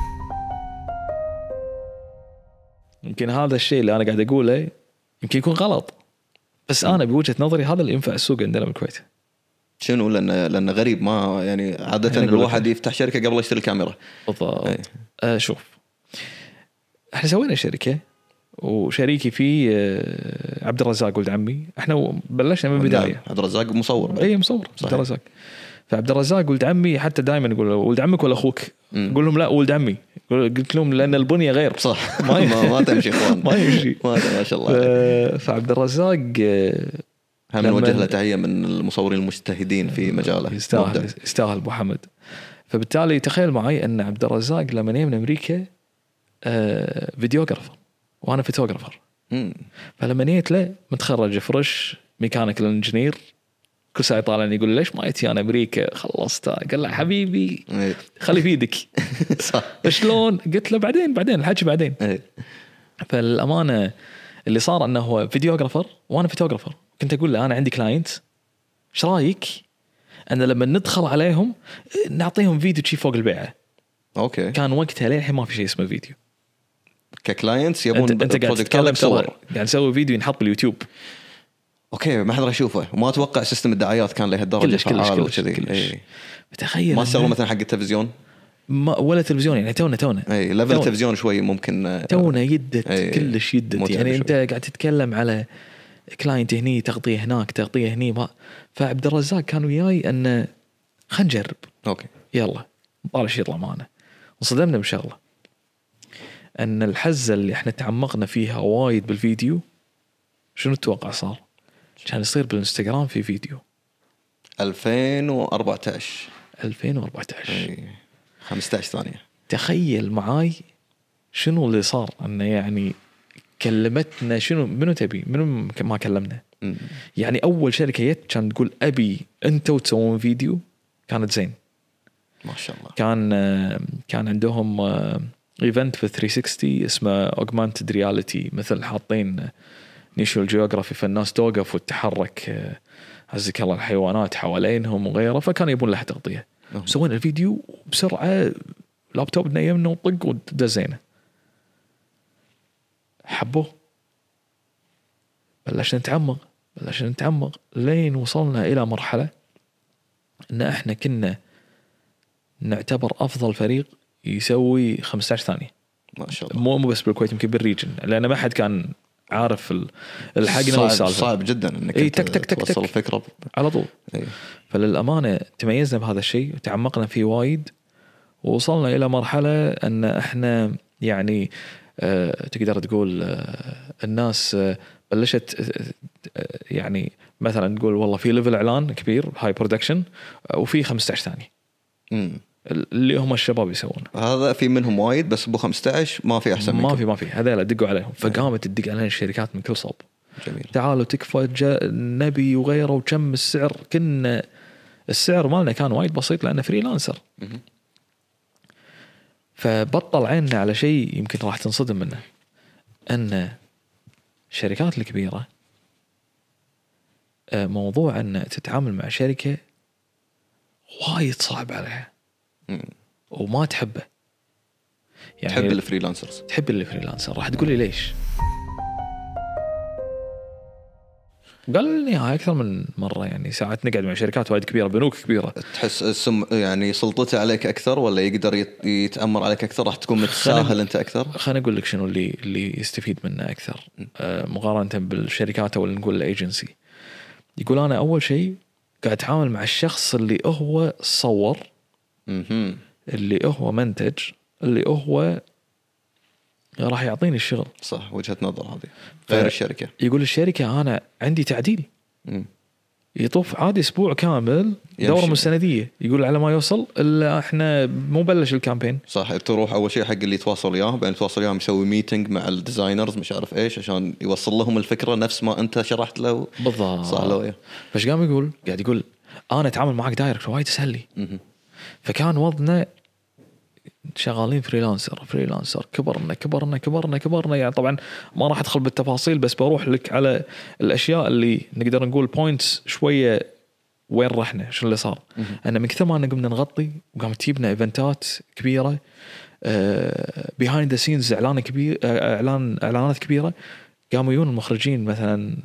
يمكن هذا الشيء اللي انا قاعد اقوله يمكن يكون غلط، بس انا بوجهه نظري هذا اللي ينفع السوق عندنا بالكويت. شنو؟ لان غريب، ما يعني عاده الواحد يفتح شركه قبل يشتري الكاميرا. بالضبط. شوف احنا سوينا شركه، وشريكي فيه عبد الرزاق ولد عمي. احنا بلشنا من البدايه. عبد الرزاق مصور. اي مصور. عبد الرزاق. فعبد الرزاق ولد عمي، حتى دائما يقول ولد عمك ولا اخوك؟ اقول لهم لا ولد عمي. قلت لهم لان البنيه غير. صح. ما تمشي اخوان. ما يمشي. ما شاء الله. فعبد الرزاق هم نوجه له تحيه من المصورين المجتهدين في مجاله. يستاهل ابو حمد. فبالتالي تخيل معي ان عبد الرزاق لما جاء من امريكا فيديوغرافر وانا فوتوغرافر. فلما نيت له متخرج فريش ميكانيكال انجينير كل ساعه يطالعني يقول ليش ما جيت انا امريكا خلصت. قال له حبيبي خلي في يدك. صح. شلون؟ قلت له بعدين الحكي بعدين. فالامانه اللي صار انه هو فيديوغرافر وانا فيديوغرافر. كنت اقول له انا عندي كلاينت ايش رايك ان لما ندخل عليهم نعطيهم فيديو شي فوق البيعه. اوكي. كان وقتها للحين ما في شيء اسمه فيديو. ككلاينتس يبون انت قاعد تتكلم قاعد نسوي فيديو ينحط باليوتيوب. اوكي ما حد راح يشوفه وما اتوقع سيستم الدعايات كان لهالدرجه فعال وكذي. تخيل ما استغلوا مثلا حق التلفزيون ولا تلفزيون يعني تونا اي ليفل التلفزيون شوي ممكن تونا يدت كلش يدت يعني انت قاعد تتكلم على كلاينت هني تغطيه هناك تغطيه هني ما. فعبد الرزاق كان وياي ان خلينا نجرب. اوكي يلا طالع شيء يطلع معنا. وصدمنا بشغله ان الحزه اللي احنا تعمقنا فيها وايد بالفيديو شنو تتوقع صار؟ كان يصير بالانستغرام في فيديو 2014 15 ثانية. تخيل معاي شنو اللي صار انه يعني كلمتنا شنو منو تبي منو ما كلمنا. يعني اول شركه جت كان تقول ابي انتوا تسوون فيديو كانت زين ما شاء الله. كان عندهم ايفنت في 360 اسمه augmented reality مثل حاطين نيشنال جيوغرافي فالناس توقف وتتحرك عزك الله الحيوانات حوالينهم وغيره. فكانوا يبون له تغطيه. سوينا الفيديو بسرعه لابتوب نيمنا وطق ودزينا. حبوه بلشنا نتعمق لين وصلنا الى مرحله ان احنا كنا نعتبر افضل فريق يسوي 15 ثانية. ما شاء الله. مو بس بالكويت يمكن بالريجن لان ما حد كان عارف الحقنا والسالفه. صعب جدا انك توصل الفكره على طول. فللامانه تميزنا بهذا الشيء وتعمقنا فيه وايد ووصلنا الى مرحله ان احنا يعني تقدر تقول الناس بلشت يعني مثلا نقول والله في ليفل اعلان كبير هاي برودكشن وفي 15 ثانية اللي هم الشباب يسوون هذا. في منهم وايد بس ابو 15 ما في احسن منكم. ما في هذول دقوا عليهم. فقامت تدق علينا الشركات من كل صوب. جميل. تعالوا تكفى نبي وغيره وكم السعر. كنا السعر مالنا كان وايد بسيط لأنه فريلانسر. فبطل عيننا على شيء يمكن راح تنصدم منه أن الشركات الكبيرة موضوع أن تتعامل مع شركة وايد صعب عليها وما تحبه. يعني تحب الفريلانسرز. تحب الفريلانسر. راح تقول لي ليش؟ قال لي هاي أكثر من مرة يعني ساعات نقعد مع شركات وايد كبيرة بنوك كبيرة. تحس يعني سلطته عليك أكثر ولا يقدر يتأمر عليك أكثر؟ راح تكون متساهل أنت أكثر. خليني أقول لك شنو اللي يستفيد منه أكثر مقارنة بالشركات أو اللي نقول الأيجنسي. يقول أنا أول شيء قاعد أتعامل مع الشخص اللي هو صور اللي هو منتج اللي هو راح يعطيني الشغل. صح وجهة نظر هذه غير الشركة. يقول الشركة أنا عندي تعديل يطوف عادي أسبوع كامل دورة مستندية يقول على ما يوصل إلا إحنا مو بلش الكامبين. صح تروح أول شيء حق اللي يتواصل وياه بعدين يتواصل وياه يسوي ميتينج مع الديزاينرز مش عارف إيش عشان يوصل لهم الفكرة نفس ما أنت شرحت له بالضبط. صح له. فش قام قاعد يقول أنا أتعامل معك دايركت وايد سهل لي. فكان وضعنا شغالين فريلانسر كبرنا يعني طبعا ما راح ادخل بالتفاصيل بس بروح لك على الاشياء اللي نقدر نقول بوينتس شويه وين رحنا شو اللي صار. انا من كثر ما أنا قمنا نغطي وقامت تجيبنا ايفنتات كبيره بيهايند ذا سينز اعلان كبير اعلانات كبيره. قاموا يجون المخرجين مثلا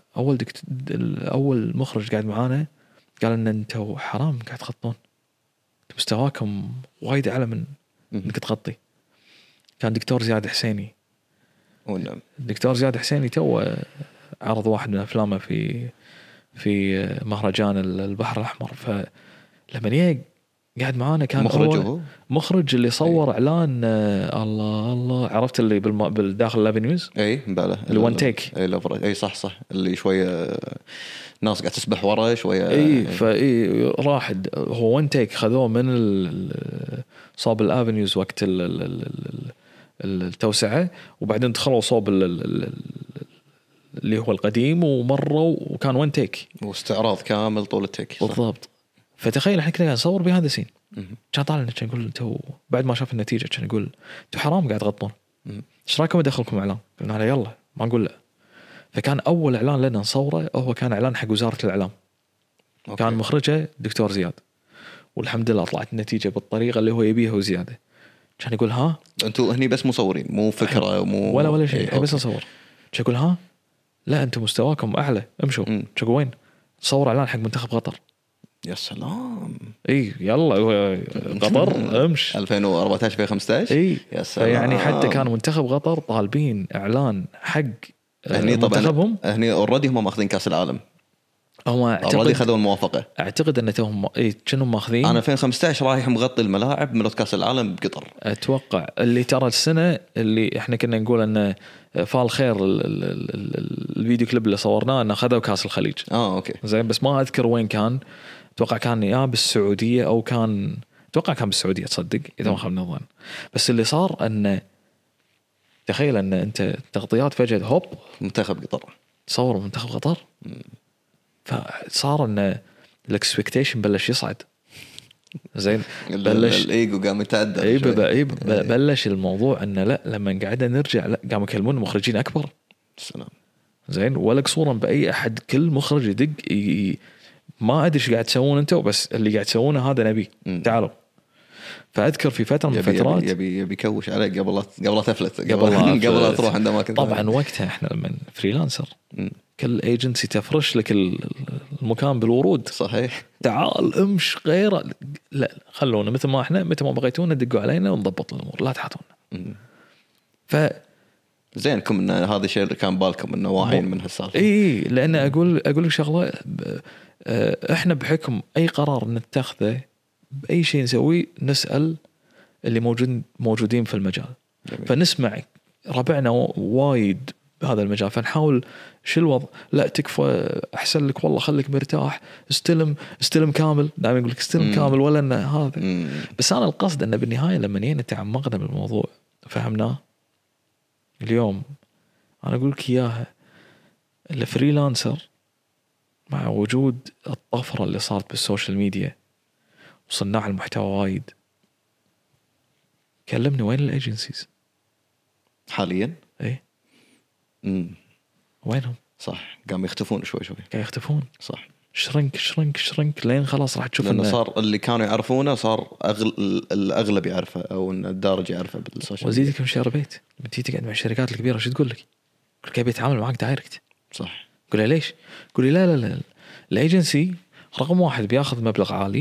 اول مخرج قاعد معانا قال ان انتوا حرام قاعد تغطون مستواكم وايد اعلى من انك تغطي. كان دكتور زياد حسيني. الدكتور زياد حسيني تو عرض واحد من افلامه في مهرجان البحر الاحمر. فلما قاعد معانا كان مخرج اللي صور اعلان الله عرفت اللي بالداخل الافنيوز اي مباله الوان تيك اي صح اللي شويه ناس قاعد تسبح ورا شويه اي راح هو وان تيك خذوه من صوب الافنيوز وقت التوسعه وبعدين دخلوا صوب اللي هو القديم ومروا وكان وان تيك واستعراض كامل طول التيك. بالضبط. فتخيل احنا كنا قاعد نصور بهذا السين، كان طالع كان يقول انتوا بعد ما شاف النتيجه كان يقول انتوا حرام قاعد تغطون، ايش رايكم ادخلكم اعلان؟ قلنا له يلا ما نقول لا. فكان اول اعلان لنا نصوره هو كان اعلان حق وزاره الاعلام. أوكي. كان مخرجه دكتور زياد، والحمد لله طلعت النتيجه بالطريقه اللي هو يبيها وزياده. كان يقول ها انتوا هني بس مصورين مو فكره مو ولا شيء، بس نصور. كان يقول ها لا انتم مستواكم اعلى امشوا. كان وين صور اعلان حق منتخب قطر. يا سلام. اي يلا قطر امش 2014 2015. اي يا سلام. يعني حتى كان منتخب قطر طالبين اعلان حق هني منتخبهم. هني اوريدي هم ماخذين كاس العالم، هم اوريدي خذوا الموافقه. اعتقد ان توهم كانوا ماخذين. انا 2015 رايح مغطي الملاعب ملوت كاس العالم بقطر اتوقع. اللي ترى السنه اللي احنا كنا نقول انه فال خير الفيديو كليب اللي صورناه انه خذوا كاس الخليج. اوكي زين، بس ما اذكر وين كان. اتوقع كان يا بالسعوديه او كان اتوقع كان بالسعوديه تصدق اذا ما خاب الظن. بس اللي صار ان تخيل ان انت تغطيات فجاه هوب منتخب قطر تصور منتخب قطر. فصار ان الاكسبكتيشن بلش يصعد. زين بلش الايجو قام يتعدل. بلش الموضوع ان لا لما قعدنا نرجع لا قاموا يكلمون مخرجين اكبر. السلام. زين ولا قصورا باي احد، كل مخرج يدق ما ادري ايش قاعد تسوون انتم، بس اللي قاعد تسوونه هذا نبي تعالوا. فاذكر في فتره من الفترات يبي يكوش عليك قبل لا تفلت قبل لا تروح عندما كنت. طبعا وقتها احنا من فريلانسر كل ايجنسي تفرش لك المكان بالورود. صحيح. تعال امش غيره، لا خلونا مثل ما احنا، متى ما بغيتونا دقوا علينا ونضبط الامور، لا تحطونا. ف زينكم ان هذا الشيء اللي كان بالكم انه واعيين من هالسالفه. اي لان اقول لك شغله، احنا بحكم اي قرار نتخذه باي شيء نسويه نسال اللي موجودين في المجال. جميل. فنسمع ربعنا وايد بهذا المجال، فنحاول شو الوضع، لا تكفى احسن لك والله خليك مرتاح، استلم كامل. دائما يقول لك استلم كامل ولا ان هذا. بس انا القصد انه بالنهايه لما جينا تعمقنا بالموضوع فهمناه. اليوم انا اقول لك اياها، الفريلانسر مع وجود الطفره اللي صارت بالسوشيال ميديا وصناع المحتوى وايد، كلمني وين الايجنسيز حاليا؟ ايه وينهم؟ صح قام يختفون شوي قاعد يختفون. صح شرنك لين خلاص راح تشوف لأنه صار اللي كانوا يعرفونه صار الأغلب يعرفه أو إن الدارج يعرفه بالسوشيال. وزيدك مش بيت بتيجي تقعد مع الشركات الكبيرة شو تقول لك؟ كيف بيتعامل معك دايركت. صح. قول لي ليش؟ قول لي لا الايجنسي رقم واحد بياخذ مبلغ عالي،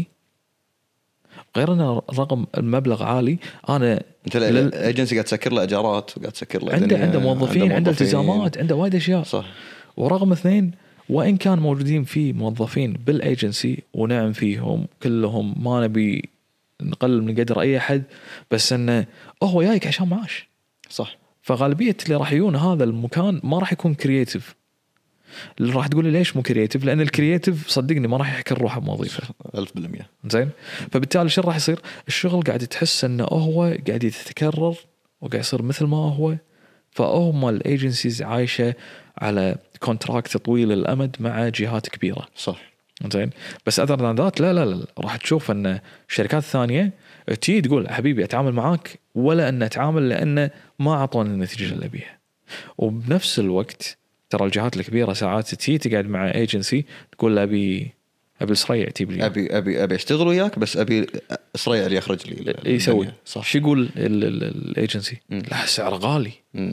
غير أن رقم المبلغ عالي. أنا أنت الايجنسي قاعد تسكر له إيجارات وقاعد تسكر له عنده موظفين، عنده التزامات، عنده وايد أشياء. صح. ورقم اثنين، وإن كان موجودين في موظفين بالايجنسي ونعم فيهم كلهم، ما نبي نقلل من قدر أي أحد، بس إنه هو جايك عشان معاش. صح. فغالبية اللي راح يجون هذا المكان ما راح يكون كرياتيف. اللي راح تقول لي ليش مو كرياتيف؟ لأن الكرياتيف صدقني ما راح يحكي روحه بوظيفة 1000%. زين. فبالتالي شو راح يصير؟ الشغل قاعد تحس إنه هو قاعد يتكرر وقاعد يصير مثل ما هو. فهم الايجنسيز عايشة على كونتراكت طويل الأمد مع جهات كبيرة. صح. زين. بس أذر ذان ذات لا راح تشوف أن الشركات الثانية تيجي تقول حبيبي أتعامل معاك، ولا أن أتعامل لأن ما عطوني النتيجة اللي أبيها. وبنفس الوقت ترى الجهات الكبيرة ساعات تيجي تقعد مع ايجنسي تقول له أبي السريع تجيب لي، أبي أشتغل وياك، بس أبي السريع اللي يخرج لي يسوي. شو يقول الايجنسي؟ لا سعر غالي.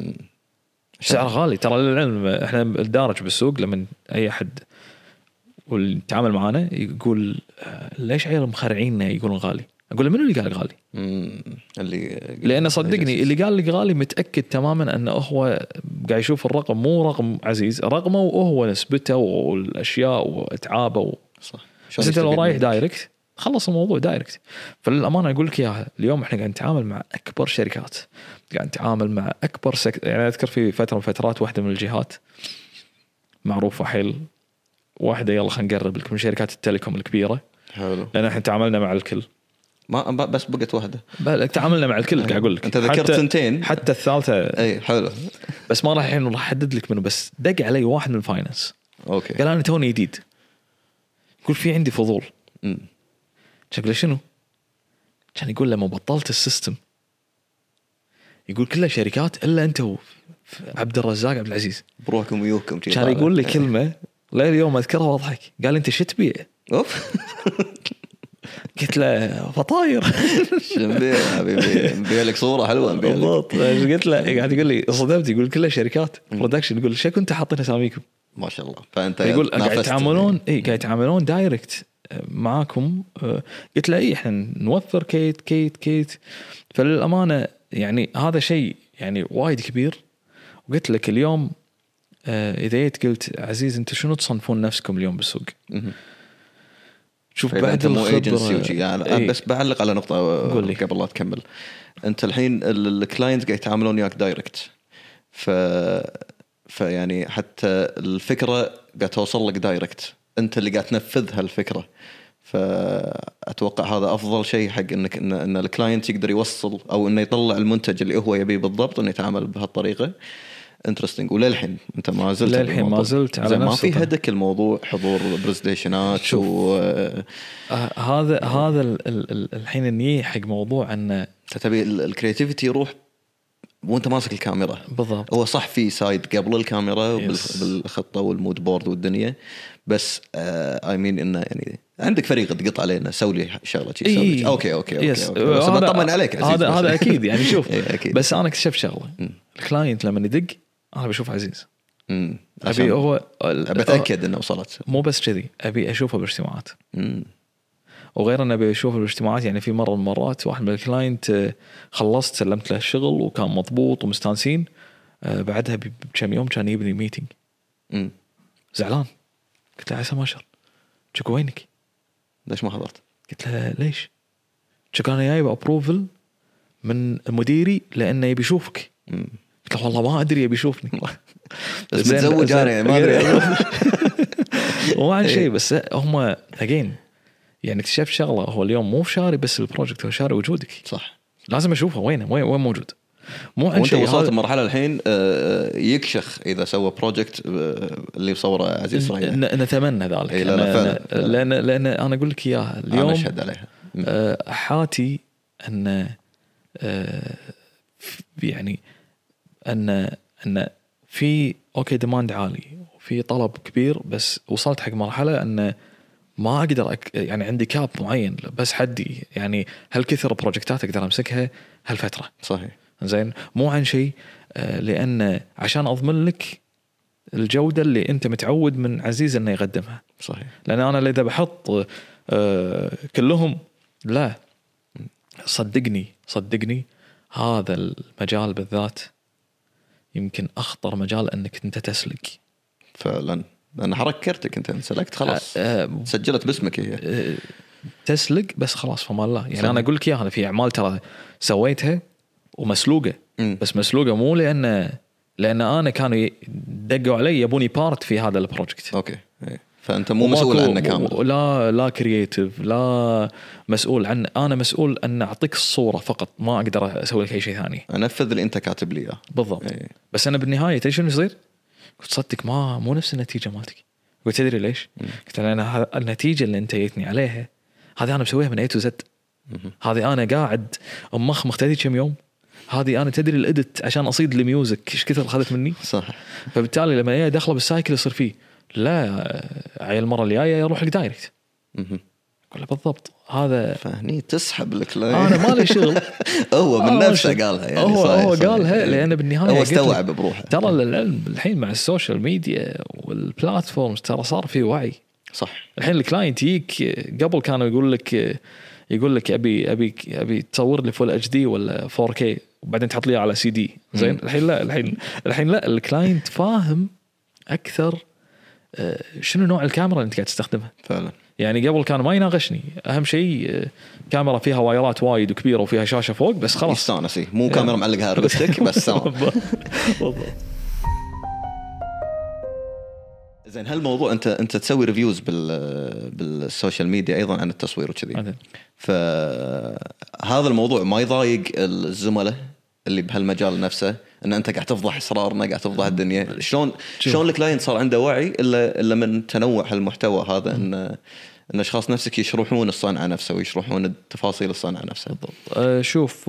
سعر غالي. ترى للعلم احنا الدارج بالسوق لما اي احد والتعامل معانا يقول ليش عيال مخرعيننا يقولون غالي؟ اقول له منو اللي قال غالي؟ لان صدقني اللي قال لي غالي متاكد تماما انه هو قاعد يشوف الرقم مو رقم عزيز، رقمه وهو نسبته والاشياء واتعابه صح. بس انت لو رايح دايركت خلص الموضوع دايركت. فللامانه اقول لك اياها، اليوم احنا قاعد نتعامل مع اكبر شركات، قاعد نتعامل مع اكبر يعني اذكر في فتره من فترات واحده من الجهات معروفه حيل، واحده يلا خلينا نقرب لكم، شركات التليكوم الكبيره. حلو. لان احنا تعاملنا مع الكل، ما بس بقت واحده، تعاملنا مع الكل. قاعد اقول لك انت ذكرت ثنتين حتى الثالثه. اي حلو. بس ما راح الحين راح احدد لك منه. بس دق علي واحد من الفاينانس اوكي قال انا توني جديد، يقول في عندي فضول. شكله شنو كان يقول لما بطلت السيستم يقول كلها شركات الا انت عبد الرزاق عبد العزيز بروحكم ويوكم. كان يقول لي كلمه لا اليوم اذكرها واضحك. قال انت شو تبيع؟ قلت له فطاير. نبيع حبيبي، نبيع لك صوره حلوه نبيع لك. بالضبط. قلت له قاعد يقول لي صدمت، يقول كلها شركات برودكشن. يقول شو كنت حاطين اساميكم؟ ما شاء الله. فانت يقول قاعد يتعاملون قاعد يتعاملون دايركت معاكم. قلت له احنا نوفر كيت. فللامانه يعني هذا شيء يعني وايد كبير. وقلت لك اليوم اذا قلت عزيز انت شنو تصنفون نفسكم اليوم بالسوق؟ شوف بعد الخبره يعني بس بعلق على نقطه قبل لا تكمل. انت الحين الكلاينت قاعد يتعاملون وياك دايركت، فيعني حتى الفكره قاعد توصل لك دايركت، انت اللي قاعد تنفذ هالفكره. فاتوقع هذا افضل شيء حق انك ان الكلاينت يقدر يوصل او انه يطلع المنتج اللي هو يبيه بالضبط، انه يتعامل بهالطريقه. انترستينج. وللحين انت ما زلت على ما في هدك الموضوع حضور برزنتيشنات هذا الحين النية حق موضوع ان تبي الكرياتيفيتي يروح وانت ماسك الكاميرا. بالضبط. هو صح في سايد قبل الكاميرا بالخطه والمود بورد والدنيا، بس اي مين انه يعني عندك فريق تقط علينا سوي لي شغله شيء. اوكي بس بطمن عليك عزيز. هذا اكيد يعني. شوف بس انا اكتشفت شغله. الكلاينت لما يدق انا بشوف عزيز. ابي هو بتاكد انه وصلت. مو بس كذي، ابي اشوفه بالاجتماعات. وغير انه ابي اشوفه بالاجتماعات. يعني في مره من المرات واحد من الكلاينت خلصت سلمت له الشغل وكان مضبوط ومستانسين. بعدها بكم يوم كان يبني ميتنج. زعلان. قلت له عسى ماشر شكو وينك؟ ليش ما حضرت؟ قلت له ليش؟ شكو انا جايب ابروفل من مديري لانه يبي يشوفك. قلت له والله ما ادري يبي يشوفني. بس متزوج انا ما ادري. وما عن شيء. بس هم اجين يعني اكتشفت شغله. هو اليوم مو شاري بس البروجكت، هو شاري وجودك. صح. لازم اشوفه وين موجود. مو عن شيء. وانت وصلت مرحله الحين يكشخ اذا سوى بروجكت اللي بصوره عزيز صغير. نتمنى ذلك. لان انا اقول لك اياها اليوم. انا اشهد عليها. حاتي ان يعني ان في اوكي ديماند عالي وفي طلب كبير، بس وصلت حق مرحله ان ما اقدر يعني عندي كاب معين بس حدي. يعني هل كثر بروجكتات اقدر امسكها هالفتره. صحيح. زين. مو عن شيء لان عشان اضمن لك الجوده اللي انت متعود من عزيز انه يقدمها. صحيح. لان انا اذا بحط كلهم لا. صدقني هذا المجال بالذات يمكن اخطر مجال انك انت تسلك فعلا. انا حركرتك انت سلكت خلاص. سجلت باسمك هي. تسلك بس خلاص فما الله. يعني صحيح. انا اقول لك اياها. انا في اعمال ترى سويتها ومسلوقه. بس مسلوقه مو لان انا كانوا دقوا علي يبوني بارت في هذا البروجكت. اوكي. فانت مو مسؤول عنه كامل. لا كرييتيف لا مسؤول عن. انا مسؤول ان اعطيك الصوره فقط، ما اقدر اسوي لك اي شيء ثاني. انفذ اللي انت كاتب لي اياه بالضبط. بس انا بالنهايه تدري شنو يصير؟ قلت صدق مو نفس النتيجه مالتك. قلت تدري ليش؟ قلت انا النتيجه اللي انت جيتني عليها هذه انا مسويها من A to Z. هذه انا قاعد مخ تدري كم يوم. هذه انا تدري الاديت عشان اصيد الميوزك ايش كثر اخذت مني. صح. فبالتالي لما هي داخله بالسايكل يصير فيه لا عيل المره الجايه يروح لك دايركت. قال بالضبط هذا. فهني تسحب الكلاينت. انا مالي شغل. هو من نفسه قالها يعني. هو قالها لان بالنهايه هو استوعب بروحه. ترى العلم الحين مع السوشيال ميديا والبلاتفورمز ترى صار في وعي. صح. الحين الكلاينت يجيك قبل كانوا يقول لك ابي تصور لي فول اتش دي ولا 4K وبعدين تحط لي على CD. زين. الحين لا الكلاينت فاهم اكثر شنو نوع الكاميرا اللي انت قاعد تستخدمها. فعلا. يعني قبل كان ما يناقشني. اهم شيء كاميرا فيها وايرات وايد وكبيره وفيها شاشه فوق بس خلاص استانسي. مو كاميرا معلقها ريستك بس بالضبط. زين. هالموضوع انت تسوي ريفيوز بالسوشيال ميديا ايضا عن التصوير وكذي. فهذا الموضوع ما يضايق الزملاء اللي بهالمجال نفسه ان انت قاعد تفضح اسرارنا، قاعد تفضح الدنيا. شلون الكلاينت صار عنده وعي الا من تنوع المحتوى هذا، ان اشخاص نفسك يشرحون الصنعه نفسها ويشرحون التفاصيل الصنعه نفسها. بالضبط. شوف،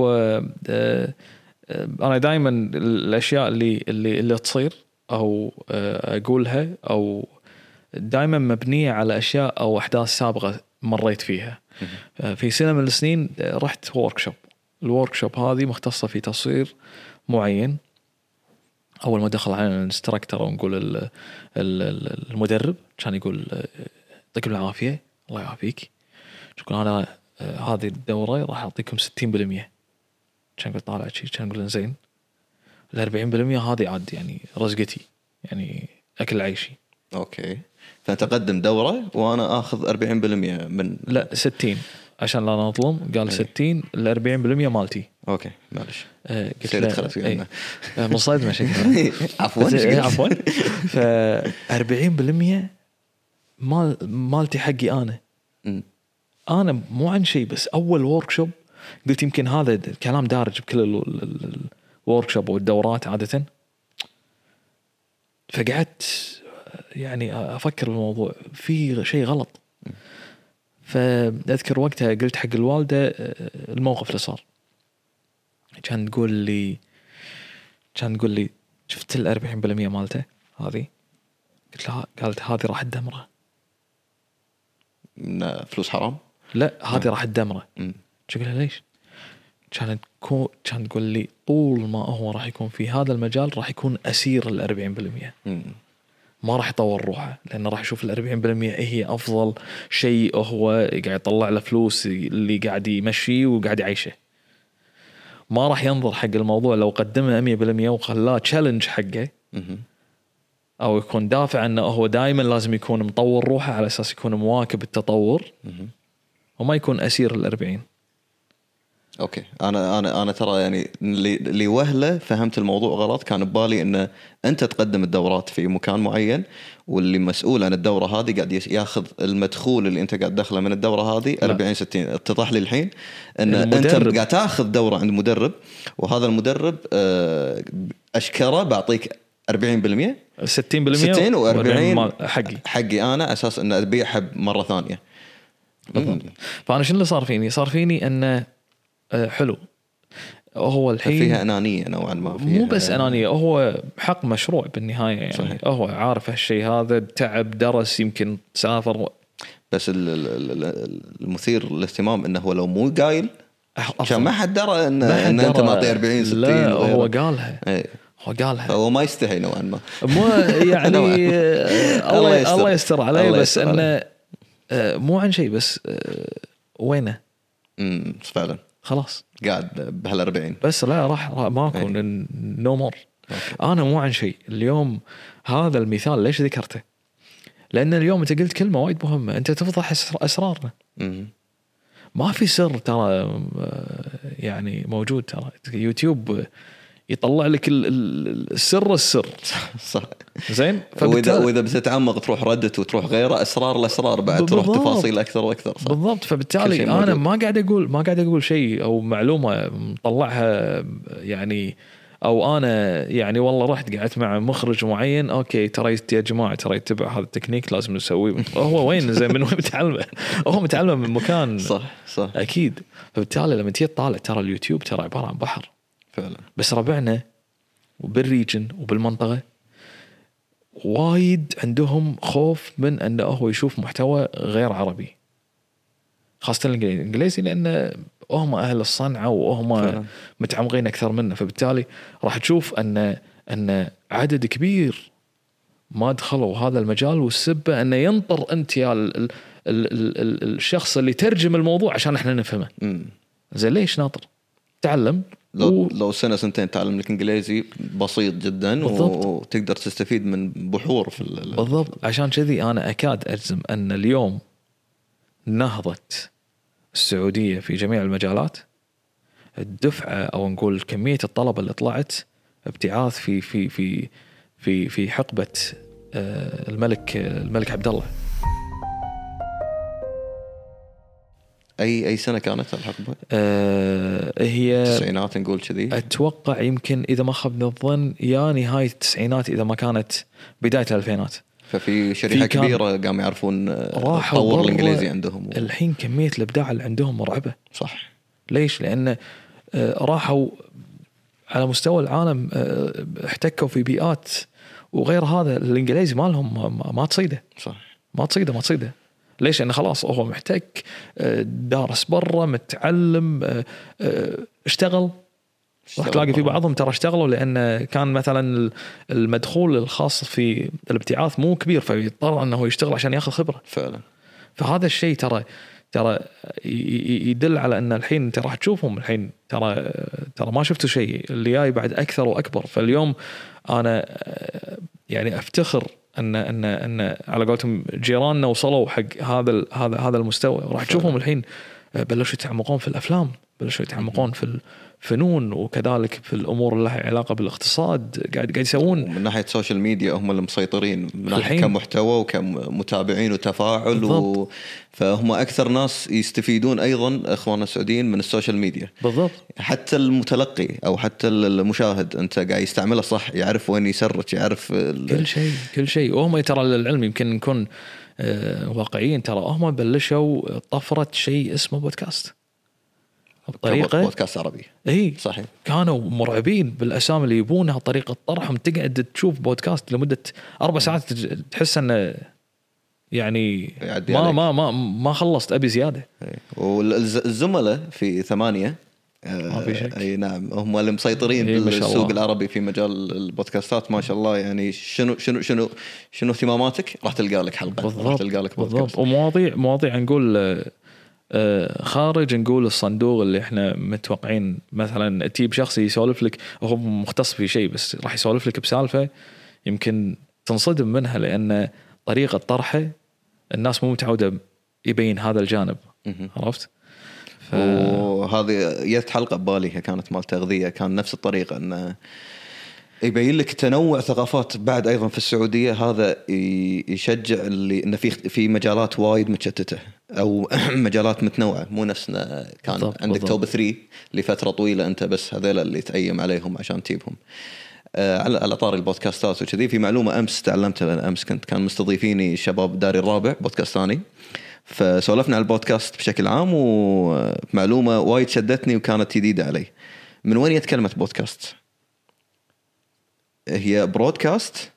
انا دائما الاشياء اللي تصير او اقولها او دائما مبنيه على اشياء او احداث سابقه مريت فيها. في سنه من السنين رحت وركشوب. الوركشوب هذه مختصه في تصوير معين. اول ما دخل علينا الانستراكتور او نقول المدرب كان يقول يعطيكم العافيه، الله يعافيك، شكرا، انا هذه الدوره راح اعطيكم 60%. كان يقول طالع شيء، كان يقول زين ال 40% هذه عاد يعني رزقتي، يعني اكل عيشي. اوكي، فانت قدم دوره وانا اخذ 40% من لا 60 عشان لا نظلم. قال 60 ال 40% مالتي. اوكي معلش، قلت له دخلت فيها مصادمه شكلها. عفوا ف 40% مالتي حقي انا. انا مو عن شيء، بس اول وركشوب قلت يمكن هذا الكلام دارج بكل الوركشوب والدورات عاده. فقعدت يعني افكر بالموضوع، في شيء غلط. فاذكر وقتها قلت حق الوالده الموقف اللي صار. كان تقول لي شفت ال 40% مالته هذه؟ قلت لها، قالت هذه راح تدمره. فلوس حرام؟ لا هذه راح تدمره. شو قلت لها ليش؟ كانت تقول لي طول ما هو راح يكون في هذا المجال راح يكون أسير ال 40%. ما راح يطور روحه، لأنه راح يشوف ال 40% هي أفضل شيء، هو قاعد يطلع له فلوس اللي قاعد يمشيه وقاعد يعيشه. ما راح ينظر حق الموضوع لو قدمه 100% وخلاه تشالنج حقه، أو يكون دافع أنه هو دائما لازم يكون مطور روحه على أساس يكون مواكب التطور، وما يكون أسير ال 40. اوكي، انا ترى يعني اللي وهله فهمت الموضوع غلط. كان ببالي ان انت تقدم الدورات في مكان معين، واللي مسؤول عن الدوره هذه قاعد ياخذ المدخول اللي انت قاعد تدخله من الدوره هذه 40-60. اتضح لي الحين ان انت قاعد تاخذ دوره عند مدرب، وهذا المدرب اشكره بعطيك 40%، 60% 60 و40 حقي انا اساس ان ابيعها مره ثانيه. فانا شنو اللي صار فيني انه حلو، هو الحين فيها أنانية نوعا ما، مو بس أنانية، هو حق مشروع بالنهاية يعني. صحيح. هو عارف هالشيء هذا، تعب، درس، يمكن سافر. بس المثير للاهتمام انه هو لو مو قايل عشان ما حد درى ان انت معطي 40-60. لا هو قالها. هو قالها، فهو ما يستحي نوعا ما. مو يعني الله يستر عليه، بس انه مو عن شيء، بس وينه فعلا خلاص قاعد بهال40 بس. لا راح ماكو نو مور. انا مو عن شيء. اليوم هذا المثال ليش ذكرته؟ لان اليوم انت قلت كلمه وايد مهمه، انت تفضح اسرارنا. ما في سر ترى يعني موجود. ترى يوتيوب يطلع لك السر صح زين. واذا بتتعمق تروح ردت وتروح غيره، الاسرار بعد تروح تفاصيل اكثر واكثر. صح بالضبط. فبالتالي انا ما قاعد اقول شيء او معلومه مطلعها يعني، او انا يعني والله رحت قعدت مع مخرج معين، اوكي ترى يا جماعه ترى يتبع هذا التكنيك لازم نسويه. هو وين زين؟ من وين متعلمه؟ هو متعلمه من مكان. صح اكيد. فبالتالي لما تيجي تطالع ترى اليوتيوب ترى عباره عن بحر فعلا. بس ربعنا وبالريجن وبالمنطقة وايد عندهم خوف من أنه هو يشوف محتوى غير عربي، خاصة الإنجليزي، لأن هم أهل الصنعة وهم فعلا متعمقين أكثر منه. فبالتالي راح تشوف أن عدد كبير ما دخلوا هذا المجال، والسبة أنه ينطر أنت يا الشخص اللي ترجم الموضوع عشان إحنا نفهمه. زي ليش ناطر؟ تعلم. لو سنة سنتين تعلم لك إنجليزي بسيط جدا وتقدر تستفيد من بحور في بالضبط. عشان كذي أنا أكاد أجزم أن اليوم نهضة السعودية في جميع المجالات، الدفعة أو نقول كمية الطلبة اللي طلعت ابتعاث في حقبة الملك عبد الله. اي سنه كانت الحقبه؟ هي التسعينات نقول كذي. اتوقع يمكن اذا ما خاب الظن يا نهايه التسعينات اذا ما كانت بدايه الالفينات. ففي شريحه كبيره قاموا يعرفون تطور الانجليزي عندهم الحين كميه الابداع اللي عندهم مرعبه. صح. ليش؟ لان راحوا على مستوى العالم، احتكوا في بيئات وغير هذا الانجليزي مالهم ما تصيده. صح. ما تصيده. ليش؟ لأنه خلاص هو محتك، دارس برا، متعلم، اشتغل. راح تلاقي في بعضهم ترى اشتغلوا لأن كان مثلا المدخول الخاص في الابتعاث مو كبير، فيضطر أنه يشتغل عشان يأخذ خبرة فعلا. فهذا الشيء ترى يدل على أن الحين أنت راح تشوفهم الحين ترى ما شفتوا شيء، اللي جاي بعد أكثر وأكبر. فاليوم أنا يعني أفتخر أن على قولتهم جيراننا وصلوا حق هذا المستوى. راح تشوفهم الحين بلشوا يتعمقون في الأفلام، بلشوا يتعمقون في الفنون، وكذلك في الأمور اللي لها علاقة بالاقتصاد. قاعد يسوون من ناحية السوشيال ميديا هم اللي مسيطرين من ناحية كمحتوى وكمتابعين وتفاعل فهم أكثر ناس يستفيدون أيضا إخواننا السعوديين من السوشيال ميديا. بالضبط. حتى المتلقي أو حتى المشاهد أنت قاعد يستعمله صح، يعرف وين يسرج، يعرف كل شيء. وهم ترى للعلم يمكن نكون واقعيين، ترى هم بلشوا طفرة شيء اسمه بودكاست بطريقة بودكاست عربي. صحيح. كانوا مرعبين بالأسامي اللي يبونها، طريقة طرحهم. تقعد تشوف بودكاست لمدة 4 ساعات تحس أنه يعني ما خلصت، أبي زيادة. والزملاء في 8 أي نعم هم اللي مسيطرين بالسوق العربي في مجال البودكاستات ما شاء الله. يعني شنو اهتماماتك راح تلقى لك حلقة، راح تلقى لك بودكاست. ومواضيع نقول خارج نقول الصندوق اللي احنا متوقعين. مثلا تجيب شخص يسولف لك وهو مختص في شيء، بس راح يسولف لك بسالفة يمكن تنصدم منها، لأن طريقة طرحه الناس مو متعودة يبين هذا الجانب. عرفت؟ وهذه جت حلقة ببالي كانت مال تغذية، كان نفس الطريقة أنه يبين لك تنوع ثقافات بعد أيضا في السعودية. هذا يشجع اللي إنه في مجالات وايد متشتتة أو مجالات متنوعة، مو نفسنا كان بالضبط. عندك توب 3 لفترة طويلة أنت بس هذيلا اللي تأيم عليهم عشان تجيبهم. على طار البودكاستات وكذي، في معلومة أمس تعلمتها. أمس كان مستضيفيني شباب داري الرابع بودكاستاني، فسولفنا على البودكاست بشكل عام، ومعلومة وايد شدتني وكانت جديدة علي. من وين يتكلمة بودكاست؟ هي برودكاست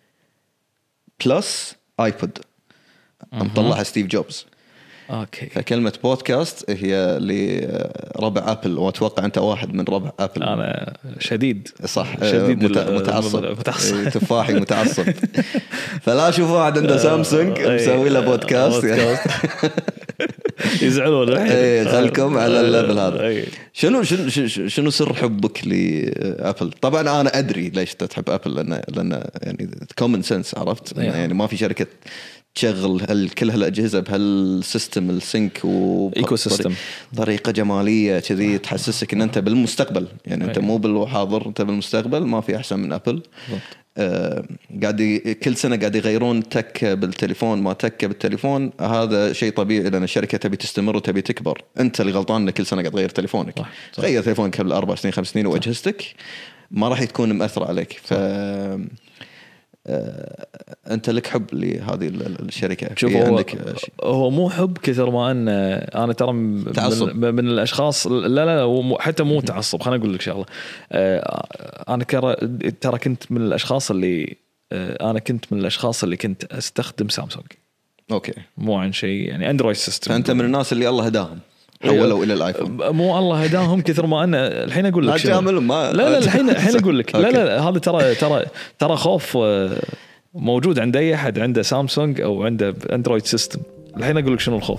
بلس آيبود مطلعها ستيف جوبز. اوكي. فكلمة بودكاست هي لربع أبل، وأتوقع أنت واحد من ربع أبل. أنا شديد. صح. شديد متعصب. تفاحي متعصب. فلا أشوف واحد عنده سامسونج مسوي له بودكاست. يزعلون. خلكم على الليفل هذا. شنو سر حبك لأبل؟ طبعا أنا أدري ليش تحب أبل، لأن يعني common sense. عرفت يعني ما في شركة تشغل كل هالأجهزة بهالسيستم السينك إيكو سيستم طريقة جمالية كذي تحسسك إن أنت بالمستقبل. يعني أنت مو بالحاضر، أنت بالمستقبل. ما في أحسن من أبل. قاعد كل سنة قاعد يغيرون تك بالتليفون، ما تك بالتليفون. هذا شيء طبيعي لأن الشركة تبي تستمر وتبي تكبر. أنت اللي غلطان إن كل سنة قاعد تغير تليفونك. صح. غير تليفونك قبل 4 سنين 5 سنين وأجهزتك ما راح تكون مأثرة عليك. أنت لك حب لهذه الشركة. شوف هو مو حب كثر ما أن أنا ترى من الأشخاص. لا حتى مو تعصب. خليني أقول لك شغلة. أنا ترى كنت من الأشخاص اللي كنت أستخدم سامسونج. أوكي. مو عن شيء يعني أندرويد سيستم. فأنت من الناس اللي الله هداهم حولوا إلى الآيفون. مو الله هداهم كثر ما أنا الحين أقول لك لا الحين أقول لك لا هذا ترى خوف موجود عند أي أحد عنده سامسونج أو عنده أندرويد سيستم. الحين أقول لك شنو الخوف.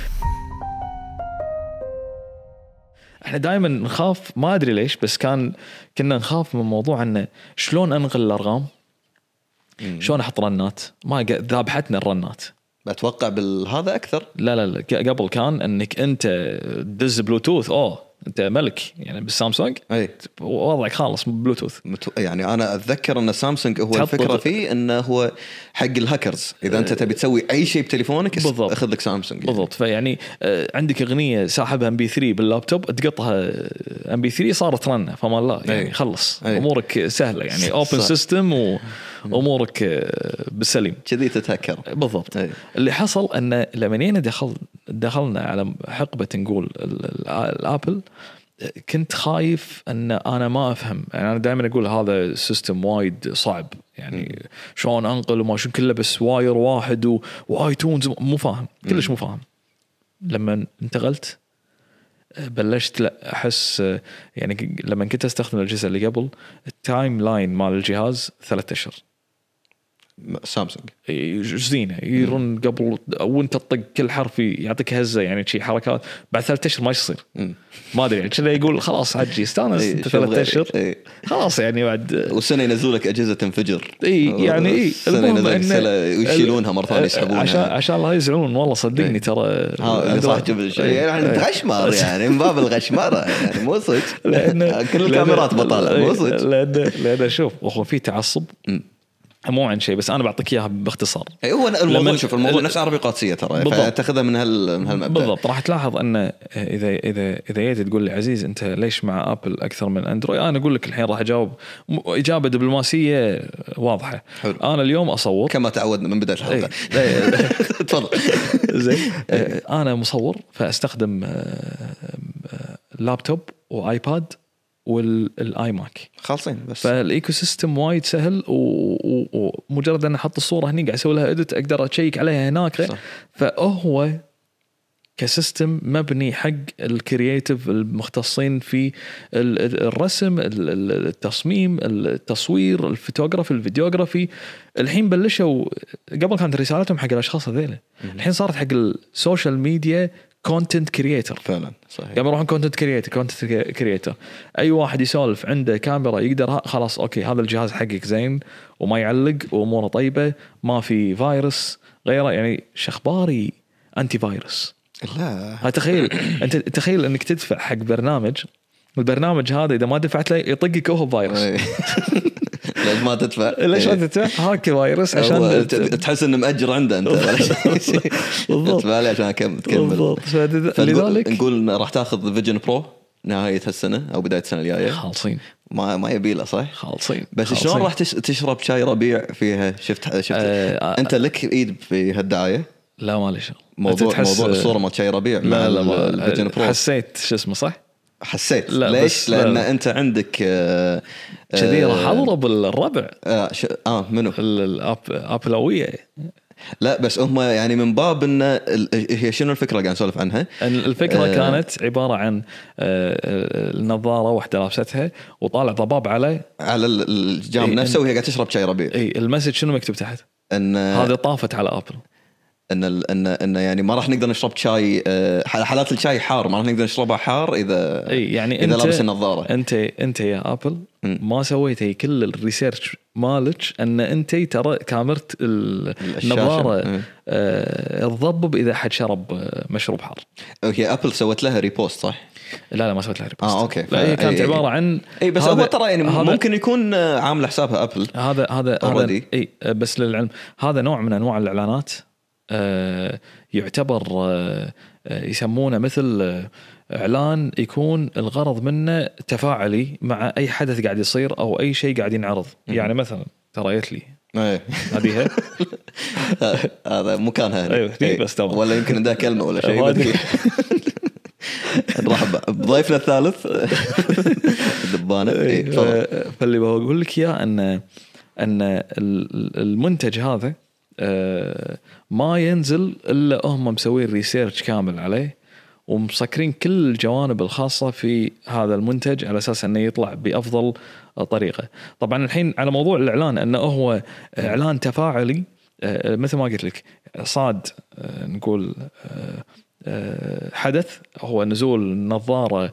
احنا دائما نخاف، ما أدري ليش، بس كنا نخاف من موضوع أنه شلون أنقل الأرقام، شلون أحط رنات. ما ذابحتنا الرنات. بتوقع بالهذا أكثر. لا قبل كان أنك أنت دز بلوتوث انت ملك يعني بالسامسونج اي وضعك خالص بلوتوث. يعني انا اتذكر ان سامسونج هو تحط- الفكره فيه انه هو حق الهاكرز، اذا انت تبي تسوي اي شيء بتليفونك بالضبط. اخذ لك سامسونج يعني. بالضبط. فيعني عندك اغنيه ساحبها ام بي 3 باللابتوب تقطها ام بي 3 صارت رنه فما الله يعني أي. خلص أي. امورك سهله يعني اوبن سيستم وامورك بالسليم كذي تتهكر. بالضبط. أي. اللي حصل ان لما جينا دخلنا على حقبه نقول الابل كنت خايف ان انا ما افهم يعني. انا دائما اقول هذا سيستم وايد صعب يعني شلون انقل وما شو كله بس واير واحد وايتونز مو فاهم كلش مو فاهم. لما انتقلت بلشت لا احس يعني لما كنت استخدم الجزء اللي قبل التايم لاين مال الجهاز 3 أشهر سامسونج زينه يرن قبل وانت تطق كل حرف يعطيك هزه يعني شي حركات بعد 3 أشهر ما يصير ما ادري يعني كله يقول خلاص عجي استانس انت 3 أشهر خلاص يعني بعد والسنه ينزلوا لك اجهزه تنفجر يعني السنه ينزل ويشيلونها مره ثانيه يسحبونها عشان لا يزعلون والله صدقني ترى اللي صاحب يعني غشمر يعني من باب الغشمره يعني مو صدق كل الكاميرات بطاله مو صدق لان شوف هو في تعصب مو عن شيء بس انا بعطيك اياها باختصار. هو الموضوع شوف الموضوع نفس عربي قادسيه ترى فتاخذها من هالمبدا بالضبط. راح تلاحظ ان اذا جيت تقول لي عزيز انت ليش مع ابل اكثر من اندرويد انا اقول لك الحين راح اجاوب اجابه دبلوماسيه واضحه. حلو. انا اليوم اصور كما تعودنا من بدايه الحلقه تفضل زين. انا مصور فاستخدم لابتوب وايباد والاي ماك خالصين بس فالايكو سيستم وايد سهل ومجرد ان احط الصوره هني قاعد اسوي لها اديت اقدر اشيك عليها هناك صح. فهو كسيستم مبني حق الكرياتيف المختصين في الرسم التصميم التصوير الفوتوغرافي الفيديوغرافي. الحين بلشوا قبل كانت رسالتهم حق الاشخاص هذيله الحين صارت حق السوشيال ميديا كونتنت كرييتر فعلا صحيح. قبل يروحون كونتنت كرييتر اي واحد يسولف عنده كاميرا يقدر خلاص اوكي هذا الجهاز حقك زين وما يعلق واموره طيبه ما في فيروس غيره يعني شخباري انتي فيروس. لا تخيل انت تخيل انك تدفع حق برنامج البرنامج هذا اذا ما دفعت له يطقك هو فيروس ليش ما تدفع ليش ما تدفع هاك فيروس عشان تحس انه مأجر عنده انت تدفع لي عشان تكمل. لذلك نقول راح تاخذ فيجن برو نهايه هالسنه او بدايه السنه الجايه خالصين ما يبي له صح خالصين بس شلون راح تشرب شاي ربيع فيها شفت انت لك ايد في هالدعايه لا ما لي شغل موضوع الصوره مال شاي ربيع مع الفيجن برو حسيت شو اسمه صح حسيت ليش لان انت عندك كذي راح اضرب الربع منو الابلويه لا بس هم يعني من باب ان هي شنو الفكره قاعد نسولف عنها. الفكره كانت عباره عن النظاره واحده لابستها وطالع ضباب على الجام نفسه وهي قاعده تشرب شاي ربيع. اي المسج شنو مكتوب تحت ان هذه طافت على ابل ان يعني ما راح نقدر نشرب شاي حالات الشاي حار ما راح نقدر نشربها حار اذا يعني اذا لابس النظاره. انت يا ابل ما سويتي كل الريسيرش مالك ان انت ترى كاميرت النظاره تضبب اذا حد شرب مشروب حار. اوكي ابل سوت لها ريبوست صح؟ لا ما سويت لها ريبوست. اوكي لا هي كانت عباره عن بس هو ترى يعني ممكن يكون عامل حسابها ابل هذا بس للعلم هذا نوع من انواع الاعلانات يعتبر يسمونه مثل إعلان يكون الغرض منه تفاعلي مع أي حدث قاعد يصير أو أي شيء قاعد ينعرض. يعني مثلا ترى جت لي هذه هذا مكانها أيوة بس طبعا ولا يمكن عندها كلمة ولا شيء نرحب بضيفنا الثالث دبانة. فاللي بقول لك يا أن المنتج هذا ما ينزل إلا هم مسوين ريسيرش كامل عليه ومسكرين كل الجوانب الخاصة في هذا المنتج على أساس أنه يطلع بأفضل طريقة. طبعا الحين على موضوع الإعلان أنه هو إعلان تفاعلي مثل ما قلت لك صاد نقول حدث هو نزول النظارة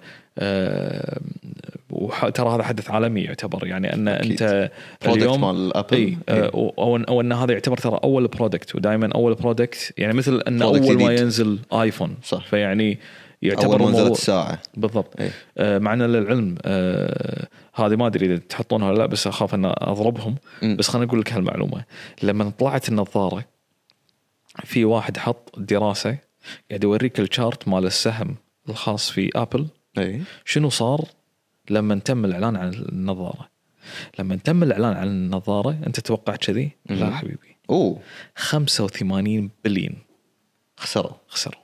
وترى هذا حدث عالمي يعتبر يعني أن أنت اليوم أو أن هذا يعتبر ترى أول برودكت ودائما أول برودكت يعني مثل أن أول ما ينزل آيفون صح. فيعني يعتبر أول منزلة الموضوع الساعة بالضبط. أي. معنا للعلم هذه ما ادري اذا تحطونها ولا لا، بس اخاف ان اضربهم. بس خليني اقول لك هالمعلومه. لما طلعت النظاره في واحد حط دراسه قاعد يوريك الشارت مال السهم الخاص في ابل أي. شنو صار لما تم الاعلان عن النظاره. لما تم الاعلان عن النظاره انت توقعت كذي؟ لا حبيبي، 85 بليون خسروا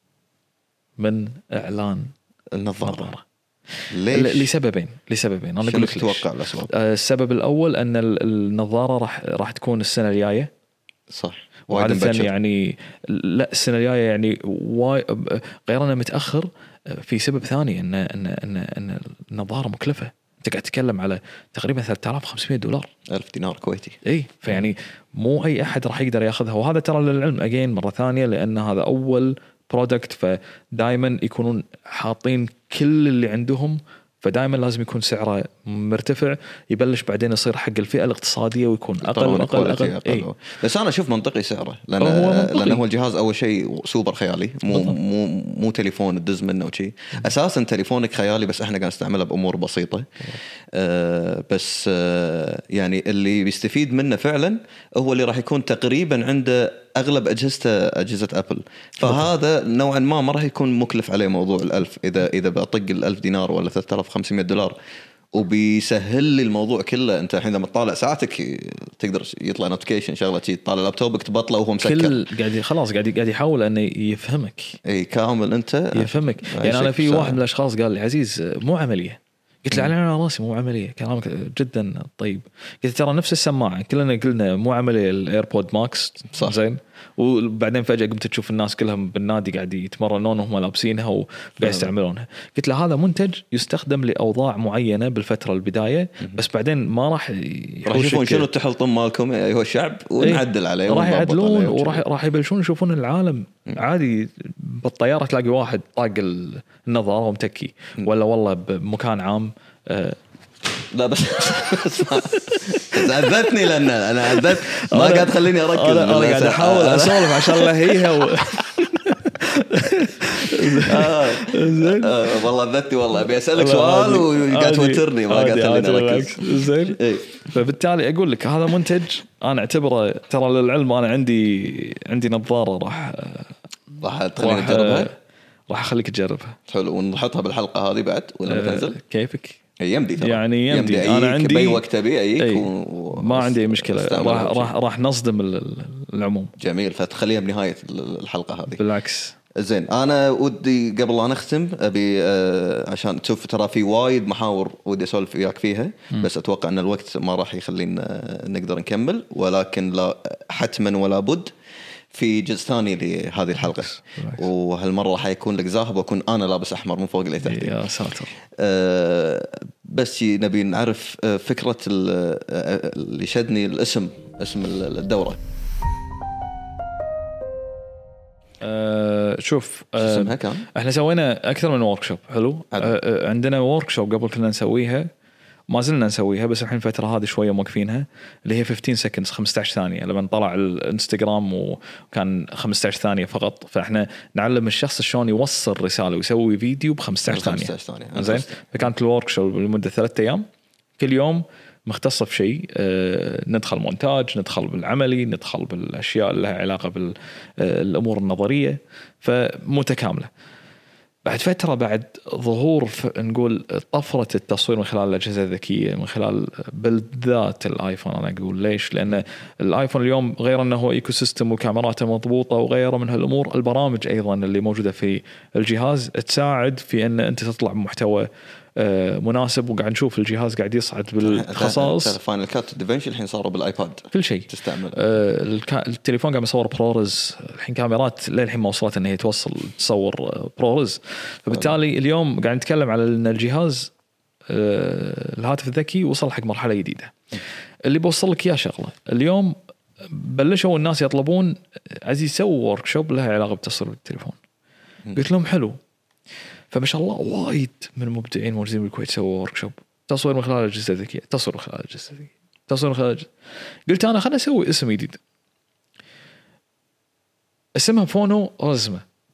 من اعلان النظارة. لسببين انا اقول لك تتوقع الاسباب؟ السبب الاول ان النظاره راح تكون السنه الجايه، صح، وعادة يعني لا السنه الجايه يعني غير انه متاخر. في سبب ثاني ان النظاره مكلفه. انت قاعد تتكلم على تقريبا $3500 $1000 كويتي. اي فيعني مو اي احد راح يقدر ياخذها. وهذا ترى للعلم اجين مره ثانيه لان هذا اول برودكت، فدائما يكونون حاطين كل اللي عندهم، فدائما لازم يكون سعره مرتفع، يبلش بعدين يصير حق الفئة الاقتصادية ويكون أقل. إيه. بس أنا أشوف منطقي سعره لأنه هو الجهاز أول شيء سوبر خيالي، مو تليفون تدز منه وشي. أساسا تليفونك خيالي بس إحنا قاعد نستعمله بأمور بسيطة. بس يعني اللي بيستفيد منه فعلا هو اللي راح يكون تقريبا عنده أغلب أجهزة أبل، فهذا نوعا ما راح يكون مكلف عليه موضوع $1000 إذا بطق $1000 ولا $3500، وبيسهل لي الموضوع كله. أنت الحين لما تطالع ساعتك تقدر يطلع نوتيفيكيشن شغلة شيء، تطالع لابتوبك تبطله وهو مسكر، قاعد يحاول أنه يفهمك. أي كامل أنت يفهمك. يعني أنا في واحد من الأشخاص قال لي عزيز مو عملية. قلت له على راسي مو عملية، كلامك جدا طيب. قلت ترى نفس السماعة كلنا قلنا مو عملية الإيربود ماكس صح زين، وبعدين فجأة قمت تشوف الناس كلهم بالنادي قاعد يتمرنون وهم لابسينها وقاعد يستعملونها. قلت له هذا منتج يستخدم لأوضاع معينة بالفترة البداية، بس بعدين ما راح يشوفون شنو التحلطم مالكم أيها الشعب ونعدل عليه، راح يعدلون وراح يبلشون يشوفون العالم عادي. بالطيارة تلاقي واحد طاق النظارة ومتكي، ولا والله بمكان عام لا بس عذبتني لأن أنا عذبت ما قاعد تخليني أركز. أنا قاعد أحاول أسولف عشان لهيها والله عذبتني والله. أبي أسألك سؤال وقاعد توترني ما قاعد تخليني أركز. زين. فبالتالي أقول لك هذا منتج أنا أعتبره ترى للعلم. أنا عندي نظارة راح تخليني أجربها. راح أخليك تجربها. حلو، ونحطها بالحلقة هذه بعد ولا بتنزل كيفك؟ يمدي ترى. يعني يمدي. أنا عندي بأي وقت أبي أيك ما عندي أي مشكلة. راح نصدم العموم. جميل، فتخليها بنهاية الحلقة هذه. بالعكس. زين، أنا ودي قبل لا نختم أبي عشان تشوف ترى في وايد محاور ودي أسولف وياك فيها، بس أتوقع أن الوقت ما راح يخلينا نقدر نكمل، ولكن لا حتما ولا بد في جزء ثاني لهذه الحلقة. وهالمرة راح يكون لك ذاهب وأكون أنا لابس أحمر من فوق اللي تحت. يا ساتر. بس نبي نعرف فكرة اللي شدني اسم الدورة. شوف اسمها كان احنا سوينا أكثر من وركشوب. حلو. عندنا وركشوب قبل كنا نسويها، ما زلنا نسويها، بس الحين الفترة هذه شوية موقفينها، اللي هي 15 seconds 15 ثانية. لما طلع الانستغرام وكان 15 ثانية فقط، فاحنا نعلم الشخص شلون يوصل رسالة ويسوي فيديو ب15 ثانية. زين. فكانت الوركشوب لمدة 3 أيام، كل يوم مختصة في شيء. ندخل مونتاج، ندخل بالعملي، ندخل بالأشياء اللي لها علاقة بالأمور النظرية، فمتكاملة. بعد فترة، بعد ظهور نقول طفرة التصوير من خلال الأجهزة الذكية، من خلال بالذات الآيفون. أنا أقول ليش؟ لأن الآيفون اليوم غير أنه هو إيكو سيستم وكاميراته مضبوطة وغيره من هالأمور، البرامج أيضا اللي موجودة في الجهاز تساعد في أن أنت تطلع بمحتوى مناسب. وقاعد نشوف الجهاز قاعد يصعد بالخصائص. فاينل كات دافنشي الحين صاروا بالايباد، كل شيء تستعمل. التليفون قاعد يصور برورز الحين، كاميرات للحين ما وصلت ان هي تصور برورز. فبالتالي اليوم قاعد نتكلم على ان الجهاز الهاتف الذكي وصل حق مرحله جديده. اللي بوصل لك اياه شغله، اليوم بلشوا الناس يطلبون عزيز سووا وركشوب لها علاقه بتصوير التليفون. قلت لهم حلو. فما شاء الله وايد من المبدعين موجودين بالكويت سووا وركشوب تصوير من خلال الأجهزة الذكية، تصوير من خلال الأجهزة الذكية، تصوير من خلال قلت أنا خلنا أسوي اسم جديد، اسمها فونو رزمة.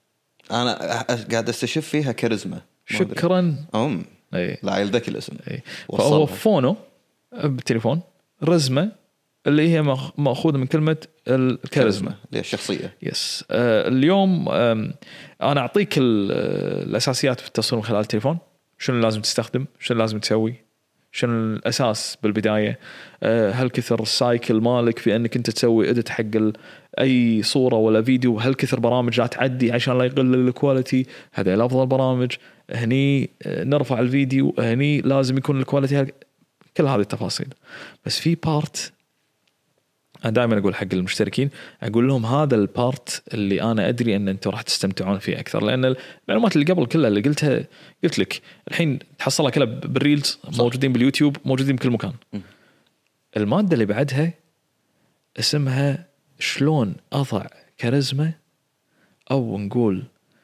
انا قاعد استشف فيها كاريزما. شكرا. لا عيل ذكي الاسم. فهو فونو بالتليفون، رزمة اللي هي مأخوذة من كلمة الكاريزما اللي هي الشخصية. يس. اليوم أنا أعطيك الأساسيات في التصوير من خلال التليفون، شنو لازم تستخدم، شنو لازم تسوي، شنو الأساس بالبداية. هل كثر السايكل مالك في أنك أنت تسوي إدت حق أي صورة ولا فيديو، هل كثر برامج لا تعدي عشان لا يقلل الكواليتي، هذا أفضل برامج، هني نرفع الفيديو، هني لازم يكون الكواليتي، كل هذه التفاصيل. بس في بارت أنا دائما أقول حق المشتركين، أقول لهم هذا البارت اللي أنا أدري أن أنتم راح تستمتعون فيه أكثر، لأن المعلومات اللي قبل كلها اللي قلت لك الحين تحصلها كلها بالريلز، موجودين باليوتيوب، موجودين بكل مكان. المادة اللي بعدها اسمها شلون أضع كاريزما أو نقول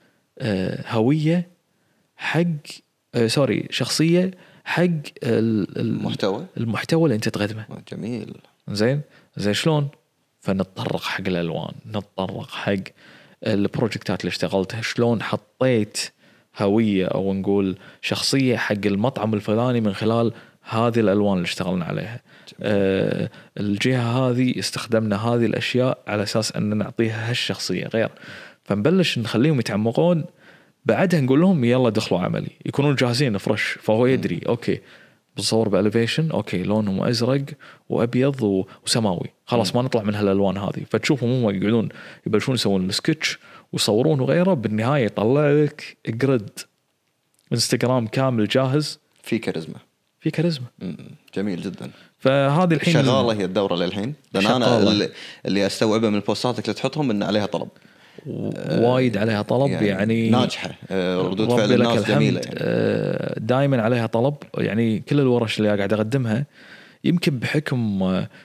هوية حق شخصية حق المحتوى اللي أنت تقدمه. جميل. زين شلون؟ فنتطرق حق الألوان، نتطرق حق البروجكتات اللي اشتغلتها، شلون حطيت هوية أو نقول شخصية حق المطعم الفلاني من خلال هذه الألوان اللي اشتغلنا عليها. الجهة هذه استخدمنا هذه الأشياء على أساس أن نعطيها هالشخصية غير. فنبلش نخليهم يتعمقون، بعدها نقول لهم يلا دخلوا عملي، يكونون جاهزين فرش. فهو يدري أوكي بصور بأليفيشن، أوكي لونهم أزرق وأبيض وسماوي، خلاص ما نطلع من هالألوان هذه. فتشوفهم هم يقعدون يبلشون يسوون السكتش ويصورون وغيره، بالنهاية يطلع لك جريد انستغرام كامل جاهز في كاريزما. جميل جدا. فهذه الحين شغالة هي الدورة للحين، لأن أنا اللي أستوعبه من البوستاتك اللي تحطهم إن عليها طلب وايد، عليها طلب يعني ناجحة، ردود فعل الناس جميلة يعني. دائما عليها طلب يعني. كل الورش اللي قاعد أقدمها يمكن بحكم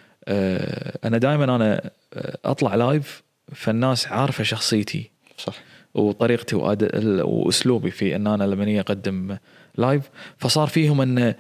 أنا دائما أطلع لايف، فالناس عارفة شخصيتي صح وطريقتي وأسلوبي في أن أنا لما أقدم لايف، فصار فيهم أن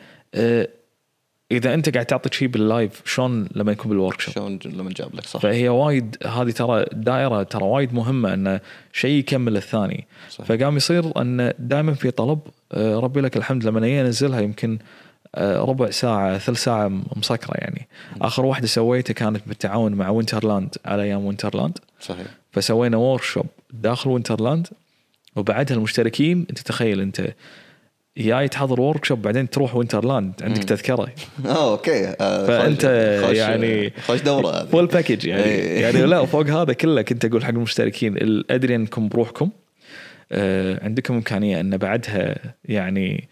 إذا أنت قاعد تعطي شيء باللايف شلون لما يكون بالوركشوب، شلون لما جاب لك. صح. فهي وايد هذه ترى دائرة ترى وايد مهمة أن شيء يكمل الثاني. صح. فقام يصير أن دائما في طلب. ربي لك الحمد لما ينزلها يمكن ربع ساعة 3 ساعة مسكرة يعني. آخر واحدة سويتها كانت بالتعاون مع وينترلاند على أيام وينترلاند. صحيح. فسوينا ووركشوب داخل وينترلاند، وبعدها المشتركين أنت تخيل أنت جاي تحضر ووركشوب بعدين تروح وينترلاند عندك تذكرة. اوكي. فانت يعني خوش دورة هذه فول باكج يعني لا فوق هذا كله كنت اقول حق المشتركين الادري انكم بروحكم عندكم امكانية ان بعدها يعني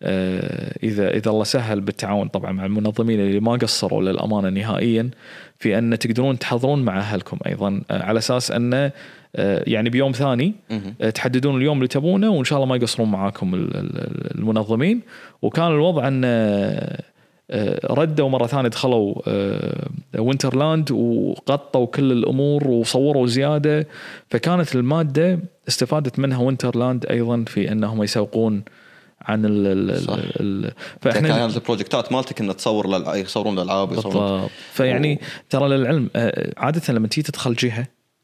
اذا الله سهل بالتعاون طبعا مع المنظمين اللي ما قصروا للامانة نهائيا في ان تقدرون تحضرون مع اهلكم ايضا، على اساس ان يعني بيوم ثاني تحددون اليوم اللي تبونه، وإن شاء الله ما يقصرون معاكم المنظمين. وكان الوضع أن ردوا مرة ثانية دخلوا وينترلاند وقطوا كل الأمور وصوروا زيادة، فكانت المادة استفادت منها وينترلاند أيضا في أنهم يسوقون عن فإحنا كانت البروجكتات مالتك إن يصورون الألعاب يصورون. فيعني ترى للعلم عادة لما تيجي تدخل جهة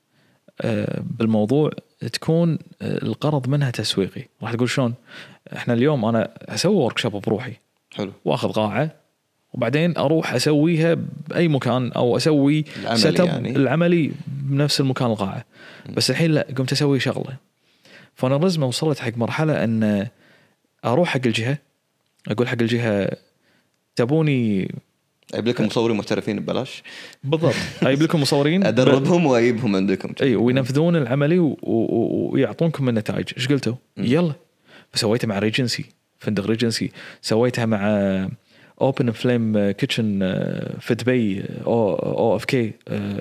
بالموضوع تكون القرض منها تسويقي. راح تقول شلون احنا اليوم انا اسوي وركشوب بروحي، حلو، واخذ قاعة وبعدين اروح اسويها باي مكان او اسوي سيت اب يعني العملي بنفس المكان القاعة. بس الحين لا، قمت اسوي شغلة. فانا الرزمة وصلت حق مرحلة ان اروح حق الجهة اقول حق الجهة تبوني اجيب لكم مصورين محترفين ببلاش. بالضبط، اجيب لكم مصورين ادربهم واجيبهم عندكم اي وينفذون العملي ويعطونكم النتائج. ايش قلتوا؟ يلا. فسويتها مع ريجنسي، فندق ريجنسي، سويتها مع اوبن فليم كيتشن في دبي او اف كي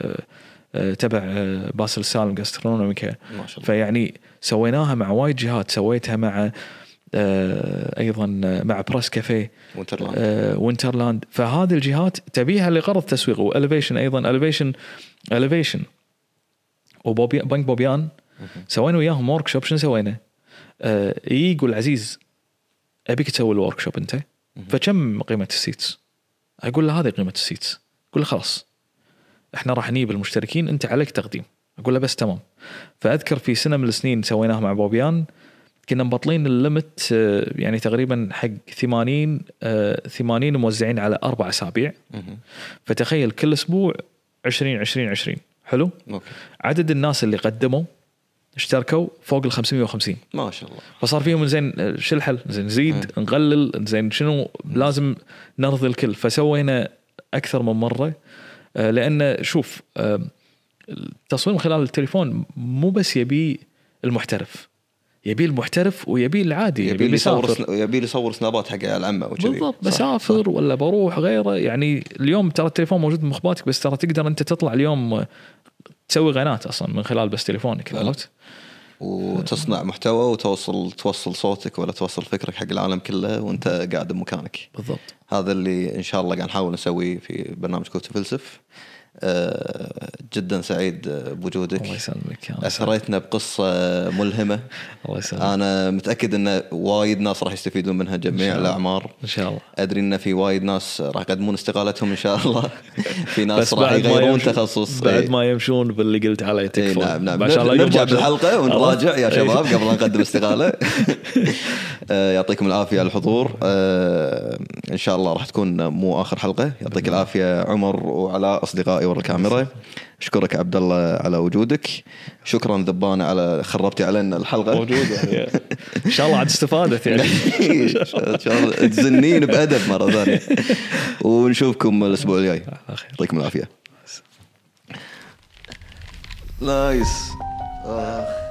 تبع باسل السالم جاسترونوميكا. فيعني سويناها مع وايد جهات، سويتها مع ايضا مع براس كافيه وينترلاند. فهذه الجهات تبيها لغرض تسويق. واليفيشن ايضا اليفيشن وبنك بوبيان سوينا وياهم وركشوب. شنو سوينا؟ يقول عزيز ابيك تسوي الوركشوب انت، فكم قيمه السيتس؟ اقول له هذه قيمه السيتس. يقول له خلاص احنا راح نجيب المشتركين، انت عليك تقديم اقول له بس تمام. فاذكر في سنه من السنين سويناها مع بوبيان، كنا مبطلين الليمت يعني تقريبا حق 80 موزعين على 4 أسابيع. فتخيل كل اسبوع 20 حلو. أوكي. عدد الناس اللي قدموا اشتركوا فوق ال 550 ما شاء الله. فصار فيهم زين شو الحل؟ زين نزيد نقلل، زين شنو لازم نرضي الكل. فسوينا اكثر من مره، لان شوف التصوير من خلال التليفون مو بس يبي المحترف، يبي المحترف ويبي العادي، يبي يصور سنابات حق العمه وكذي. بالضبط. بسافر ولا بروح غيره. يعني اليوم ترى التليفون موجود بمخباتك، بس ترى تقدر انت تطلع اليوم تسوي قناه اصلا من خلال بس تليفونك، عرفت؟ وتصنع محتوى وتوصل صوتك ولا توصل فكرك حق العالم كله وانت قاعد بمكانك. بالضبط. هذا اللي ان شاء الله قاعد نحاول نسويه في برنامج كود فلسف. جدا سعيد بوجودك. الله يسلمك. أثريتنا بقصة ملهمة. الله يسلمك. أنا متأكد أن وايد ناس راح يستفيدون منها جميع الأعمار إن شاء الله. أدري أن في وايد ناس راح يقدمون استقالتهم إن شاء الله. في ناس راح يغيرون تخصص بعد ما يمشون باللي قلت عليه تكفى. نعم. نرجع بالحلقة ونراجع يا شباب قبل أن نقدم استقالة. يعطيكم العافية على الحضور. إن شاء الله راح تكون مو آخر حلقة. يعطيك العافية عمر وعلى أصدقائي ورا الكاميرا. أشكرك عبد الله على وجودك. شكرا ذبانة على خربتي علينا الحلقة. موجودة. إن شاء الله عاد استفادت يعني. إن شاء الله تزنين بأدب مرة ثانية. ونشوفكم الأسبوع الجاي. يعطيكم العافية. نايس.